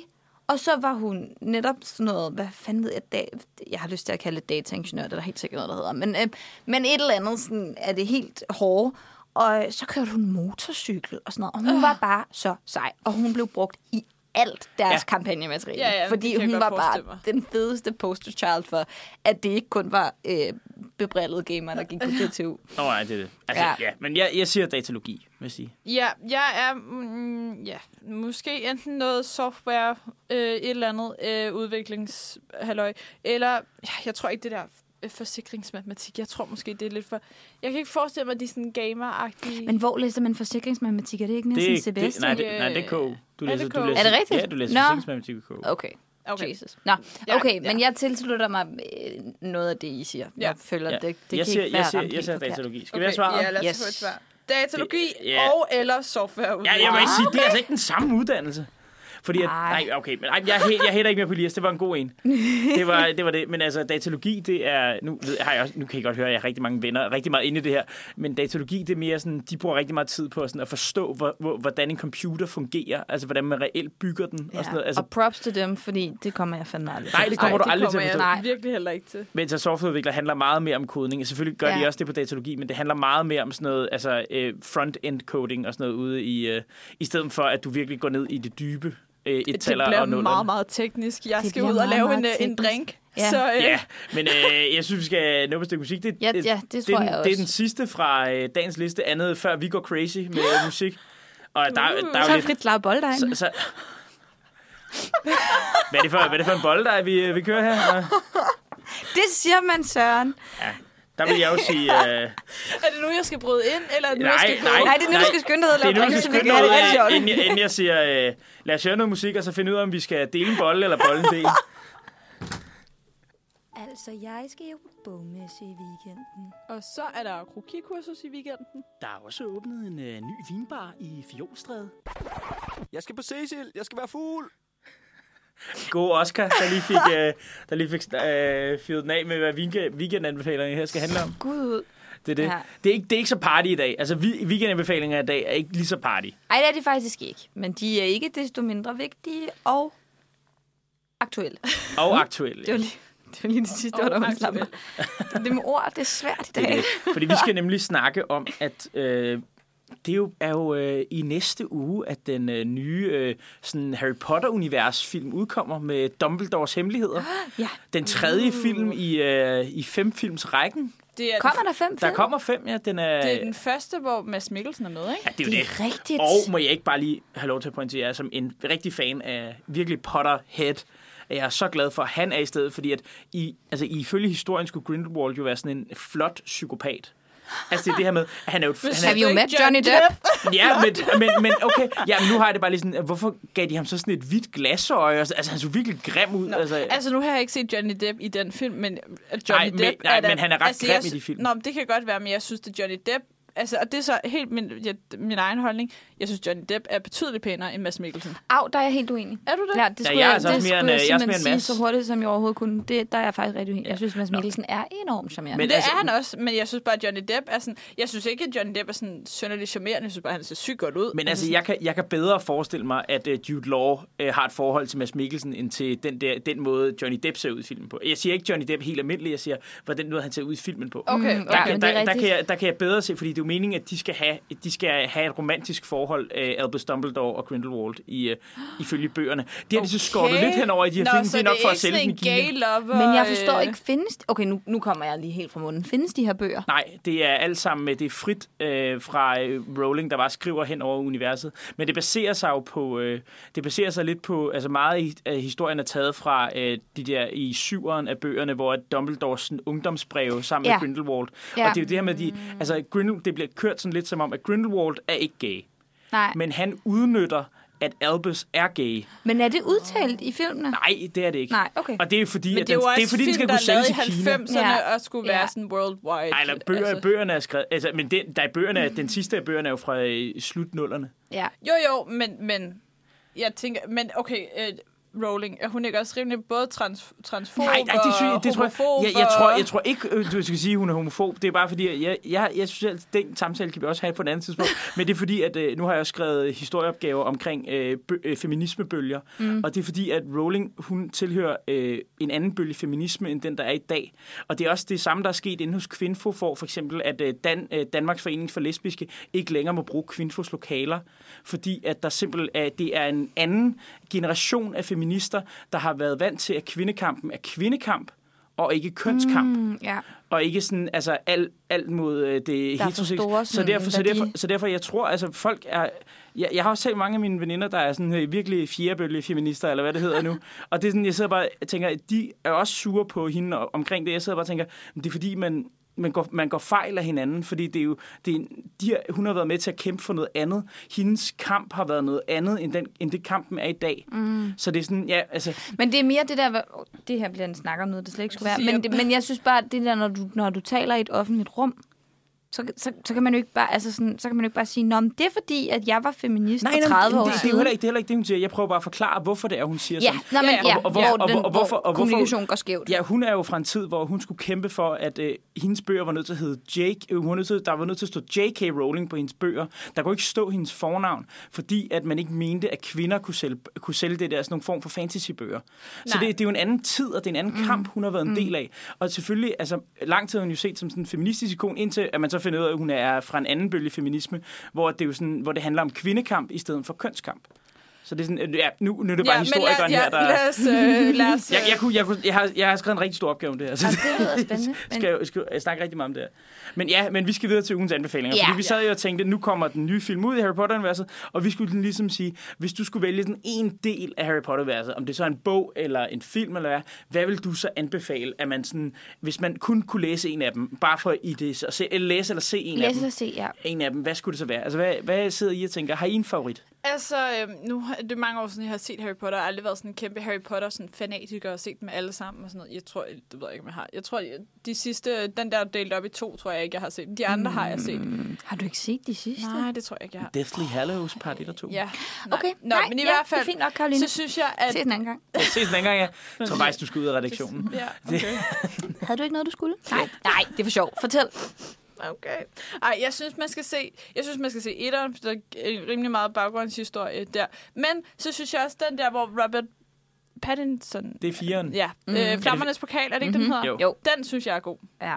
Og så var hun netop sådan noget, hvad fanden ved jeg har lyst til at kalde det dataingeniør, det er der helt sikkert noget, der hedder. Men et eller andet, sådan, er det helt hårde. Og så kørte hun motorcykel og sådan noget. Og hun var bare så sej. Og hun blev brugt i alt deres kampagnemateriale. Fordi hun var bare den fedeste poster child for, at det ikke kun var bebrillede gamer, der gik på DTU. Nej, det er det. Altså, men jeg siger datalogi, vil jeg sige. Ja, jeg er måske enten noget software, et eller andet udviklingshalløj, eller jeg tror ikke det der forsikringsmatematik. Jeg tror måske, det er lidt for... Jeg kan ikke forestille mig, at de er sådan gamer-agtige... Men hvor læser man forsikringsmatematik? Er det ikke næsten CBS? Nej, det er KU. Er det rigtigt? Ja, du læser forsikringsmatematik i KU. Okay. Jesus. Nå, okay, men jeg tilslutter mig noget af det, I siger. Jeg føler, det kan ikke være ramt. Jeg siger datalogi. Skal vi have svaret? Ja, lad os få et svar. Datalogi og eller software. Ja, jeg vil sige, det er altså ikke den samme uddannelse. Fordi jeg hætter ikke mere på Elias. Det var en god en. Det var det. Men altså, datalogi, det er... Nu kan I godt høre, at jeg har rigtig mange venner, rigtig meget inde i det her. Men datalogi, det er mere sådan... De bruger rigtig meget tid på sådan at forstå, hvordan en computer fungerer. Altså, hvordan man reelt bygger den. Og sådan noget. Altså, og props til dem, fordi det kommer jeg fandme aldrig til. Nej, det kommer du aldrig til at forstå. Nej, virkelig heller ikke til. Men så softwareudvikler handler meget mere om kodning. Selvfølgelig gør de også det på datalogi, men det handler meget mere om sådan noget, altså front-end coding og sådan noget ude i stedet for, at du virkelig går ned i det dybe. Det bliver meget, meget teknisk. Jeg skal ud og lave en drink. Ja. Så, men jeg synes, vi skal nå på et stykke musik. Det tror jeg også. Det er den sidste fra dagens liste, andet før vi går crazy med musik. Og der er jo så lidt... frit slag bolddej. Hvad er det for en bolddej, vi kører her? Det siger man, Søren. Ja. Der vil jeg jo sige... Er det nu, jeg skal bryde ind, eller nej, det er nu, du skal skynde dig. Det er nu, du skal skynde dig, inden jeg siger, lad os høre noget musik, og så finde ud af, om vi skal dele en bolle, eller bollen del. Altså, jeg skal jo på bogmesse i weekenden. Og så er der krokikursus i weekenden. Der er også åbnet en ny vinbar i Fjolstræde. Jeg skal på Cecil. Jeg skal være fugl. God Oscar, der lige fik fyret den af med, hvad weekendanbefalingerne her skal handle om. Gud. Det er det. Ja. Det er ikke så party i dag. Altså, weekendanbefalinger i dag er ikke lige så party. Nej, det er de faktisk ikke. Men de er ikke desto mindre vigtige og aktuelle. Og aktuelle. Det var lige det sidste, der var slapper. Det med ord, det er svært i dag. Det. Fordi vi skal nemlig snakke om, at... det er jo i næste uge, at den nye sådan Harry Potter-univers-film udkommer med Dumbledores hemmeligheder. Ja. Den tredje film i 5-films-rækken. Kommer der 5 film? Der kommer 5, ja. Det er den første, hvor Mads Mikkelsen er med, ikke? Ja, det er det. Rigtigt. Og må jeg ikke bare lige have lov til at pointere, jeg som en rigtig fan af virkelig Potterhead, at jeg er så glad for, at han er i stedet, fordi at ifølge historien skulle Grindelwald jo være sådan en flot psykopat. Altså det er det her med, at han er jo... Har vi jo med Johnny Depp? Ja, men okay. Ja, men nu har jeg det bare lige sådan, hvorfor gav de ham så sådan et hvidt glasøje? Altså han så virkelig grim ud. Altså nu har jeg ikke set Johnny Depp i den film, men Johnny Depp men han er ret grim i de film. Nå, det kan godt være, men jeg synes, det er Johnny Depp. Altså, og det er så helt min egen holdning. Jeg synes, Johnny Depp er betydeligt pænere end Mads Mikkelsen. Der er jeg helt uenig. Er du det? Ja, det skulle jeg simpelthen sige så hurtigt, som jeg overhovedet kunne. Der er jeg faktisk rigtig uenig. Jeg synes, Mads Mikkelsen er enormt charmerende. Men det er han også, men jeg synes bare, at Johnny Depp er sådan... Jeg synes ikke, at Johnny Depp er sådan synderligt charmerende. Jeg synes bare, at han ser sygt godt ud. Men altså, jeg kan bedre forestille mig, at Jude Law har et forhold til Mads Mikkelsen, end til den måde, Johnny Depp ser ud i filmen på. Jeg siger ikke Johnny Depp helt almindelig, jeg siger, hvordan måde han ser ud i filmen på. Okay. Der kan jeg bedre se, fordi det er jo meningen, at de skal have et romantisk forhold, Albus Dumbledore og Grindelwald ifølge bøgerne. Det har de så skåret lidt henover i de her film. Det er nok for at sælge den i Kina. Men jeg forstår ikke, findes... Okay, nu kommer jeg lige helt fra munden. Findes de her bøger? Nej, det er alt sammen det er frit fra Rowling, der bare skriver hen over universet. Men det baserer sig jo på... det baserer sig lidt på... Altså meget af historien er taget fra de der i 7'eren af bøgerne, hvor Dumbledores ungdomsbreve sammen med Grindelwald. Og det er jo det her med, det bliver kørt sådan lidt som om, at Grindelwald er ikke gay. Nej. Men han udnytter, at Albus er gay. Men er det udtalt i filmene? Nej, det er det ikke. Nej, okay. Og det er fordi, men det er fordi den skal kunne sælges i Kina. Men det er jo også film, der og skulle være sådan worldwide. Nej, eller bøgerne er skrevet... Altså, men den sidste af bøgerne er jo fra slut-nullerne. Ja. Jo, men jeg tænker... Men okay... Rowling? Er hun ikke også rimelig både transfob Nej, det synes jeg homofob? Jeg tror ikke, du skal sige, at hun er homofob. Det er bare fordi, jeg synes, at den samtale kan vi også have på et andet tidspunkt. Men det er fordi, at nu har jeg også skrevet historieopgaver omkring feminismebølger. Og det er fordi, at Rowling, hun tilhører en anden bølge feminisme, end den, der er i dag. Og det er også det samme, der er sket inde hos Kvinfo, for eksempel, at Danmarks Forening for Lesbiske ikke længere må bruge Kvinfos lokaler, fordi at der simpelthen det er en anden generation af feminister, der har været vant til, at kvindekampen er kvindekamp, og ikke kønskamp. Og ikke sådan, altså alt mod det heteroseksuelle. Så derfor, jeg tror, altså folk er... Jeg har også selv mange af mine veninder, der er sådan virkelig fjerebølge feminister, eller hvad det hedder nu. Og det er sådan, jeg sidder bare og tænker, de er også sure på hende omkring det. Jeg sidder bare og tænker, det er fordi, man går fejl af hinanden, fordi det er jo, hun har været med til at kæmpe for noget andet. Hendes kamp har været noget andet, end det kampen er i dag. Så det er sådan, ja, altså... Men det er mere det der, det her bliver en snak om noget, det slet ikke skulle være. Men jeg synes bare, det der, når du taler i et offentligt rum, så kan man jo ikke bare, altså sådan, så kan man jo ikke bare sige, nå, men det er fordi, at jeg var feminist for 30 år siden. Det er heller ikke det, hun siger. Jeg prøver bare at forklare, hvorfor det er, hun siger sådan. Hvor kommunikationen går skævt. Ja, hun er jo fra en tid, hvor hun skulle kæmpe for, at hendes bøger var nødt til at hedde der var nødt til at stå J.K. Rowling på hendes bøger. Der kunne ikke stå hendes fornavn, fordi at man ikke mente, at kvinder kunne sælge det der sådan nogle form for fantasybøger. Så det er jo en anden tid, og det er en anden kamp, hun har været en del af. Og selvfølgelig, altså lang tid har hun jo set som sådan en feministisk ikon, indtil at man så finder ud af, at hun er fra en anden bølge feminisme, hvor det jo sådan, hvor det handler om kvindekamp i stedet for kønskamp. Så det er sådan, ja, nu er det bare historikeren her, der... Lad os Jeg har skrevet en rigtig stor opgave om det her. Ja, det lyder spændende. Jeg snakker rigtig meget om det her. Men vi skal videre til ugens anbefalinger. Fordi vi sad jo og tænkte, nu kommer den nye film ud i Harry Potter-universet, og vi skulle ligesom sige, hvis du skulle vælge sådan en del af Harry Potter-universet, om det så er en bog eller en film eller hvad vil du så anbefale, at man sådan, hvis man kun kunne læse en af dem, bare for i det, læse eller se en af dem. Læse og se, ja. En af dem, hvad skulle det så være? Altså, hvad sidder I og tænker? Har I en favorit? Altså, nu det er mange år siden, jeg har set Harry Potter. Jeg har aldrig været sådan en kæmpe Harry Potter sådan fanatiker og set dem alle sammen og sådan noget. Jeg tror, det ved jeg ikke, om jeg har. Jeg tror, de sidste, den der delt op i 2, tror jeg ikke, jeg har set. De andre har jeg set. Har du ikke set de sidste? Nej, det tror jeg ikke, jeg har. Deathly Hallows part 1 og 2. Ja. Okay. Nej, men i hvert fald, det er fint nok, Karoline. så synes jeg, at... Ses den anden gang. Ja. Jeg tror faktisk, du skal ud af redaktionen. Ja, okay. Havde du ikke noget, du skulle? Nej, det er for sjov. Fortæl. Okay. Ej, jeg synes, man skal se etteren, for der er rimelig meget baggrundshistorie der. Men så synes jeg også, den der, hvor Robert Pattinson... Det er 4'eren. Ja. Flammernes Pokal, er det ikke, den hedder? Jo. Den synes jeg er god. Ja.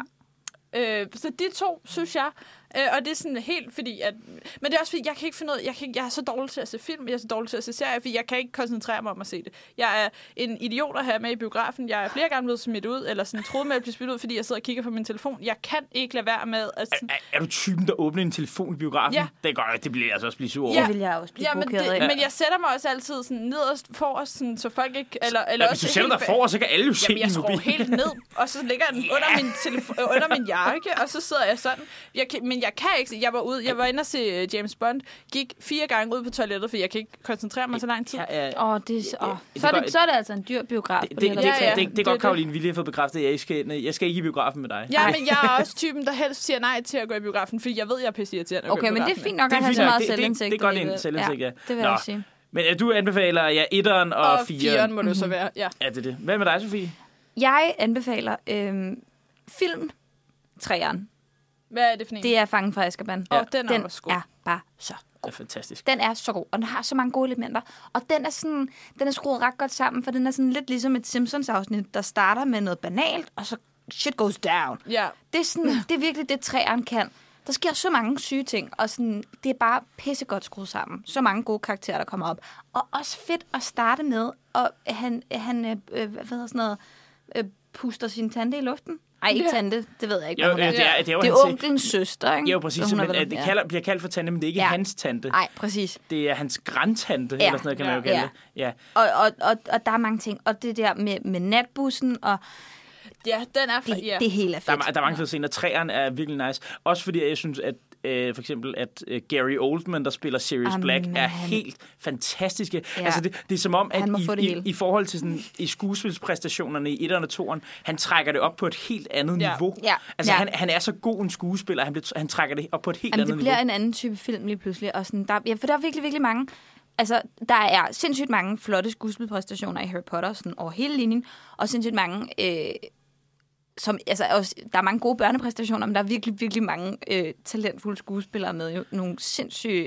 Så de 2, synes jeg... Og det er sådan helt fordi, at... Men det er også fordi, jeg kan ikke finde ud af... Jeg er så dårlig til at se film, jeg er så dårlig til at se serier, fordi jeg kan ikke koncentrere mig om at se det. Jeg er en idiot at have med i biografen. Jeg er flere gange blevet smidt ud, eller sådan troet med at blive smidt ud, fordi jeg sidder og kigger på min telefon. Jeg kan ikke lade være med at... Er du typen, der åbner en telefon i biografen? Ja. Det er godt, det bliver jeg altså også blive sur over. Ja. Det vil jeg også blive provokeret af. Men jeg sætter mig også altid sådan nederst forrest, sådan, så folk ikke... Eller hvis du sætter dig forrest, så kan alle jo se jeg skruer helt ned, og så ligger den under min jakke, og så sidder jeg sådan. Men jeg kan ikke... Jeg var inde og se James Bond, gik 4 gange ud på toilettet, for jeg kan ikke koncentrere mig så lang tid. Så er det altså en dyr biograf. Det er godt, Karoline, vi lige har fået bekræftet, at jeg skal ikke i biografen med dig. Ja, men jeg er også typen, der helst siger nej til at gå i biografen, fordi jeg ved, jeg er pisseirriterende. Okay, men det er fint nok at have så meget selvindsigt. Det er godt en selvindsigt, ja. Det vil jeg også sige. Men du anbefaler, etteren og 4'eren. Og 4'eren må det så være, ja. Ja, det er det. Hvad med dig, Sofie? Jeg anbefaler film 3'eren. Hvad er det for en? Det er Fangen fra Azkaban. Ja. Den er også god. Er bare så god. Det er fantastisk. Den er så god, og den har så mange gode elementer. Og den er skruet ret godt sammen, for den er sådan lidt ligesom et Simpsons-afsnit, der starter med noget banalt, og så shit goes down. Ja. Det er virkelig det, 3'eren kan. Der sker så mange syge ting, og sådan, det er bare pissegodt skruet sammen. Så mange gode karakterer, der kommer op. Og også fedt at starte med, og han puster sin tante i luften. Ej, ikke tante, det ved jeg ikke, hvad hun er. Det er onkelens søster, ikke? Jo, præcis. Men det bliver kaldt for tante, men det er ikke hans tante. Nej, præcis. Det er hans grandtante, eller sådan noget, kan man jo kalde det. Ja. Og der er mange ting. Og det der med natbussen, og... Ja, den er... Det hele er fedt. Der er mange fede scener. 3'eren er virkelig nice. Også fordi jeg synes, at for eksempel, at Gary Oldman, der spiller Sirius Black, er helt fantastiske. Ja. Altså, det er som om, at i forhold til sådan, i skuespilspræstationerne i 1'eren og 2'eren, han trækker det op på et helt andet niveau. Ja. Altså, han er så god en skuespiller, han trækker det op på et helt andet niveau. Det bliver en anden type film lige pludselig. Og sådan, for der er virkelig, virkelig mange Altså, der er sindssygt mange flotte skuespilpræstationer i Harry Potter sådan over hele linjen, og sindssygt mange... der er mange gode børnepræstationer, men der er virkelig, virkelig mange talentfulde skuespillere med. Jo, nogle sindssyge...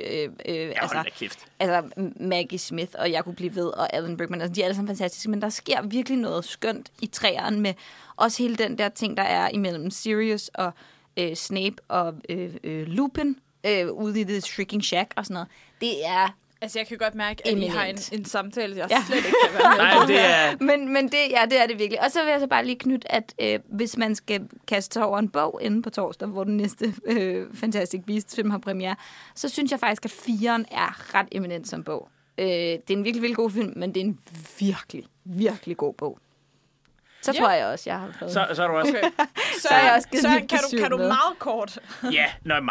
Maggie Smith, og jeg kunne blive ved, og Alan Rickman. Altså, de er alle sammen fantastiske, men der sker virkelig noget skønt i træerne med også hele den der ting, der er imellem Sirius og Snape og Lupin ude i The Shrieking Shack og sådan noget. Det er... Altså, jeg kan godt mærke, at I har en samtale, jeg slet ikke kan være med. Nej, det er... Men det er det virkelig. Og så vil jeg så bare lige knytte, at hvis man skal kaste sig over en bog inde på torsdag, hvor den næste Fantastic Beasts-film har premiere, så synes jeg faktisk, at 4'eren er ret eminent som bog. Det er en virkelig, virkelig god film, men det er en virkelig, virkelig god bog. Så tror jeg også, jeg har prøvet. Så er du også... Okay. Så kan du meget kort? Ja,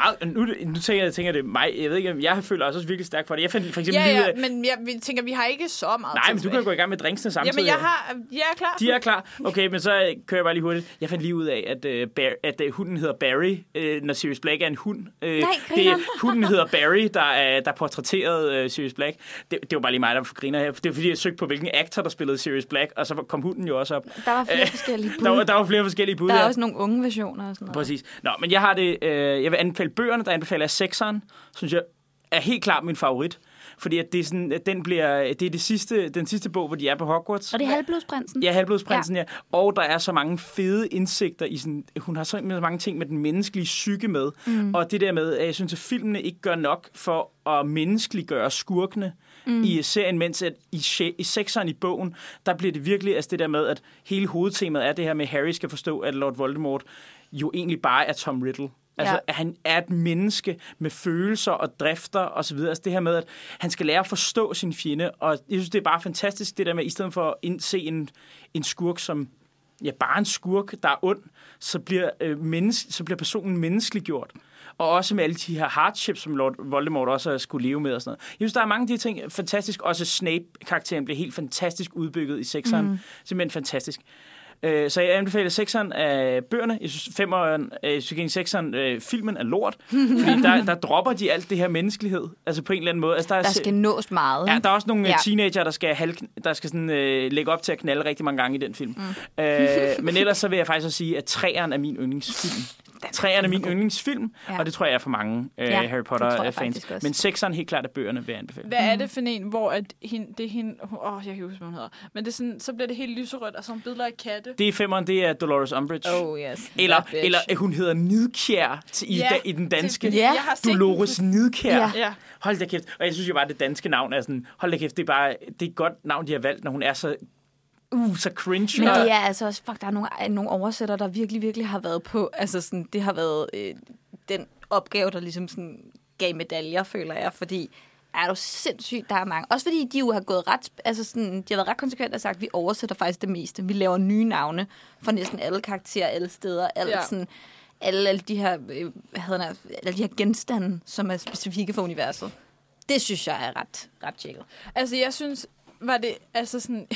nu tænker jeg det mig. Jeg ved ikke, jeg føler også virkelig stærkt for det. Jeg fandt for eksempel men vi tænker, vi har ikke så meget. Nej, men du kan gå i gang med drinksene samtidig. Jamen, jeg er klar. De er klar. Okay, men så kører jeg bare lige hurtigt. Jeg fandt lige ud af, at hunden hedder Barry, når Sirius Black er en hund. Hunden hedder Barry, der portrætterede Sirius Black. Det var bare lige mig, der griner her. Det er fordi, jeg søgte på, hvilken actor, der spillede Sirius Black, og så kom hunden jo også op. Der var flere forskellige bud. Der var flere forskellige bud. Der er også nogle unge versioner og sådan noget. Præcis. Nå, men jeg har det... jeg vil anbefale bøgerne, der anbefaler jeg 6'eren, synes jeg er helt klart min favorit. Fordi at det er sådan, at det er den sidste bog, hvor de er på Hogwarts. Og det er Halvblodsprinsen. Ja, Halvblodsprinsen, ja. Og der er så mange fede indsigter i sådan... Hun har så mange ting med den menneskelige psyke med. Og det der med, at jeg synes, at filmene ikke gør nok for at menneskeliggøre skurkene i serien, mens at i 6'eren i bogen, der bliver det virkelig altså det der med, at hele hovedtemaet er det her med, at Harry skal forstå, at Lord Voldemort jo egentlig bare er Tom Riddle. Altså, at han er et menneske med følelser og drifter og så videre. Altså det her med, at han skal lære at forstå sin fjende. Og jeg synes, det er bare fantastisk, det der med, i stedet for at se en skurk som, bare en skurk, der er ond, så bliver personen menneskeliggjort. Og også med alle de her hardships, som Lord Voldemort også skulle leve med og sådan noget. Jeg synes, der er mange af de ting fantastisk. Også Snape-karakteren blev helt fantastisk udbygget i 6'eren. Simpelthen fantastisk. Så jeg anbefaler 6'eren af bøgerne. Jeg synes 6'eren filmen er lort. Fordi der dropper de alt det her menneskelighed. Altså på en eller anden måde. Altså, der skal nås meget. Ja, der er også nogle teenager, der skal sådan, lægge op til at knalde rigtig mange gange i den film. Men ellers så vil jeg faktisk også sige, at 3'eren er min yndlingsfilm. 3'eren er min yndlingsfilm, og det tror jeg er for mange Harry Potter-fans. Men 6'eren helt klart af bøgerne vil jeg anbefale. Hvad er det for en, hvor det er hende... jeg kan ikke huske, hvad hun hedder. Men det er sådan, så bliver det helt lyserødt, og så billeder af katte. Det er 5'eren, det er Dolores Umbridge. Oh yes. Eller hun hedder Nidkjær i den danske. Dolores Nidkjær. Ja. Hold da kæft. Og jeg synes jo bare, at det danske navn er sådan... Hold da kæft, det er et godt navn, de har valgt, når hun er så... så cringe. Men det er altså også, der er nogle oversætter, der virkelig, virkelig har været på, altså sådan, det har været den opgave, der ligesom sådan gav medaljer, føler jeg, fordi er du sindssygt, der er mange. Også fordi de jo har gået ret, altså sådan, de har været ret konsekvent og sagt, at vi oversætter faktisk det meste. Vi laver nye navne for næsten alle karakterer, alle steder, sådan, alle de her, alle de her genstande, som er specifikke for universet. Det synes jeg er ret tjekket. Altså, jeg synes, var det, altså sådan...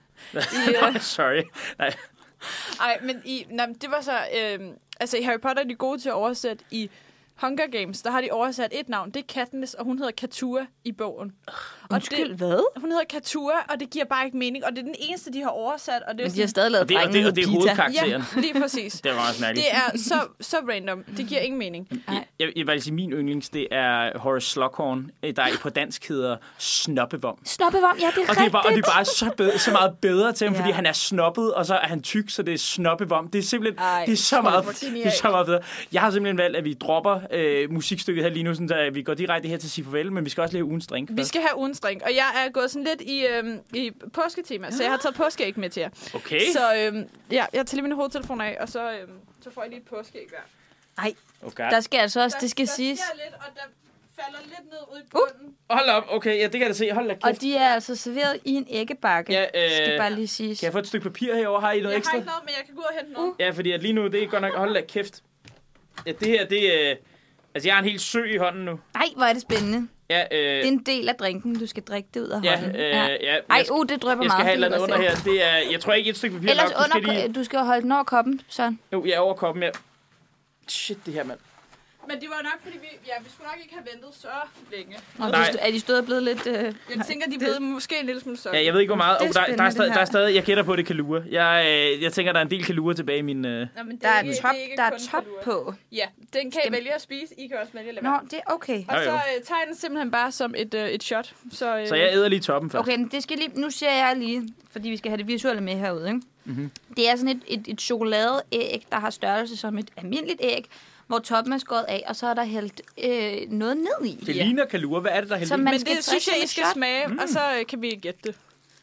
Sorry. Nej. Ej, men det var så... altså, i Harry Potter er de gode til at oversætte. I Hunger Games, der har de oversat et navn. Det er Katniss, og hun hedder Katua i bogen. Undskyld, hvad? Hun hedder Katua, og det giver bare ikke mening. Og det er den eneste, de har oversat. Og det er men de har stadig lavet drengen og det er hovedkarakteren. Ja, lige præcis. Det var også mærkeligt. Det er så random. Det giver ingen mening. Jeg vil bare sige, min yndlings, det er Horace Slughorn, der på dansk hedder Snoppevom. Snoppevom, ja, det er rigtigt. Og det er bare så meget bedre til ham, fordi han er snoppet, og så er han tyk, så det er Snoppevom. Det er simpelthen det er så meget bedre. Jeg har simpelthen valgt, at vi dropper musikstykket her lige nu, så vi går direkte her til at sige farvel, men vi skal også lave ugens drink. Vi skal have ugens drink, og jeg er gået sådan lidt i påsketema, så jeg har taget påskeæg med til jer. Okay. Så jeg tager lige mine hovedtelefoner af, og så får jeg lige et påskeæg hver. Nej, der skal altså også, det skal siges. Der sker lidt, og der falder lidt ned ud i bunden. Hold op, okay, ja, det kan jeg da se. Hold da kæft. Og de er altså serveret i en æggebakke, skal bare lige siges. Kan jeg få et stykke papir herovre? Har I noget ekstra? Jeg har ikke noget, men jeg kan gå ud og hente noget. Ja, fordi at lige nu, det er godt nok... Hold da kæft. Ja, det her, det er... Altså, jeg har en helt sø i hånden nu. Nej, hvor er det spændende. Ja, det er en del af drinken, du skal drikke det ud af hånden. Ja. Ej, det drøber meget. Jeg skal have et eller andet under her. Det er, jeg tror ikke et stykke papir ellers nok. Du skal holde den over koppen, Søren. Jo, jeg er over koppen, ja. Shit, det her, mand. Men det var nok, fordi vi skulle nok ikke have ventet så længe. Er de stået blevet lidt... Jeg tænker, de er blevet måske en lille smule så. Ja, jeg ved ikke, hvor meget. Det er Der er stadig, jeg gætter på, det Kalua. Jeg tænker, der er en del Kalua tilbage i min... Der er top på. Ja, den kan I vælge at spise. I kan også vælge at lade Nå, være. det er okay. Og så tager den simpelthen bare som et shot. Så jeg æder lige toppen først. Okay, men det skal lige... Nu ser jeg lige, fordi vi skal have det visuelle med herude, ikke? Mm-hmm. Det er sådan et chokoladeæg, der har størrelse som et almindeligt æg, hvor toppen er skåret af, og så er der hældt noget ned i. Det ligner Kalua. Hvad er det, der er hældt i? Men det synes jeg, I skal smage, og så kan vi gætte det.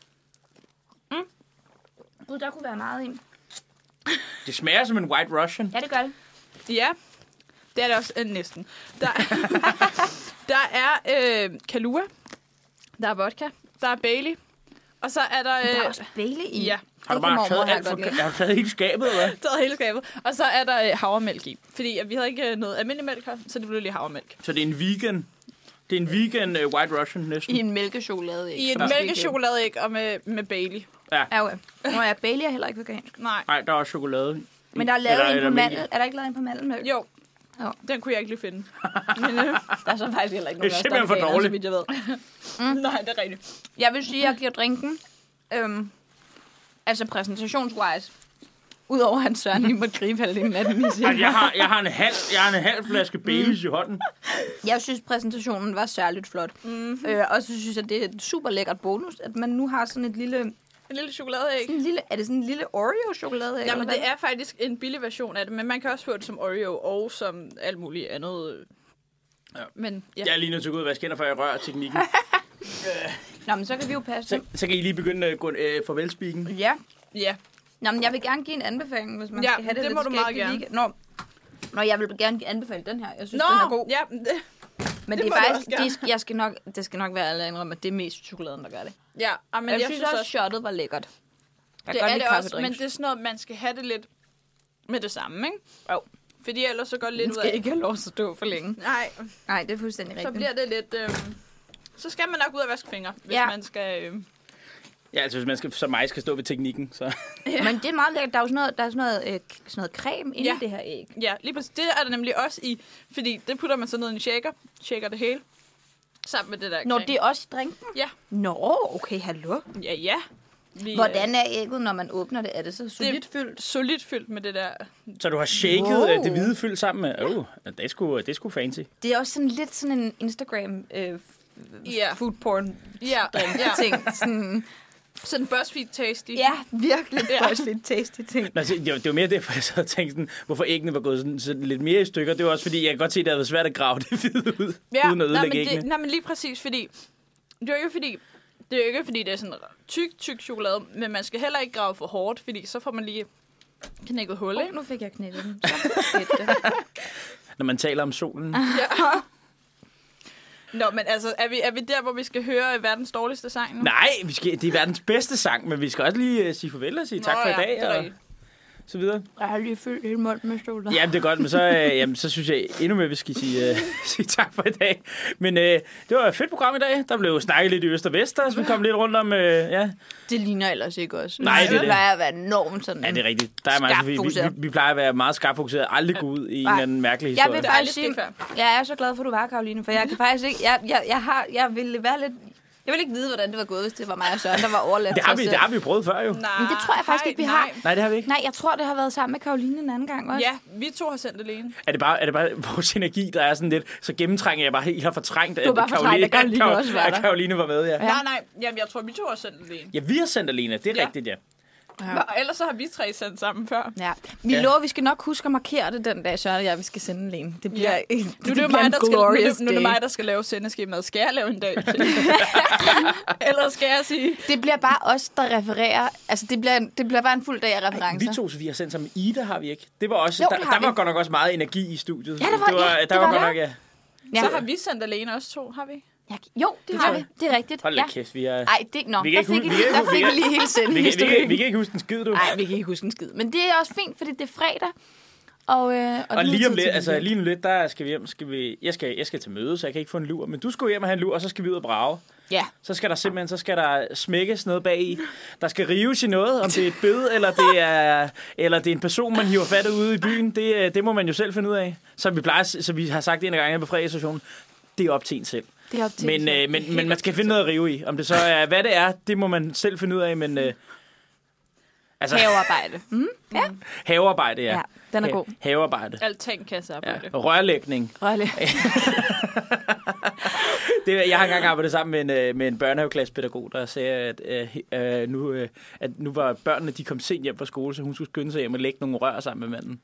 Gud, der kunne være meget i. Det smager som en White Russian. Ja, det gør det. Ja, det er det også næsten. Der er Kalua, der er vodka, der er Bailey, og så er der... Der er også Bailey i. Ja. Har du bare taget hele skabet, eller hvad? Taget hele skabet. Og så er der havremælk i. Fordi vi havde ikke noget almindelig mælk her, så det blev lige havremælk. Så det er en vegan... Det er en vegan White Russian næsten. I en mælkechokoladeæg. I et mælkechokoladeæg og med Bailey. Ja. Okay. Nå ja, Bailey er heller ikke vegansk. Nej, der er også chokolade. Men der er lavet en på mandel. Er der ikke lavet en på mandelmælk? Jo. Den kunne jeg ikke lige finde. Men der er så faktisk heller ikke nogen, det er simpelthen for dårligt. Så vidt jeg ved. Nej, det er rigtigt. Jeg vil sige, at jeg giver drinken, altså præsentationswise, udover at Søren lige måtte gribe halvdelen af den i sin. Jeg har en halv flaske Baileys i hånden. Jeg synes, præsentationen var særligt flot. Og så synes jeg, det er et super lækkert bonus, at man nu har sådan et lille... En lille chokoladeæg. Er det sådan en lille Oreo-chokoladeæg? Jamen, det er faktisk en billig version af det, men man kan også få det som Oreo og som alt muligt andet. Ja. Men, ja. Jeg er lige nødt til at gå ud og vaske hænder, før jeg rører teknikken. Nå, men så kan vi jo passe. Så kan I lige begynde at gå farvelspeaken. Ja. Ja. Nå, men jeg vil gerne give en anbefaling, hvis man skal have det det lidt må du meget gerne. Nå, jeg vil gerne anbefale den her. Jeg synes, den er god. Ja, men det er faktisk, det skal nok være alle indrømme, at det er mest chokoladen, der gør det. Ja, men jeg synes også, shottet var lækkert. Det er det også, men det er sådan noget, man skal have det lidt med det samme, ikke? Jo. Fordi ellers så går det lidt ud af... Man skal ikke have lov at stå for længe. Nej, det er fuldstændig rigtigt. Så bliver det lidt... Så skal man nok ud og vaske fingre, hvis man skal... Ja, altså hvis man skal, som mig skal stå ved teknikken, så... Men det er meget lækkert. Der er jo sådan noget creme inde i det her æg. Ja, lige præcis. Det er der nemlig også i, fordi det putter man så ned i en shaker det hele, sammen med det der creme. Når det er også i drinken? Ja. Nå, okay, hallo. Ja. Hvordan er ægget, når man åbner det? Er det så solidt fyldt? Solidt fyldt med det der. Så du har shaket det hvide fyld sammen med... det er sgu fancy. Det er også sådan lidt sådan en Instagram food porn ting. Sådan BuzzFeed tasty. Ja, virkelig BuzzFeed tasty ting. Altså, det var mere derfor, jeg så tænkte sådan, hvorfor æggene var gået sådan lidt mere i stykker. Det var også fordi, jeg kan godt se, at det havde været svært at grave det hvide ud, uden at ødelægge æggene. Nej, men lige præcis, fordi... Det er jo ikke fordi, det er sådan tyk chokolade, men man skal heller ikke grave for hårdt, fordi så får man lige knækket hul, ikke? Nu fik jeg knækket den. Når man taler om solen. Ja. Nå, men altså, er vi der, hvor vi skal høre verdens dårligste sang nu? Nej, det er verdens bedste sang, men vi skal også lige sige farvel og sige tak for i dag. Og så videre. Jeg har lige fyldt hele munden med chokolade. Jamen, det er godt, men så synes jeg endnu mere, vi skal sige tak for i dag. Men det var et fedt program i dag. Der blev snakket lidt i øst og vest, så vi kom lidt rundt om... Det ligner ellers ikke også. Nej, det plejer at være enormt sådan. Ja, det er rigtigt. Der er meget, vi plejer at være meget skarpt fokuseret, aldrig gå ud i en eller anden mærkelig historie. Jeg vil faktisk sige, jeg er så glad for, at du var, Karoline, for jeg kan faktisk ikke... Jeg ville være lidt... Jeg vil ikke vide, hvordan det var gået, hvis det var mig og Søren, der var overladt. Det har vi prøvet før, jo. Nej, men det tror jeg faktisk ikke, vi har. Nej, det har vi ikke. Nej, jeg tror, det har været sammen med Karoline en anden gang også. Ja, vi to har sendt alene. Er det bare vores energi, der er sådan lidt, så gennemtrænger jeg bare helt har fortrængt, at Karoline var med, ja. Nej, jamen, jeg tror, vi to har sendt alene. Ja, vi har sendt alene, det er rigtigt, ja. Ja. Og ellers så har vi 3 sendt sammen før. Ja. Vi lover, vi skal nok huske at markere det den dag, Søren og jeg, vi skal sende alene. Det bliver nu er det mig, der skal lave sendeskemaet. Skal jeg lave en dag? Eller skal jeg sige... Det bliver bare os, der refererer. Altså, det bliver bare en fuld dag af referencer. Vi to, så vi har sendt sammen. Ida har vi ikke. Det var også, der var godt nok også meget energi i studiet. Ja, det var godt nok, ja. Så har vi sendt alene også 2, har vi? Jo, det har vi. Det er rigtigt. Hold da kæft, vi er... Ej, der fik vi lige hele sendehistorien. Vi kan ikke huske en skid, du. Nej, vi kan ikke huske en skid. Men det er også fint, fordi det er fredag. Og lige om lidt, altså lige om lidt, der skal vi hjem. Jeg skal til møde, så jeg kan ikke få en lur. Men du skal hjem og have en lur, og så skal vi ud og brage. Ja. Så skal der simpelthen smækkes noget bag i. Der skal rives i noget, om det er et bed, eller det er en person, man hiver fat ude i byen. Det må man jo selv finde ud af. Så vi har sagt en gang på fredagsstationen, det er op til en selv. Det er op til men man skal finde noget at rive i. Om det så er, hvad det er, det må man selv finde ud af, men... havearbejde. Ja. Havearbejde, ja. Ja, den er god. Havearbejde. Altankassearbejde. Ja. Rørlægning. Jeg har engang arbejdet sammen med en børnehaveklassepædagog, der sagde, at nu var børnene, de kom sent hjem fra skole, så hun skulle skynde sig hjem og lægge nogle rør sammen med manden.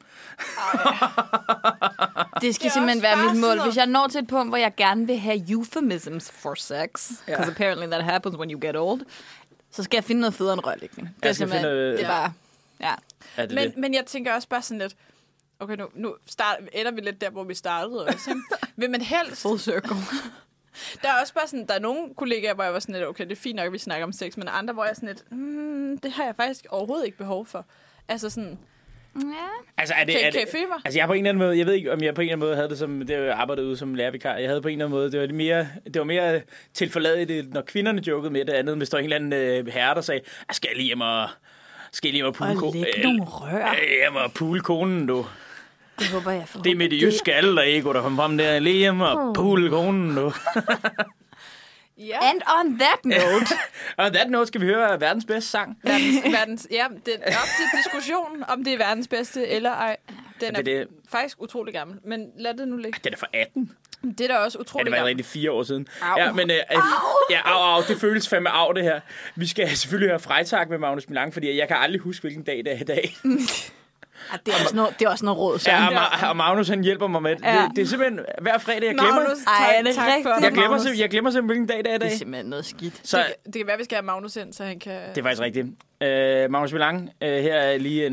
Det skal simpelthen være mit mål. Hvis jeg når til et punkt, hvor jeg gerne vil have euphemisms for sex, because apparently that happens when you get old, så skal jeg finde noget federe end rørlægning. Det er simpelthen, det er bare, ja. Men jeg tænker også bare sådan lidt, okay, nu ender vi lidt der, hvor vi startede også. Vil man helst... Full circle. Der er også bare sådan, der er nogle kollegaer, hvor jeg var sådan lidt, okay, det er fint nok, at vi snakker om sex, men andre, hvor jeg er sådan lidt, det har jeg faktisk overhovedet ikke behov for. Altså sådan... Ja. Altså, kan I følge mig? Altså, jeg på en eller anden måde, jeg ved ikke, om jeg på en eller anden måde havde det som, det jeg arbejdede ude som lærervikar. Jeg havde på en eller anden måde, det var mere tilforladeligt, når kvinderne jokede med det andet, hvis der var en eller anden herre, der sagde, skal jeg lige hjem og pule konen? Og lægge nogle rør. Hjem og pule konen, du. Det håber jeg for. Det er med det jyske alle, der ikke der kommer frem der. Lige hjem og pule konen, du. Ja. And on that note. On that note skal vi høre verdens bedste sang. Ja, det er op til diskussion, om det er verdens bedste eller ej. Den er faktisk utrolig gammel, men lad det nu ligge. Den er fra 18. Det er da også utrolig gammel. Det var rigtig 4 år siden. Au. Ja, men det føles fandme af det her. Vi skal selvfølgelig høre Freitag med Magnus Milang, fordi jeg kan aldrig huske, hvilken dag det er i dag. Det er også noget råd. Og Magnus, han hjælper mig med det. Ja. Det er simpelthen hver fredag, jeg glemmer. Magnus, tak for det. Jeg glemmer simpelthen, hvilken dag det er i dag. Det er simpelthen noget skidt. Så, det kan være, vi skal have Magnus ind, så han kan... Det er faktisk rigtigt. Magnus Milang, her er lige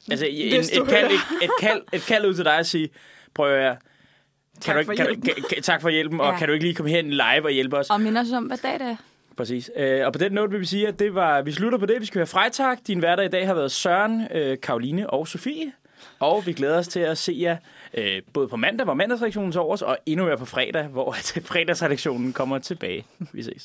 et kald ud til dig at sige, prøv at høre, tak for hjælpen, og kan du ikke lige komme hen live og hjælpe os? Og minde os om, hvad dag det er. Præcis. Og på den note vil vi sige, at vi slutter på det. Vi skal høre Freitag. Din hverdag i dag har været Søren, Karoline og Sofie. Og vi glæder os til at se jer både på mandag, hvor mandagsredaktionen så over os, og endnu mere på fredag, hvor fredagsredaktionen kommer tilbage. Vi ses.